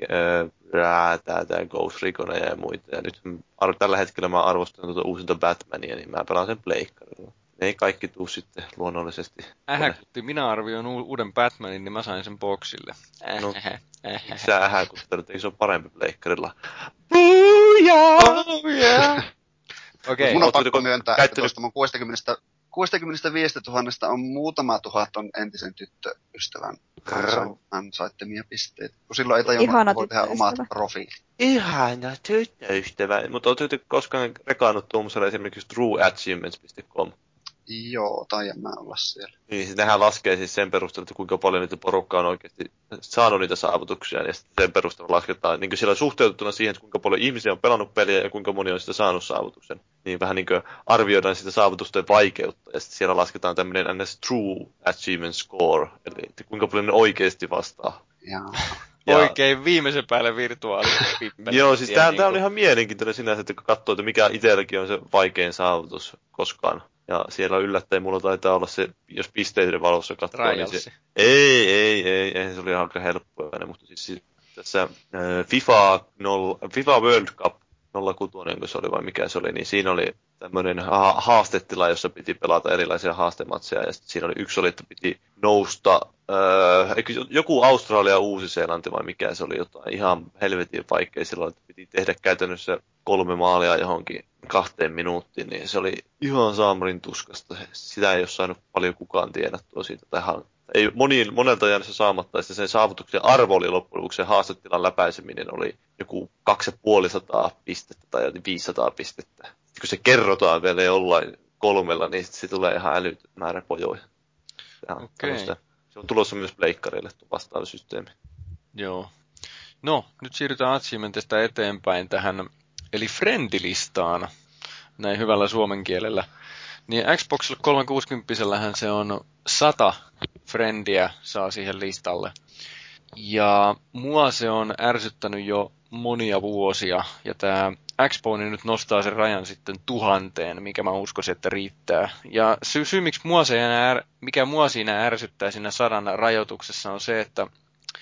Ghost Reconia ja muita. Ja nyt tällä hetkellä mä arvostan tuota uusinta Batmania, niin mä pelaan sen pleikkarilla. Ne ei kaikki tuu sitten luonnollisesti. Ähäkutti, minä arvioin uuden Batmanin, niin mä sain sen boksille. No, sä ähäkuttelut, eikö se ole parempi pleikkarilla? Oh yeah! Okei. Mun on pakko myöntää, että tuosta mun 65 000 on muutama tuhat on entisen tyttöystävän kanssa ansaittemia pisteitä. Kun silloin ei tajua, että voi tehdä omat profiilit. Ihana tyttöystävä. Mutta ootko koskaan rekaannut tuollaisella esimerkiksi trueachievements.com? Joo, taidan mä olla siellä. Niin, nehän laskee siis sen perusteella, että kuinka paljon niitä porukkaa on oikeasti saanut niitä saavutuksia, ja sitten sen perusteella lasketaan, niin kuin siellä suhteutettuna siihen, että kuinka paljon ihmisiä on pelannut peliä ja kuinka moni on sitä saanut saavutuksen. Niin vähän niin kuin arvioidaan sitä saavutusten vaikeutta, ja sitten siellä lasketaan tämmöinen NS True Achievement Score, eli kuinka paljon ne oikeasti vastaa. Ja oikein viimeisen päälle virtuaali. Joo, siis tää on ihan mielenkiintoinen sinänsä, että kun katsoo, että mikä itselläkin on se vaikein saavutus koskaan. Ja siellä yllättäen mulla taitaa olla se, jos pisteiden valossa katsoo, niin se... Ei, se oli aika helppoa, mutta siis tässä FIFA World Cup 06, kun se oli vai mikä se oli, niin siinä oli tämmöinen haastetila, jossa piti pelata erilaisia haastematseja, ja siinä oli yksi oli, että piti nousta, joku Australia Uusi-Seelanti vai mikä se oli, jotain ihan helvetin vaikea silloin, että piti tehdä käytännössä 3 maalia johonkin 2 minuuttiin, niin se oli ihan saamarin tuskasta. Sitä ei ole saanut paljon kukaan tiedettua siitä. Ei monelta jäänyt se saamatta, ja sen saavutuksen arvo oli loppujen lopuksi, se haastetilan läpäiseminen oli joku 250 pistettä tai 500 pistettä. Sitten kun se kerrotaan vielä jollain 3, niin se tulee ihan älytön määrä pojoja. Okay. Se on tulossa myös pleikkareille tuo vastaava systeemi. Joo. No, nyt siirrytään achievementista eteenpäin tähän, eli friendilistaan, näin hyvällä suomen kielellä. Niin Xboxilla 360-llähän se on 100 friendiä saa siihen listalle. Ja mua se on ärsyttänyt jo monia vuosia, ja tämä Xbone nyt nostaa sen rajan sitten 1000, mikä mä uskoisin, että riittää. Ja syy mikä mua siinä ärsyttää siinä 100 rajoituksessa on se, että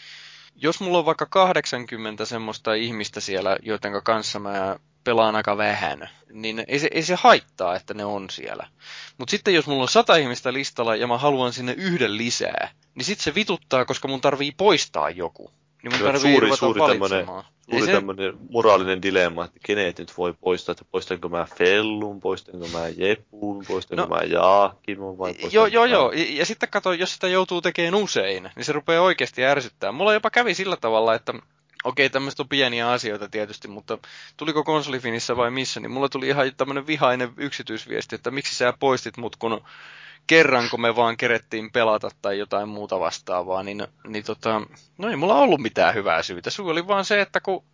jos mulla on vaikka 80 semmoista ihmistä siellä, joiden kanssa mä pelaan aika vähän, niin ei se haittaa, että ne on siellä. Mutta sitten jos mulla on 100 ihmistä listalla ja mä haluan sinne 1 lisää, niin sitten se vituttaa, koska mun tarvii poistaa joku. Niin mun tarvii ruveta valitsemaan. Suuri tämmöinen moraalinen dilemma, että kenet nyt voi poistaa, että poistanko mä Fellun, poistanko mä Jepun, poistanko mä Jaakimon vai poistanko Joo. Ja sitten kato, jos sitä joutuu tekemään usein, niin se rupeaa oikeasti ärsyttämään. Mulla jopa kävi sillä tavalla, että okei, tämmöistä on pieniä asioita tietysti, mutta tuliko konsolifinissä vai missä, niin mulla tuli ihan tämmöinen vihainen yksityisviesti, että miksi sä poistit mut, kun kerran kun me vaan kerettiin pelata tai jotain muuta vastaavaa, niin no ei mulla ollut mitään hyvää syytä. Syy oli vaan se, että kun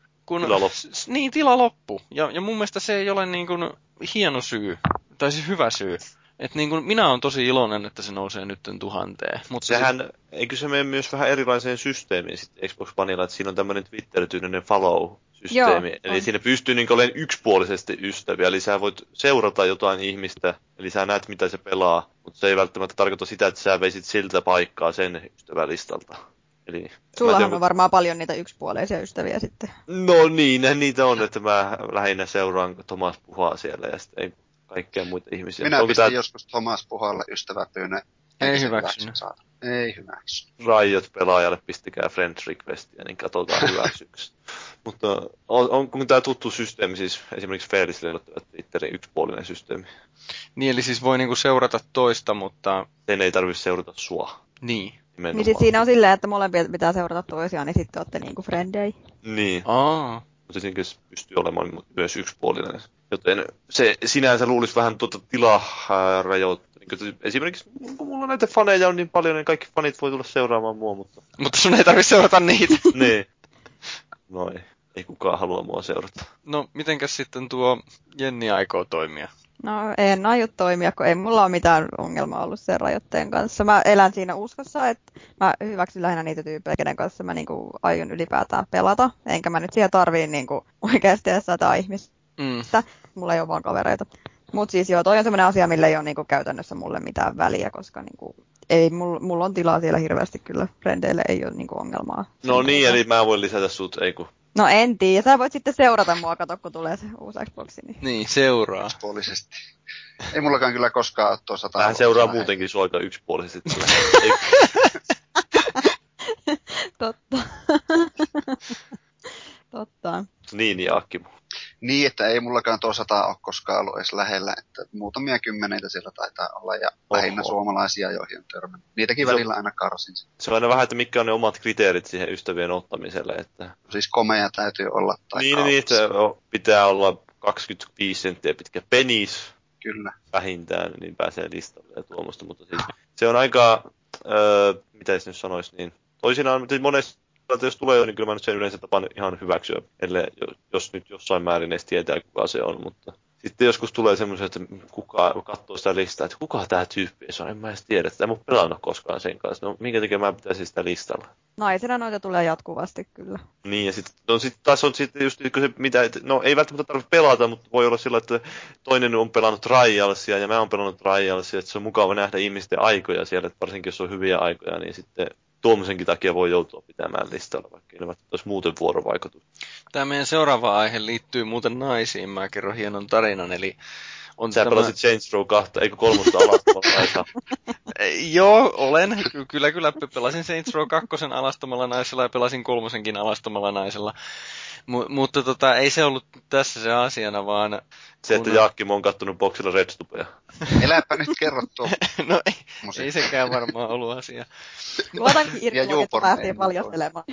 tila loppu. Ja mun mielestä se ei ole niin kuin hieno syy, tai siis hyvä syy. Että niin kuin minä olen tosi iloinen, että se nousee nyt 1000. Mutta sehän, eikö se mene myös vähän erilaiseen systeemiin sitten Xbox Oneilla, että siinä on tämmöinen Twitter-tyylinen follow-systeemi. Joo, eli siinä pystyy niin olemaan yksipuolisesti ystäviä, eli sä voit seurata jotain ihmistä, eli sä näet mitä se pelaa, mutta se ei välttämättä tarkoita sitä, että sä veisit siltä paikkaa sen ystävälistalta. Eli sullahan on varmaan paljon niitä yksipuoleisia ystäviä sitten. No niin, niitä on, että mä lähinnä seuraan Thomas Puhaa siellä ja sitten ei kaikkia muita ihmisiä. Minä pistin joskus Thomas Puhalle ystäväpyynnön. Ei hyväksynyt. Ei hyväksy. Riot-pelaajalle pistikää friend requestia, niin katsotaan hyväksyksi. Mutta onko tämä tuttu systeemi, siis esimerkiksi Fairlessille Twitterin yksipuolinen systeemi? Niin, eli siis voi niinku seurata toista, mutta sen ei tarvitse seurata sua. Niin. Niin sit siinä on silleen, että molempia pitää seurata toisiaan, niin sitten olette niinku frendei. Niin. mutta se pystyy olemaan myös yksipuolinen. Joten se sinänsä luulisi vähän tilarajoittaa. Niin esimerkiksi kun mulla näitä faneja on niin paljon, niin kaikki fanit voi tulla seuraamaan mua, mutta... Mutta sun ei tarvitse seurata niitä. Niin. No ei kukaan halua mua seurata. No, mitenkäs sitten tuo Jenni aikoo toimia? No en aio toimia, kun ei mulla ole mitään ongelmaa ollut sen rajoitteen kanssa. Mä elän siinä uskossa, että mä hyväksyn lähinnä niitä tyyppejä, kenen kanssa mä niinku aion ylipäätään pelata. Enkä mä nyt siellä tarvii niinku oikeasti edes 100 ihmistä. Mulla ei ole vaan kavereita. Mut siis joo, toi on semmoinen asia, millä ei ole niinku käytännössä mulle mitään väliä, koska niinku, ei, mulla on tilaa siellä hirveästi kyllä. Frendeille ei ole niinku ongelmaa. No niin, eli mä voin lisätä sut, ei kun. No en tiedä. Sä voit sitten seurata mua, kato kun tulee se uusi Xbox. Niin, seuraa. Yksipuolisesti. Ei mullakaan kyllä koskaan ole tuo 100. Vähän seuraa muutenkin sua aika yksipuolisesti. Totta. Totta. Niin, Jaakkimu. Niin, että ei mullakaan tuo 100 ole koskaan ollut edes lähellä, että muutamia kymmeneitä siellä taitaa olla, ja lähinnä suomalaisia, joihin on törmännyt. Niitäkin välillä aina karsin. Se on aina vähän, että mitkä on ne omat kriteerit siihen ystävien ottamiselle. Että... Siis komea täytyy olla. Tai niin, että pitää olla 25 senttiä pitkä penis. Kyllä. Vähintään, niin pääsee listalle ja tuommoista, mutta siis se on aika, mitä nyt sanoisi, niin toisinaan, monesti jos tulee jo, niin kyllä mä nyt sen yleensä tapaan ihan hyväksyä, ellei, jos nyt jossain määrin edes tietää, kuka se on, mutta sitten joskus tulee semmoisia, että kuka katsoo sitä listaa, että kuka tämä tyyppi on, en mä edes tiedä, että en mä pelannut koskaan sen kanssa, no minkä takia mä pitäisin sitä listalla? Naisena noita tulee jatkuvasti kyllä. Niin, ja sitten taas on sitten just se, mitä, no ei välttämättä tarvitse pelata, mutta voi olla sillä, että toinen on pelannut Trialsia ja mä oon pelannut Trialsia, että se on mukava nähdä ihmisten aikoja siellä, että varsinkin jos on hyviä aikoja, niin sitten tuommoisenkin takia voi joutua pitämään listalla, vaikka ei olisi muuten vuorovaikutus. Tämä meidän seuraava aihe liittyy muuten naisiin. Mä kerron hienon tarinan, eli sä pelasit Saints Row 2, eikö 3 alastomalla? Joo, olen. Kyllä pelasin Saints Row 2 alastomalla naisella ja pelasin 3 alastomalla naisella. Mutta ei se ollut tässä se asiana, vaan... Se, että Jaakkimo on kattonut boksilla Redstubea. Eläpä nyt kerro tuo. No ei sekään varmaan ollut asia. Luotankin Irkkuun, että päästiin paljastelemaan.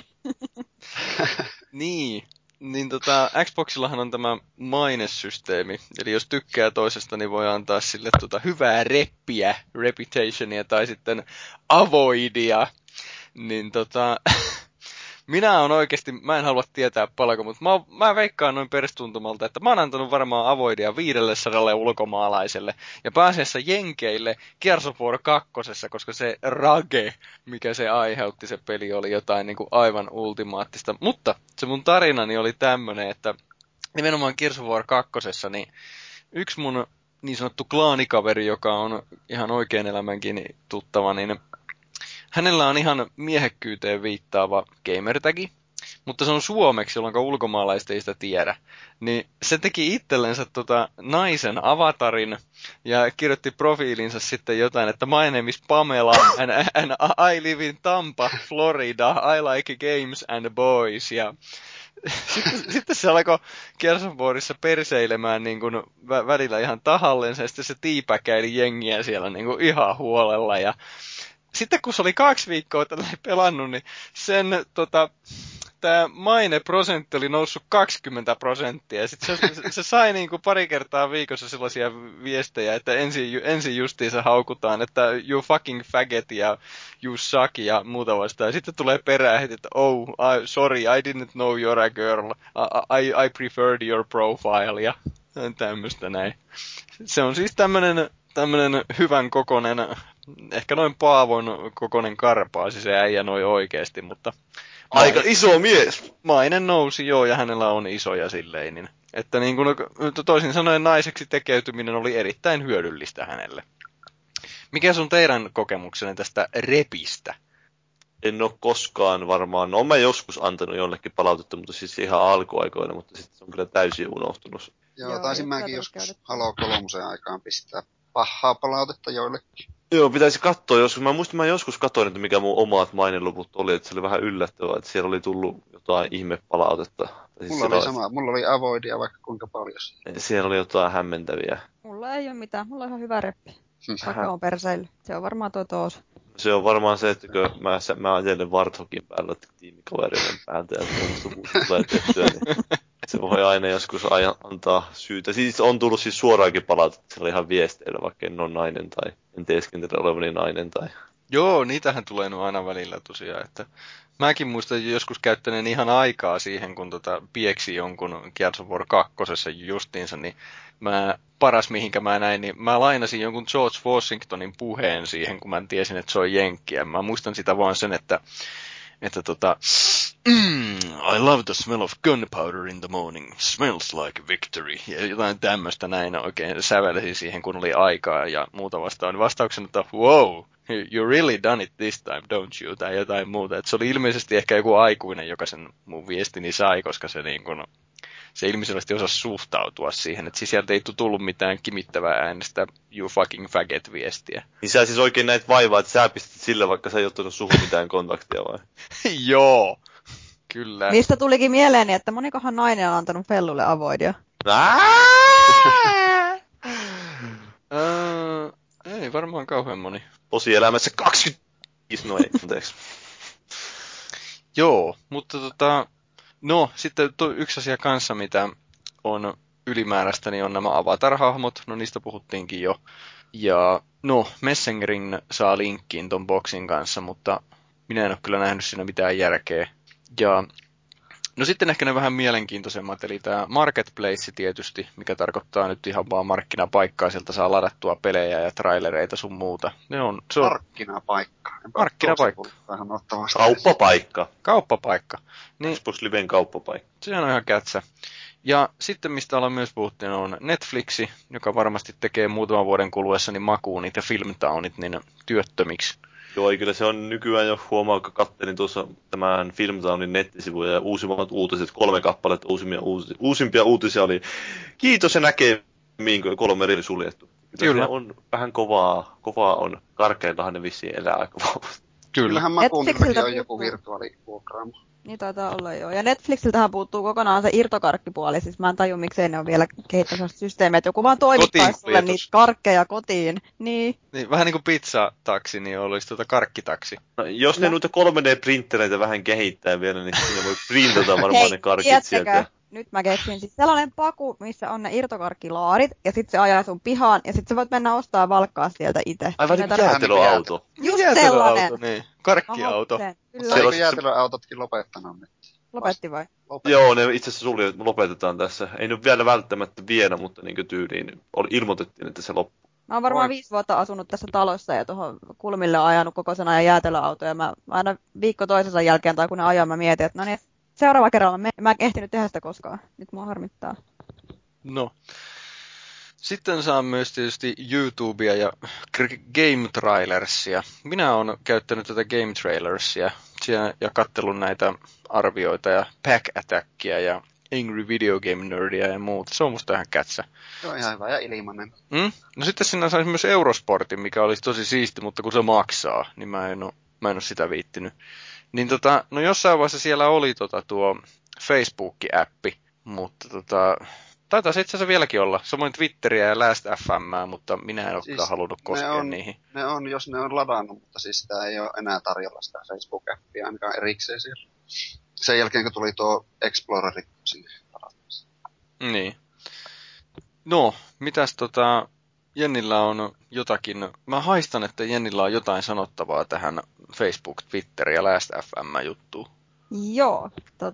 Niin Xboxillahan on tämä mainesysteemi. Eli jos tykkää toisesta, niin voi antaa sille hyvää reppiä, reputationia tai sitten avoidia. Niin minä on oikeasti, mä en halua tietää paljonko, mutta mä veikkaan noin peristuntumalta, että mä oon antanut varmaan avoidia 500 ulkomaalaiselle. Ja pääasiassa jenkeille Gears of War 2, koska se rage, mikä se aiheutti, se peli oli jotain niin kuin aivan ultimaattista. Mutta se mun tarinani oli tämmönen, että nimenomaan Gears of War 2, niin yksi mun niin sanottu klaanikaveri, joka on ihan oikein elämänkin tuttava, niin hänellä on ihan miehekkyyteen viittaava gamertagi, mutta se on suomeksi, jolloin ulkomaalaiset ei sitä tiedä. Niin se teki itsellensä naisen avatarin ja kirjoitti profiilinsa sitten jotain, että my name is Pamela and I live in Tampa, Florida. I like games and boys. Ja sitten se alkoi Gears of Warissa perseilemään niin kuin välillä ihan tahallensa ja sitten se tiipäkäili jengiä siellä niin kuin ihan huolella ja sitten kun se oli 2 viikkoa tällä pelannut, niin sen tämä maine-prosentti oli noussut 20%. Ja sitten se sai niinku pari kertaa viikossa sellaisia viestejä, että ensin justiinsa haukutaan, että you fucking faggot ja you suck ja muuta vastaan. Ja sitten tulee perään heti, että sorry, I didn't know you're a girl. I preferred your profile ja tämmöistä näin. Se on siis tämmönen hyvän kokoinen, ehkä noin Paavon kokoinen karpaasi se äijä noin oikeesti, mutta... Aika iso mies! Maine nousi joo, ja hänellä on isoja silleen, niin... Että niin kuin toisin sanoen naiseksi tekeytyminen oli erittäin hyödyllistä hänelle. Mikä on teidän kokemuksenne tästä repistä? En ole koskaan varmaan, no mä joskus antanut jollekin palautetta, mutta siis ihan alkuaikoina, mutta sitten se on kyllä täysin unohtunut. Joo, taisin mäkin joskus Halo 3 aikaan pistää pahaa palautetta joillekin. Joo, pitäisi katsoa joskus. Mä muistin, mä joskus katsoin, että mikä mun omat maineluvut oli, että se oli vähän yllättävää, että siellä oli tullut jotain ihmepalautetta. Mulla oli sama, mulla oli avoidia vaikka kuinka paljon. Siellä oli jotain hämmentäviä. Mulla ei ole mitään, mulla on ihan hyvä reppi. Vaikka on perseily. Se on varmaan tuo Toos. Se on varmaan se, että kun mä ajelen Warthogin päällä tiimikaverinen päältä ja tuosta tulee tehtyä, niin Se voi aina joskus antaa syytä. Siis on tullut siis suoraankin palautetta ihan viesteillä, vaikka en ole nainen tai en teeskentele olevani nainen tai... Joo, niitähän tulee nyt aina välillä tosiaan, että mäkin muistan joskus käyttäneen ihan aikaa siihen, kun pieksi jonkun Gears of War 2 justiinsa, niin paras mihinkä mä näin, niin mä lainasin jonkun George Washingtonin puheen siihen, kun mä tiesin, että se on jenkkiä. Mä muistan sitä vaan sen, että I love the smell of gunpowder in the morning. Smells like victory. Ja jotain tämmöistä näin oikein sävelsi siihen, kun oli aikaa ja muuta vastaan. Vastauksena, että wow, you really done it this time, don't you? Tai jotain muuta. Et se oli ilmeisesti ehkä joku aikuinen, joka sen mun viestini sai, koska se, niin kun, se ilmeisesti osasi suhtautua siihen. Että sieltä ei tullut mitään kimittävää äänestä you fucking faggot-viestiä. Niin sä siis oikein näit vaivaa, että sä pistit sillä, vaikka sä ei ottanut suhun mitään kontaktia vai? Joo. Kyllä. Mistä tulikin mieleeni, että monikohan nainen on antanut Fellulle avoidia? Ei varmaan kauhean moni. Tosielämässä 25, no ei, anteeksi. Joo, mutta no sitten yksi asia kanssa, mitä on ylimääräistä, niin on nämä avatar-hahmot, no niistä puhuttiinkin jo. Ja no, Messengerin saa linkkiin ton boksin kanssa, mutta minä en ole kyllä nähnyt siinä mitään järkeä. Ja no sitten ehkä ne vähän mielenkiintoisemmat, eli tämä Marketplace tietysti, mikä tarkoittaa nyt ihan vaan markkinapaikkaa, sieltä saa ladattua pelejä ja trailereita sun muuta. Se on Markkinapaikka. Markkinapaikka. Kauppapaikka. Kauppapaikka. Niin, Xbox Liven kauppapaikka. Se on ihan kätsä. Ja sitten mistä ollaan myös puhuttu, on Netflixi, joka varmasti tekee muutaman vuoden kuluessa niin Makuunit ja Filmtownit niin työttömiksi. Joo, kyllä se on nykyään jo huomaa, kun katselin tuossa tämän Filmtownin nettisivuja ja uusimmat uutiset, 3 kappaletta uusimpia uutisia oli kiitos ja näkemiin, kun 3 eri suljettu. Kyllä. On vähän kovaa on. Karkeillahan ne vissiin elää aika vahvasti. Kyllähän Makuunillakin on joku virtuaalivuokraamo. Niin taitaa olla joo. Ja Netflixiltähän puuttuu kokonaan se irtokarkkipuoli. Siis mä en taju, miksei ne on vielä kehittänyt systeemiä, että joku vaan toimittaisi sulle niitä karkkeja kotiin. Niin, vähän niin kuin pizzataksi, niin olisi karkkitaksi. No, jos ne noita 3D-printtereitä vähän kehittää vielä, niin siinä voi printata varmaan ne karkit sieltä. Nyt mä keksin siis sellainen paku, missä on ne irtokarkkilaarit, ja sit se ajaa sun pihaan, ja sit sä voit mennä ostaa valkkaa sieltä itse. Aivan niin kuin jäätelöauto. Just sellainen. Niin, karkkiauto. Eikö jäätelöautotkin lopettanut nyt? Lopetti vai? Joo, ne itse asiassa lopetetaan tässä. Ei nyt vielä välttämättä vielä, mutta niin tyyliin ilmoitettiin, että se loppuu. Mä oon varmaan 5 vuotta asunut tässä talossa ja tuohon kulmille on ajanut koko sen ajan jäätelöautoja. Mä aina viikko toisensa jälkeen tai kun ne ajan, mä mietin, että no niin, seuraava kerralla mä en ehtinyt tehdä sitä koskaan. Nyt mua harmittaa. No. Sitten saa myös tietysti YouTubea ja Game Trailersia. Minä olen käyttänyt tätä Game Trailersia ja katsellut näitä arvioita ja Pack Attackia ja Angry Video Game Nerdia ja muuta. Se on musta ihan kätsä. Se on ihan hyvä ja ilmanen. No sitten siinä saisi myös Eurosportin, mikä olisi tosi siisti, mutta kun se maksaa, niin mä en ole sitä viittinyt. Niin no jossain vaiheessa siellä oli tuo Facebook-appi, mutta taitaa se itse asiassa vieläkin olla. Samoin Twitteriä ja Last.fm, mutta minä en ole siis halunnut koskea niihin. Ne on, jos ne on ladannut, mutta siis sitä ei ole enää tarjolla sitä Facebook-appia ainakaan erikseen siellä. Sen jälkeen, kun tuli tuo Exploreri sinne ladattiin. Niin. No, mitäs Jennillä on jotakin, mä haistan, että Jennillä on jotain sanottavaa tähän Facebook, Twitter ja Last.fm-juttuun. Joo,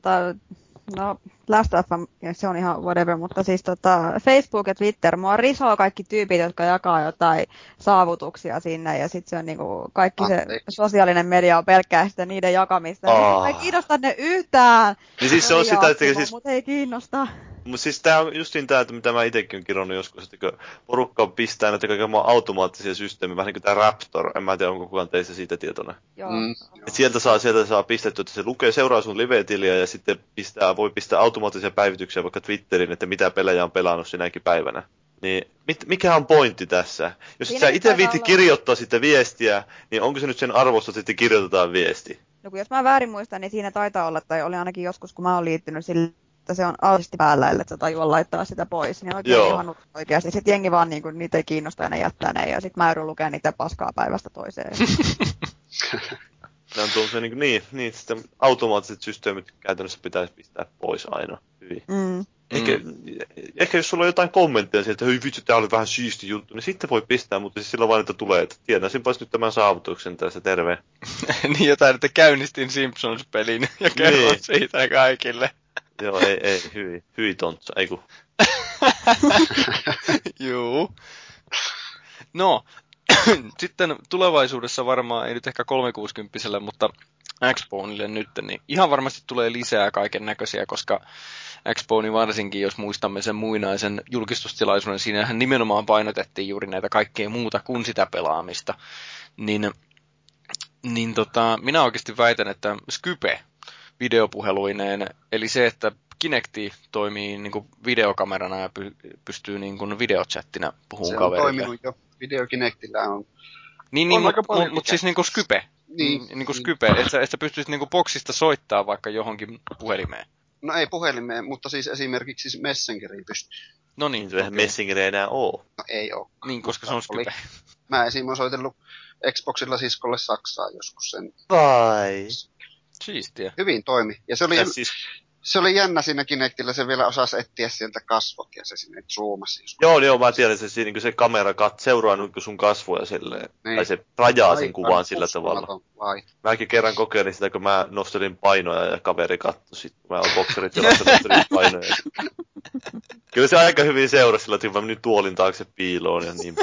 no Last.fm, se on ihan whatever, mutta siis Facebook ja Twitter, mua risoo kaikki tyypit, jotka jakaa jotain saavutuksia sinne ja sitten se on niinku, kaikki se sosiaalinen media on pelkkää sitä niiden jakamista. Ei kiinnosta ne yhtään. Niin siis se on sitä, että siis... Mutta ei kiinnosta. Mutta siis tää on justiin tää, että mitä mä itekin on kirjannut joskus, että kun porukka pistää näitä kaiken automaattisia systeemejä, vähän niin kuin tää Raptor, en mä tiedä, onko kukaan teistä siitä tietoinen. Joo. Et sieltä saa pistetty, että se seuraa sun live-tiliä ja sitten voi pistää automaattisia päivityksiä vaikka Twitteriin, että mitä pelejä on pelannut sinäkin päivänä. Niin mikä on pointti tässä? Jos sä itse viitti kirjoittaa sitä viestiä, niin onko se nyt sen arvosta, että sitten kirjoitetaan viesti? No kun jos mä väärin muistan, niin siinä taitaa olla, tai oli ainakin joskus, kun mä oon liittynyt sille, että se on alisesti päällä, että sä tajua laittaa sitä pois. Niin oikein ihan oikeasti. Sitten jengi vaan niin kuin, niitä ei kiinnosta ja ne jättää ne. Ja sitten mä joudun lukemaan niitä paskaa päivästä toiseen. Ne on tuollaisia niin, sitten automaattiset systeemit käytännössä pitäisi pistää pois aina. hyi. Mm. Ehkä jos sulla on jotain kommentteja sieltä, että hei vitsi, tää oli vähän siisti juttu, niin sitten voi pistää, mutta siis silloin vaan, että tulee, että tienaisinpas nyt tämän saavutuksen tässä, terve. Niin jotain, että käynnistin Simpsons-pelin ja kerron siitä kaikille. Joo, ei, hyi tontsa, ei kun. Juu. No, sitten tulevaisuudessa varmaan, ei nyt ehkä 360, mutta Xboneille nyt, niin ihan varmasti tulee lisää kaiken näköisiä, koska Xbone varsinkin, jos muistamme sen muinaisen julkistustilaisuuden, siinähän nimenomaan painotettiin juuri näitä kaikkea muuta kuin sitä pelaamista, niin minä oikeasti väitän, että Skype videopuheluineen, eli se, että Kinecti toimii niin kuin videokamerana ja pystyy niin kuin videochattina puhumaan kaverille. Se on toiminut jo. Videokinectillä on. Niin, mutta siis niin kuin Skype. Niin kuin Skype, että sä pystyisit niin kuin boksista soittaa vaikka johonkin puhelimeen. No ei puhelimeen, mutta siis esimerkiksi siis Messengeriin pystyy. No niin. Eihän Messenger enää oo. No ei oo. Niin, koska se on Skype. Mä esim. Olen soitellut Xboxilla siskolle Saksaan joskus sen. Vai. Siistiä. Hyvin toimi. Ja se oli jännä siinä Kinectillä, se vielä osasi etsiä sieltä kasvot ja se sinne zoomasi. Joo, mä tiedän, että se kamera seuraa sun kasvoja silleen, niin. Tai se rajaa sen kuvan sillä tavalla. Vai. Mäkin kerran kokeilin sitä, kun mä nostelin painoja ja kaveri katsoi sitten, kun mä oon bokserit ja nostelin painoja. Kyllä se aika hyvin seurasi sillä, että mä menin tuolin taakse piiloon ja niin.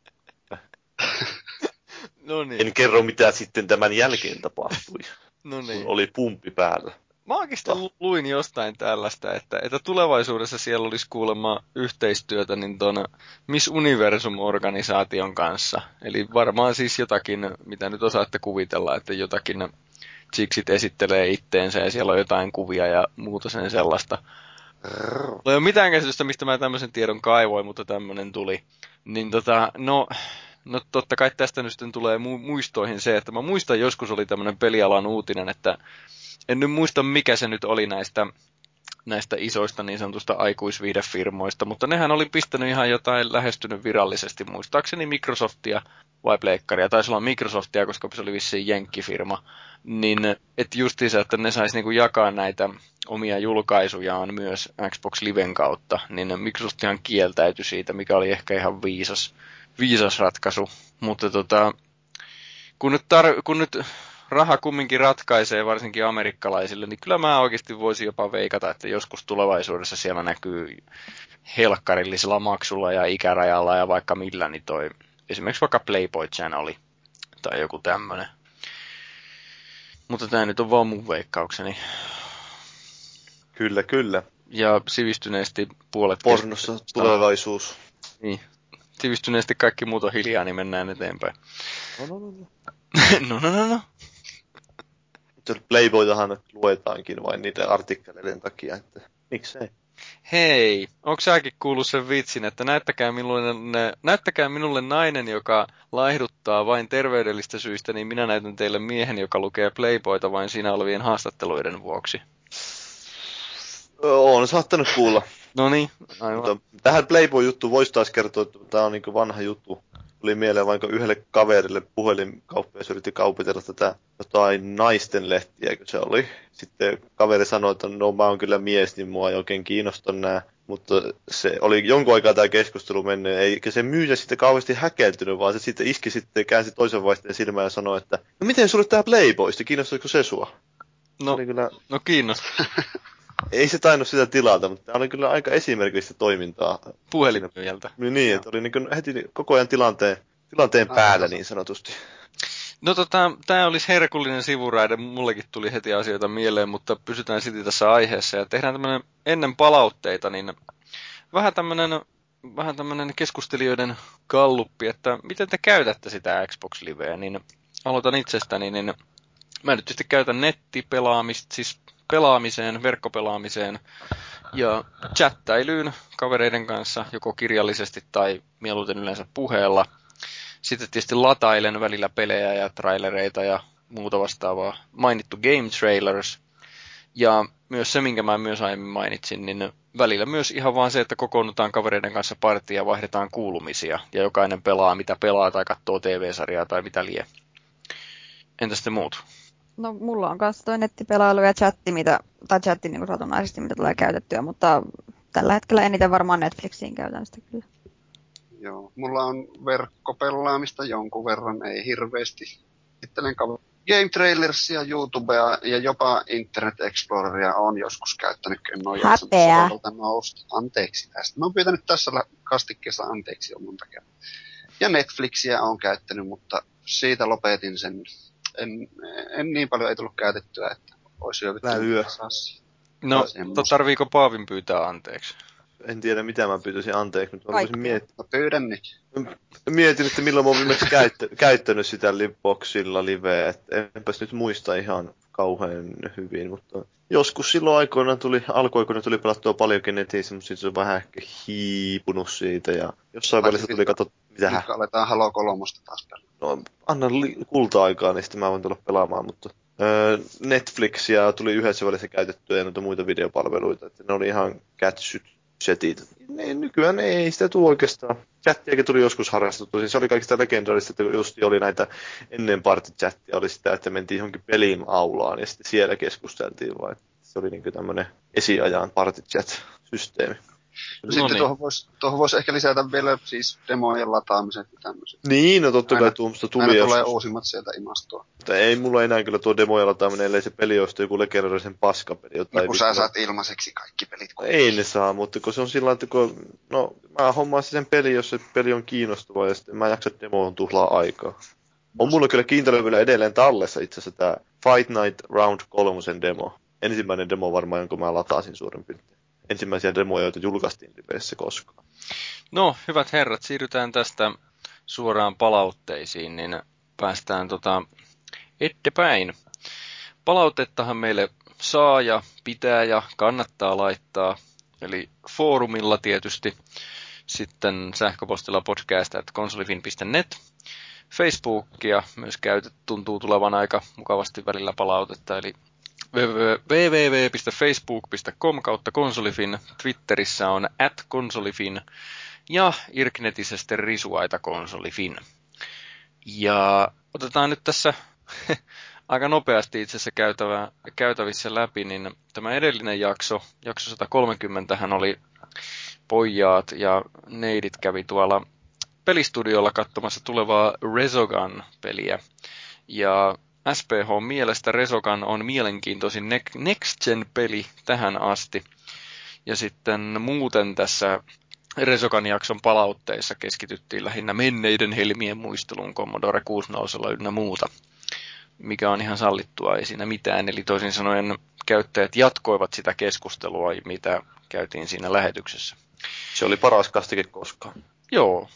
No niin. En kerro, mitä sitten tämän jälkeen tapahtui. No niin. Oli pumppi päällä. Mä oikeastaan luin jostain tällaista, että tulevaisuudessa siellä olisi kuulemma yhteistyötä niin tuon Miss Universum-organisaation kanssa. Eli varmaan siis jotakin, mitä nyt osaatte kuvitella, että jotakin chiksit esittelee itteensä ja siellä on jotain kuvia ja muuta sen sellaista. Ei ole mitään käsitystä, mistä mä tämmöisen tiedon kaivoin, mutta tämmöinen tuli. Niin no totta kai tästä nyt sitten tulee muistoihin se, että mä muistan joskus oli tämmöinen pelialan uutinen, että en nyt muista mikä se nyt oli näistä isoista niin sanotusta aikuisviihdefirmoista, mutta nehän oli pistänyt ihan jotain lähestynyt virallisesti, muistaakseni Microsoftia vai Pleikkaria, taisi olla Microsoftia, koska se oli vissiin jenkkifirma, niin että justiinsa, että ne sais niinku jakaa näitä omia julkaisujaan myös Xbox Liven kautta, niin Microsoftihan kieltäytyi siitä, mikä oli ehkä ihan viisas ratkaisu, mutta kun nyt raha kumminkin ratkaisee varsinkin amerikkalaisille, niin kyllä mä oikeasti voisin jopa veikata, että joskus tulevaisuudessa siellä näkyy helkkarillisella maksulla ja ikärajalla ja vaikka millä, niin esimerkiksi vaikka Playboy Channel tai joku tämmönen. Mutta tää nyt on vaan mun veikkaukseni. Kyllä. Ja sivistyneesti puolet pornossa tulevaisuus. Niin. Sivistyneesti kaikki muut on hiljaa, niin mennään eteenpäin. No. Playboytahan luetaankin vain niiden artikkeleiden takia, että miksei. Hei, onko säkin kuullut sen vitsin, että näyttäkää minulle nainen, joka laihduttaa vain terveydellistä syistä, niin minä näytän teille miehen, joka lukee Playboyta vain siinä olevien haastatteluiden vuoksi. On saattanut kuulla. No niin, aivan. Mutta tähän Playboy-juttuun voisi taas kertoa, että tämä on niin vanha juttu. Tuli mieleen vaikka yhdelle kaverille puhelinkauppias yritti kaupitella tätä jotain naisten lehtiä, kun se oli. Sitten kaveri sanoi, että no mä oon kyllä mies, niin mua ei oikein kiinnosta nää. Mutta se oli jonkun aikaa tämä keskustelu mennyt, eikä se myyjä sitten kauheasti häkeltynyt, vaan se sitten iski sitten, käänsi toisen vaihteen silmään ja sanoi, että no miten sulle tää Playboysta, kiinnostaako se sua? No kiinnostaa. Ei se tainnut sitä tilata, mutta tämä oli kyllä aika esimerkillistä toimintaa. Puhelinmyyjältä. Niin, että oli niin heti koko ajan tilanteen päällä niin sanotusti. No tämä olisi herkullinen sivuraide, mullekin tuli heti asioita mieleen, mutta pysytään sitten tässä aiheessa ja tehdään tämmöinen ennen palautteita, niin vähän tämmöinen keskustelijoiden galluppi, että miten te käytätte sitä Xbox Liveä, niin aloitan itsestäni, niin mä nyt tietysti käytän nettipelaamista, siis pelaamiseen, verkkopelaamiseen ja chattailyyn kavereiden kanssa, joko kirjallisesti tai mieluiten yleensä puheella. Sitten tietysti latailen välillä pelejä ja trailereita ja muuta vastaavaa. Mainittu Game Trailers. Ja myös se, minkä mä myös aiemmin mainitsin, niin välillä myös ihan vaan se, että kokoonnutaan kavereiden kanssa partia ja vaihdetaan kuulumisia. Ja jokainen pelaa, mitä pelaa tai katsoo TV-sarjaa tai mitä lie. Entäs te muut? No mulla on kanssa toi nettipelailu ja chatti niin satunnaisesti, mitä tulee käytettyä, mutta tällä hetkellä eniten varmaan Netflixiin käytän sitä kyllä. Joo, mulla on verkkopelaamista jonkun verran, ei hirveästi. Sitten Game Trailersia, YouTubea ja jopa Internet Exploreria on joskus käyttänyt, kun en ole jaksanut sovelta nousta. Anteeksi tästä. Mä oon pyytänyt tässä kastikkeessa anteeksi jo monta kertaa. Ja Netflixiä on käyttänyt, mutta siitä lopetin sen. En niin paljon ei tullut käytettyä, että olisi hyödytty. No, tarviiko Paavin pyytää anteeksi? En tiedä, mitä mä pyytäisin anteeksi, mutta voisin miettiä. No pyydän nyt. Mietin, että milloin mä oon viimeksi käyttänyt sitä Liveboxilla liveä, että enpäs nyt muista ihan kauhean hyvin, mutta joskus silloin alkuaikoina tuli pelattua paljonkin netissä, mutta sitten se on vähän ehkä hiipunut siitä ja jossain välissä tuli katsottua, mitä nyt aletaan Halo 3 taas pelata. No, anna kulta-aikaa, niin sitten mä voin tulla pelaamaan, mutta Netflixiä tuli yhdessä välissä käytettyä ja noita muita videopalveluita, että ne oli ihan kätsyt chatit. Nykyään ei sitä tule oikeastaan. Chattiakin tuli joskus harrastettu. Se oli kaikista legendaarista, että just oli näitä ennen party-chattia, oli sitä, että mentiin johonkin pelin aulaan ja sitten siellä keskusteltiin, vai se oli niin tämmöinen esiajan party-chat-systeemi. No sitten tuohon voisi ehkä lisätä vielä siis demojen lataamiset ja tämmöiset. Niin, no totta kai tuommoista tuli. Aina tulee uusimmat sieltä imastua. Mutta ei mulla enää kyllä tuo demojen lataaminen, ellei se peli olisi joku legendaarisen paskapeli. No kun sä saat ilmaiseksi kaikki pelit. Ei ne saa, mutta kun se on sillä tavalla, että mä hommaisin sen peli, jos se peli on kiinnostava ja sitten mä jaksan demoon tuhlaa aikaa. On mulla kyllä kiintelöivyllä edelleen tallessa itse asiassa tää Fight Night Round 3 demo. Ensimmäinen demo varmaan, jonka mä lataasin suurin piirtein. Ensimmäisiä demoja, joita julkaistiin liveissä koskaan. No, hyvät herrat, siirrytään tästä suoraan palautteisiin, niin päästään eteenpäin. Palautettahan meille saa ja pitää ja kannattaa laittaa, eli foorumilla tietysti, sitten sähköpostilla podcast@konsolifin.net. Facebookia myös tuntuu tulevan aika mukavasti välillä palautetta, eli www.facebook.com/konsolifin, Twitterissä on @konsolifin ja Irknetissä sitten risuaita konsolifin. Ja otetaan nyt tässä aika nopeasti itse asiassa käytävissä läpi, niin tämä edellinen jakso 130, hän oli pojat ja neidit kävi tuolla pelistudiolla katsomassa tulevaa Resogun-peliä. Ja SPH mielestä Resogun on mielenkiintoisin Next Gen-peli tähän asti. Ja sitten muuten tässä Resogun-jakson palautteissa keskityttiin lähinnä menneiden helmien muisteluun Commodore 64 ynnä muuta, mikä on ihan sallittua, ei siinä mitään. Eli toisin sanoen käyttäjät jatkoivat sitä keskustelua, mitä käytiin siinä lähetyksessä. Se oli paras kastike koskaan. Joo.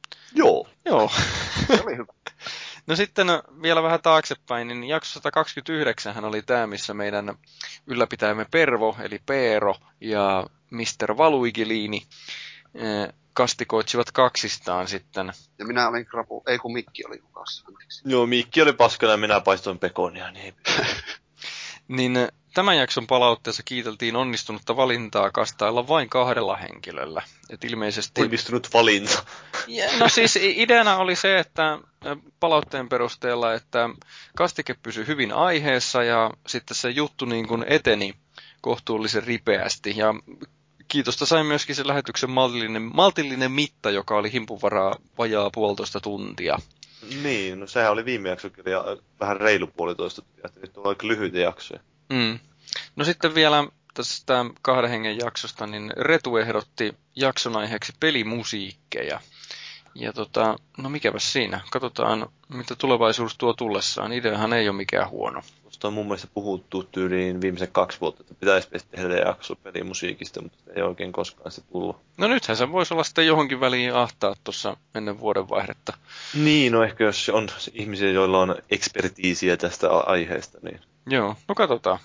Se oli hyvä. No sitten vielä vähän taaksepäin, niin jakso 129 oli tämä, missä meidän ylläpitäjämme Pervo, eli Peero ja Mr. Valuigiliini kastikoitsivat kaksistaan sitten. Ja minä olin Krapu, ei kun Mikki oli hukassa. Joo, Mikki oli paskana ja minä paistoin pekonia. Niin tämän jakson palautteessa kiiteltiin onnistunutta valintaa kastailla vain 2 henkilöllä. Et ilmeisesti onnistunut valinta. No siis ideana oli se, että palautteen perusteella, että kastike pysyi hyvin aiheessa ja sitten se juttu niin kuin eteni kohtuullisen ripeästi. Ja kiitosta sai myöskin se lähetyksen maltillinen mitta, joka oli himpuvaraa vajaa 1,5 tuntia. Niin, no sehän oli viime jakso kyllä vähän reilu 1,5 tuntia, että nyt on aika lyhyitä jaksoja. No sitten vielä tästä 2 hengen jaksosta, niin Retu ehdotti jakson aiheeksi pelimusiikkeja. Ja no mikäpäs siinä. Katsotaan, mitä tulevaisuus tuo tullessaan. Ideahan ei ole mikään huono. Tuosta on mun mielestä puhuttu tyyliin viimeisen 2 vuotta, että pitäisi tehdä jakso pelimusiikista, mutta ei oikein koskaan se tullut. No nythän se voisi olla sitten johonkin väliin ahtaa tuossa ennen vuodenvaihdetta. Niin, no ehkä jos on ihmisiä, joilla on ekspertiisiä tästä aiheesta, niin... Joo, no katsotaan.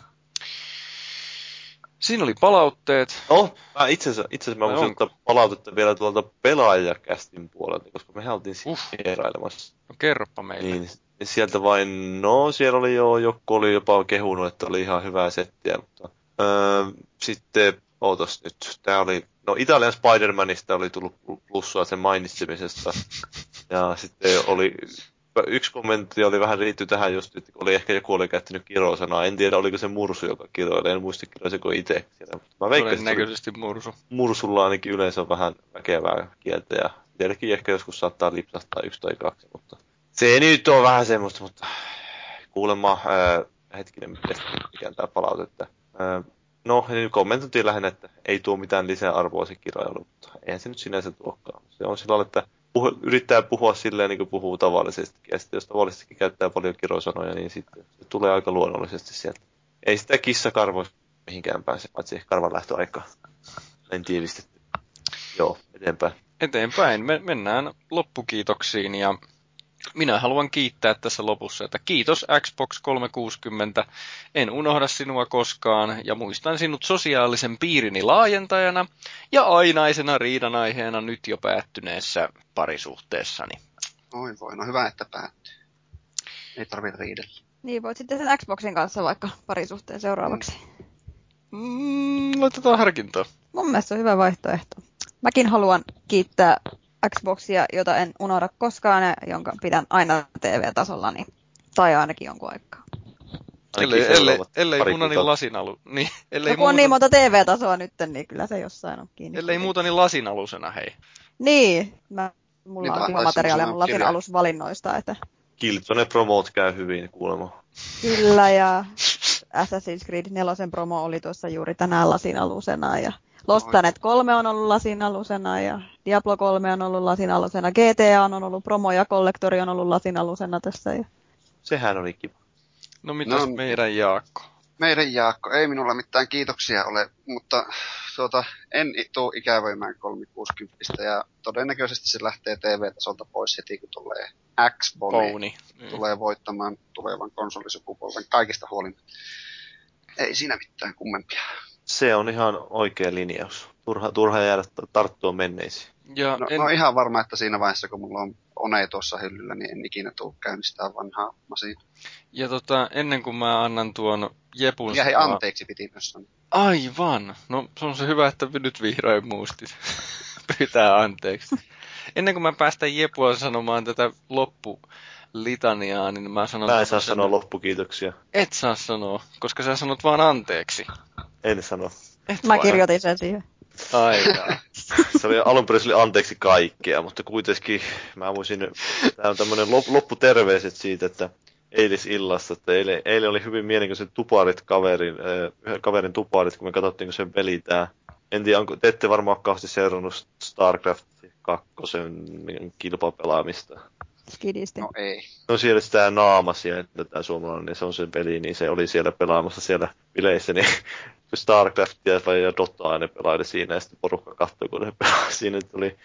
Siinä oli palautteet. No, itse asiassa mä voisin ottaa palautetta vielä tuolta pelaajakästin puolelta, koska mehän oltiin vierailemassa. No kerropa meille. Niin, sieltä vain, siellä oli joku oli jopa kehunut, että oli ihan hyvää settiä, mutta sitten, ootas nyt, tää oli, Italian Spider-Manista oli tullut plussua sen mainitsemisesta, ja sitten oli yksi kommentti oli vähän liittyy tähän just, että oli ehkä joku oli käyttänyt kirosanaa. En tiedä, oliko se mursu, joka kiroili. En muista kiroisiko itse siellä. Mä veikkasin, todennäköisesti mursu. Mursulla ainakin yleensä on vähän väkevää kieltä ja tietenkin ehkä joskus saattaa lipsahtaa 1 tai 2, mutta se nyt on vähän semmoista, mutta kuulemma, hetkinen, mikä tää palautetta. No, kommentoitiin lähinnä, että ei tuo mitään lisäarvoa se kiroilu, mutta eihän se nyt sinänsä tuokaan. Se on sillä lailla, että yrittää puhua silleen niin kuin puhuu tavallisestikin, ja sitten jos tavallisestikin käyttää paljon kirosanoja, niin sitten se tulee aika luonnollisesti sieltä. Ei sitä kissakarvoista mihinkään pääse, paitsi karvan lähtöaikaa. En tiivistetty. Joo, eteenpäin. Eteenpäin. Mennään loppukiitoksiin ja minä haluan kiittää tässä lopussa, että kiitos Xbox 360. En unohda sinua koskaan ja muistan sinut sosiaalisen piirini laajentajana ja ainaisena riidanaiheena nyt jo päättyneessä parisuhteessani. Oi voi, no hyvä, että päättyy. Ei tarvitse riidellä. Niin, voit sitten sen Xboxin kanssa vaikka parisuhteen seuraavaksi. Laitetaan harkintaa. Mun mielestä se on hyvä vaihtoehto. Mäkin haluan kiittää Xboxia, jota en unohda koskaan ja jonka pidän aina TV-tasolla, tai ainakin jonkun aikaa. Ellei munanin lasinalu. Niin, kun on niin monta TV-tasoa nyt, niin kyllä se jossain on kiinni. Ellei muuta niin lasinalusena, hei. Niin, mulla on kyllä materiaalia mun lasinalusvalinnoista. Että... Killzone promot käy hyvin kuulemma. Kyllä, ja Assassin's Creed 4 promo oli tuossa juuri tänään lasinalusena, ja Lost Planet 3 on ollut lasinalusena, ja Diablo 3 on ollut lasinalusena, GTA on ollut promo, ja Kollektori on ollut lasinalusena tässä. Ja... Sehän oli kiva. No mitäs meidän Jaakko? Meidän Jaakko, ei minulla mitään kiitoksia ole, mutta en tuu ikävöimään 360 ja todennäköisesti se lähtee TV-tasolta pois heti, kun tulee Xbox. Tulee voittamaan tulevan konsolisukupolven kaikista huolimatta. Ei siinä mitään kummempia. Se on ihan oikea linjaus. Turha jäädä tarttua menneisiin. No ihan varma, että siinä vaiheessa, kun mulla on One tuossa hyllyllä, niin en ikinä tule käynnistää vanhaa masiinaa. Ja ennen kuin mä annan tuon Jepun... Ja hei, anteeksi piti myös sanoa. Aivan. No se on se hyvä, että nyt vihdoin muistit. Pyytää anteeksi. Ennen kuin mä päästän Jepua sanomaan tätä loppulitaniaa, niin mä sanon... Mä en saa sanoa loppukiitoksia. Et saa sanoa, koska sä sanot vaan anteeksi. En sano. Mä kirjoitin sen siihen. Aikaa. Se oli alun perin anteeksi kaikkea, mutta kuitenkin mä voisin, tää on tämmönen lopputerveiset siitä, että eilisillasta, että eilen oli hyvin mielenkiintoiset kaverin tuparit, kun me katsottiin sen peli tää. En tiedä, te ette varmaan kauheasti seurannut StarCraft 2 kilpapelaamista. Skidisti. No ei. No siellä sitä Naamasia, että tää suomalainen, se on sen peli, niin se oli siellä pelaamassa siellä bileissä, niin StarCraftia ja Dotaa ne pelaili siinä, ja sitten porukka katsoi, kun ne pelaili siinä, että oli...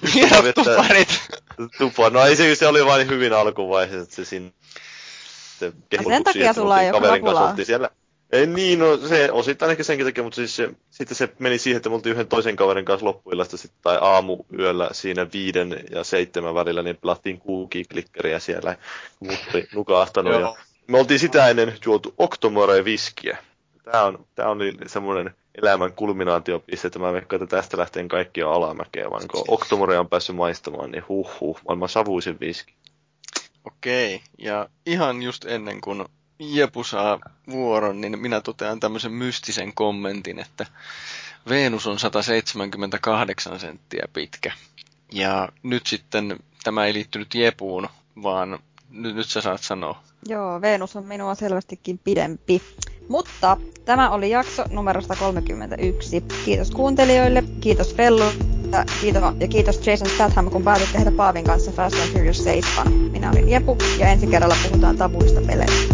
Tuparit! No ei se oli vain hyvin alkuvaiheessa, että se siinä... Sen takia sulla ei ole krapulaa. Siellä. Ei niin, no se osittain ehkä senkin takia, mutta siis sitten se meni siihen, että me oltiin yhden toisen kaverin kanssa loppuillasta sitten, tai aamuyöllä siinä 5 ja 7 välillä, niin pelattiin cookie-klikkeriä siellä, kun muut oli nukahtanut. Ja me oltiin sitä ennen juotu Octomore-viskiä. Tämä on semmoinen elämän kulminaatiopiste, että mä veikkaan, että tästä lähteen kaikki on alamäkeä, vaan kun Octomore on päässyt maistamaan, niin maailman savuisin viski. Okei, ja ihan just ennen kuin Jepu saa vuoron, niin minä totean tämmöisen mystisen kommentin, että Venus on 178 senttiä pitkä. Ja nyt sitten tämä ei liittynyt Jepuun, vaan nyt sä saat sanoa. Joo, Venus on minua selvästikin pidempi. Mutta tämä oli jakso numerosta 31. Kiitos kuuntelijoille, kiitos Fellu ja kiitos Jason Statham, kun päätit tehdä Paavin kanssa Fast and Furious 7. Minä olin Jepu ja ensi kerralla puhutaan tabuista peleistä.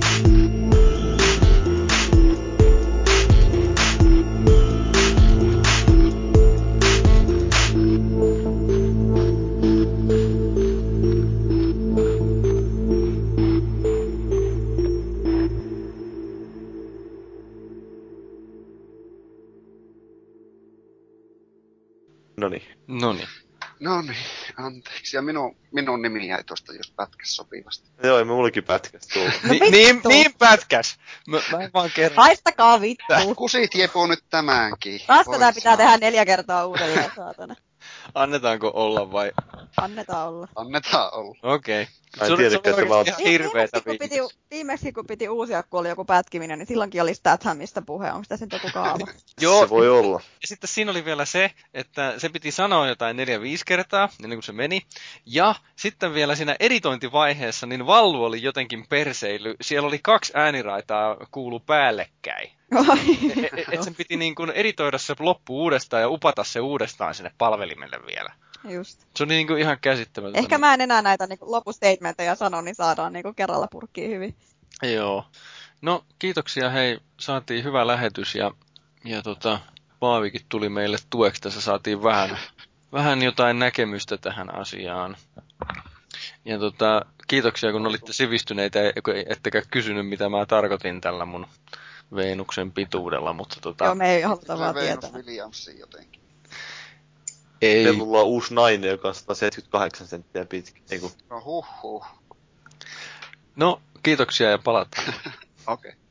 Noniin, anteeksi. Ja minun nimi jäi tuosta just pätkäs sopivasti. Joo, ei mullekin pätkäs tuolla. Niin pätkäs! Mä vaan kerran. Haistakaa vittu! Kusit Jepu nyt tämänkin. Taas tää pitää tehdä 4 kertaa uudelleen, saatana. Annetaanko olla vai? Annetaan olla. Annetaan olla. Okei. Mä en Se oli tiedäkään, että mä oon... oikeesti ihan hirveetä Viimeksi kun piti uusia, kun oli joku pätkiminen, niin silloinkin oli Stathamista puhe. Onko tässä nyt joku kaava? Joo, Se voi olla. ja sitten siinä oli vielä se, että se piti sanoa jotain 4-5 kertaa, ennen kuin se meni. Ja sitten vielä siinä editointivaiheessa, niin Vallu oli jotenkin perseily. Siellä oli 2 ääniraitaa kuulu päällekkäin. Et sen piti niin kuin editoida se loppu uudestaan ja upata se uudestaan sinne palvelimelle vielä. Just. Se oli niin kuin ihan käsittämätöntä. Ehkä mä en enää näitä niin lopustatementteja sano, niin saadaan niin kerralla purkkiin hyvin. Joo. No, kiitoksia. Hei, saatiin hyvä lähetys ja Paavikin tuli meille tueksi. Tässä saatiin vähän jotain näkemystä tähän asiaan. Ja kiitoksia, kun olitte sivistyneitä, ettekä kysynyt, mitä mä tarkoitin tällä mun Veenuksen pituudella, mutta Joo, me ei haluta vaan tietää. Venus Williamsin jotenkin. ei. Levulla on uusi nainen, joka on 178 senttiä pitkä. No huhhuh. No, kiitoksia ja palataan. Okei.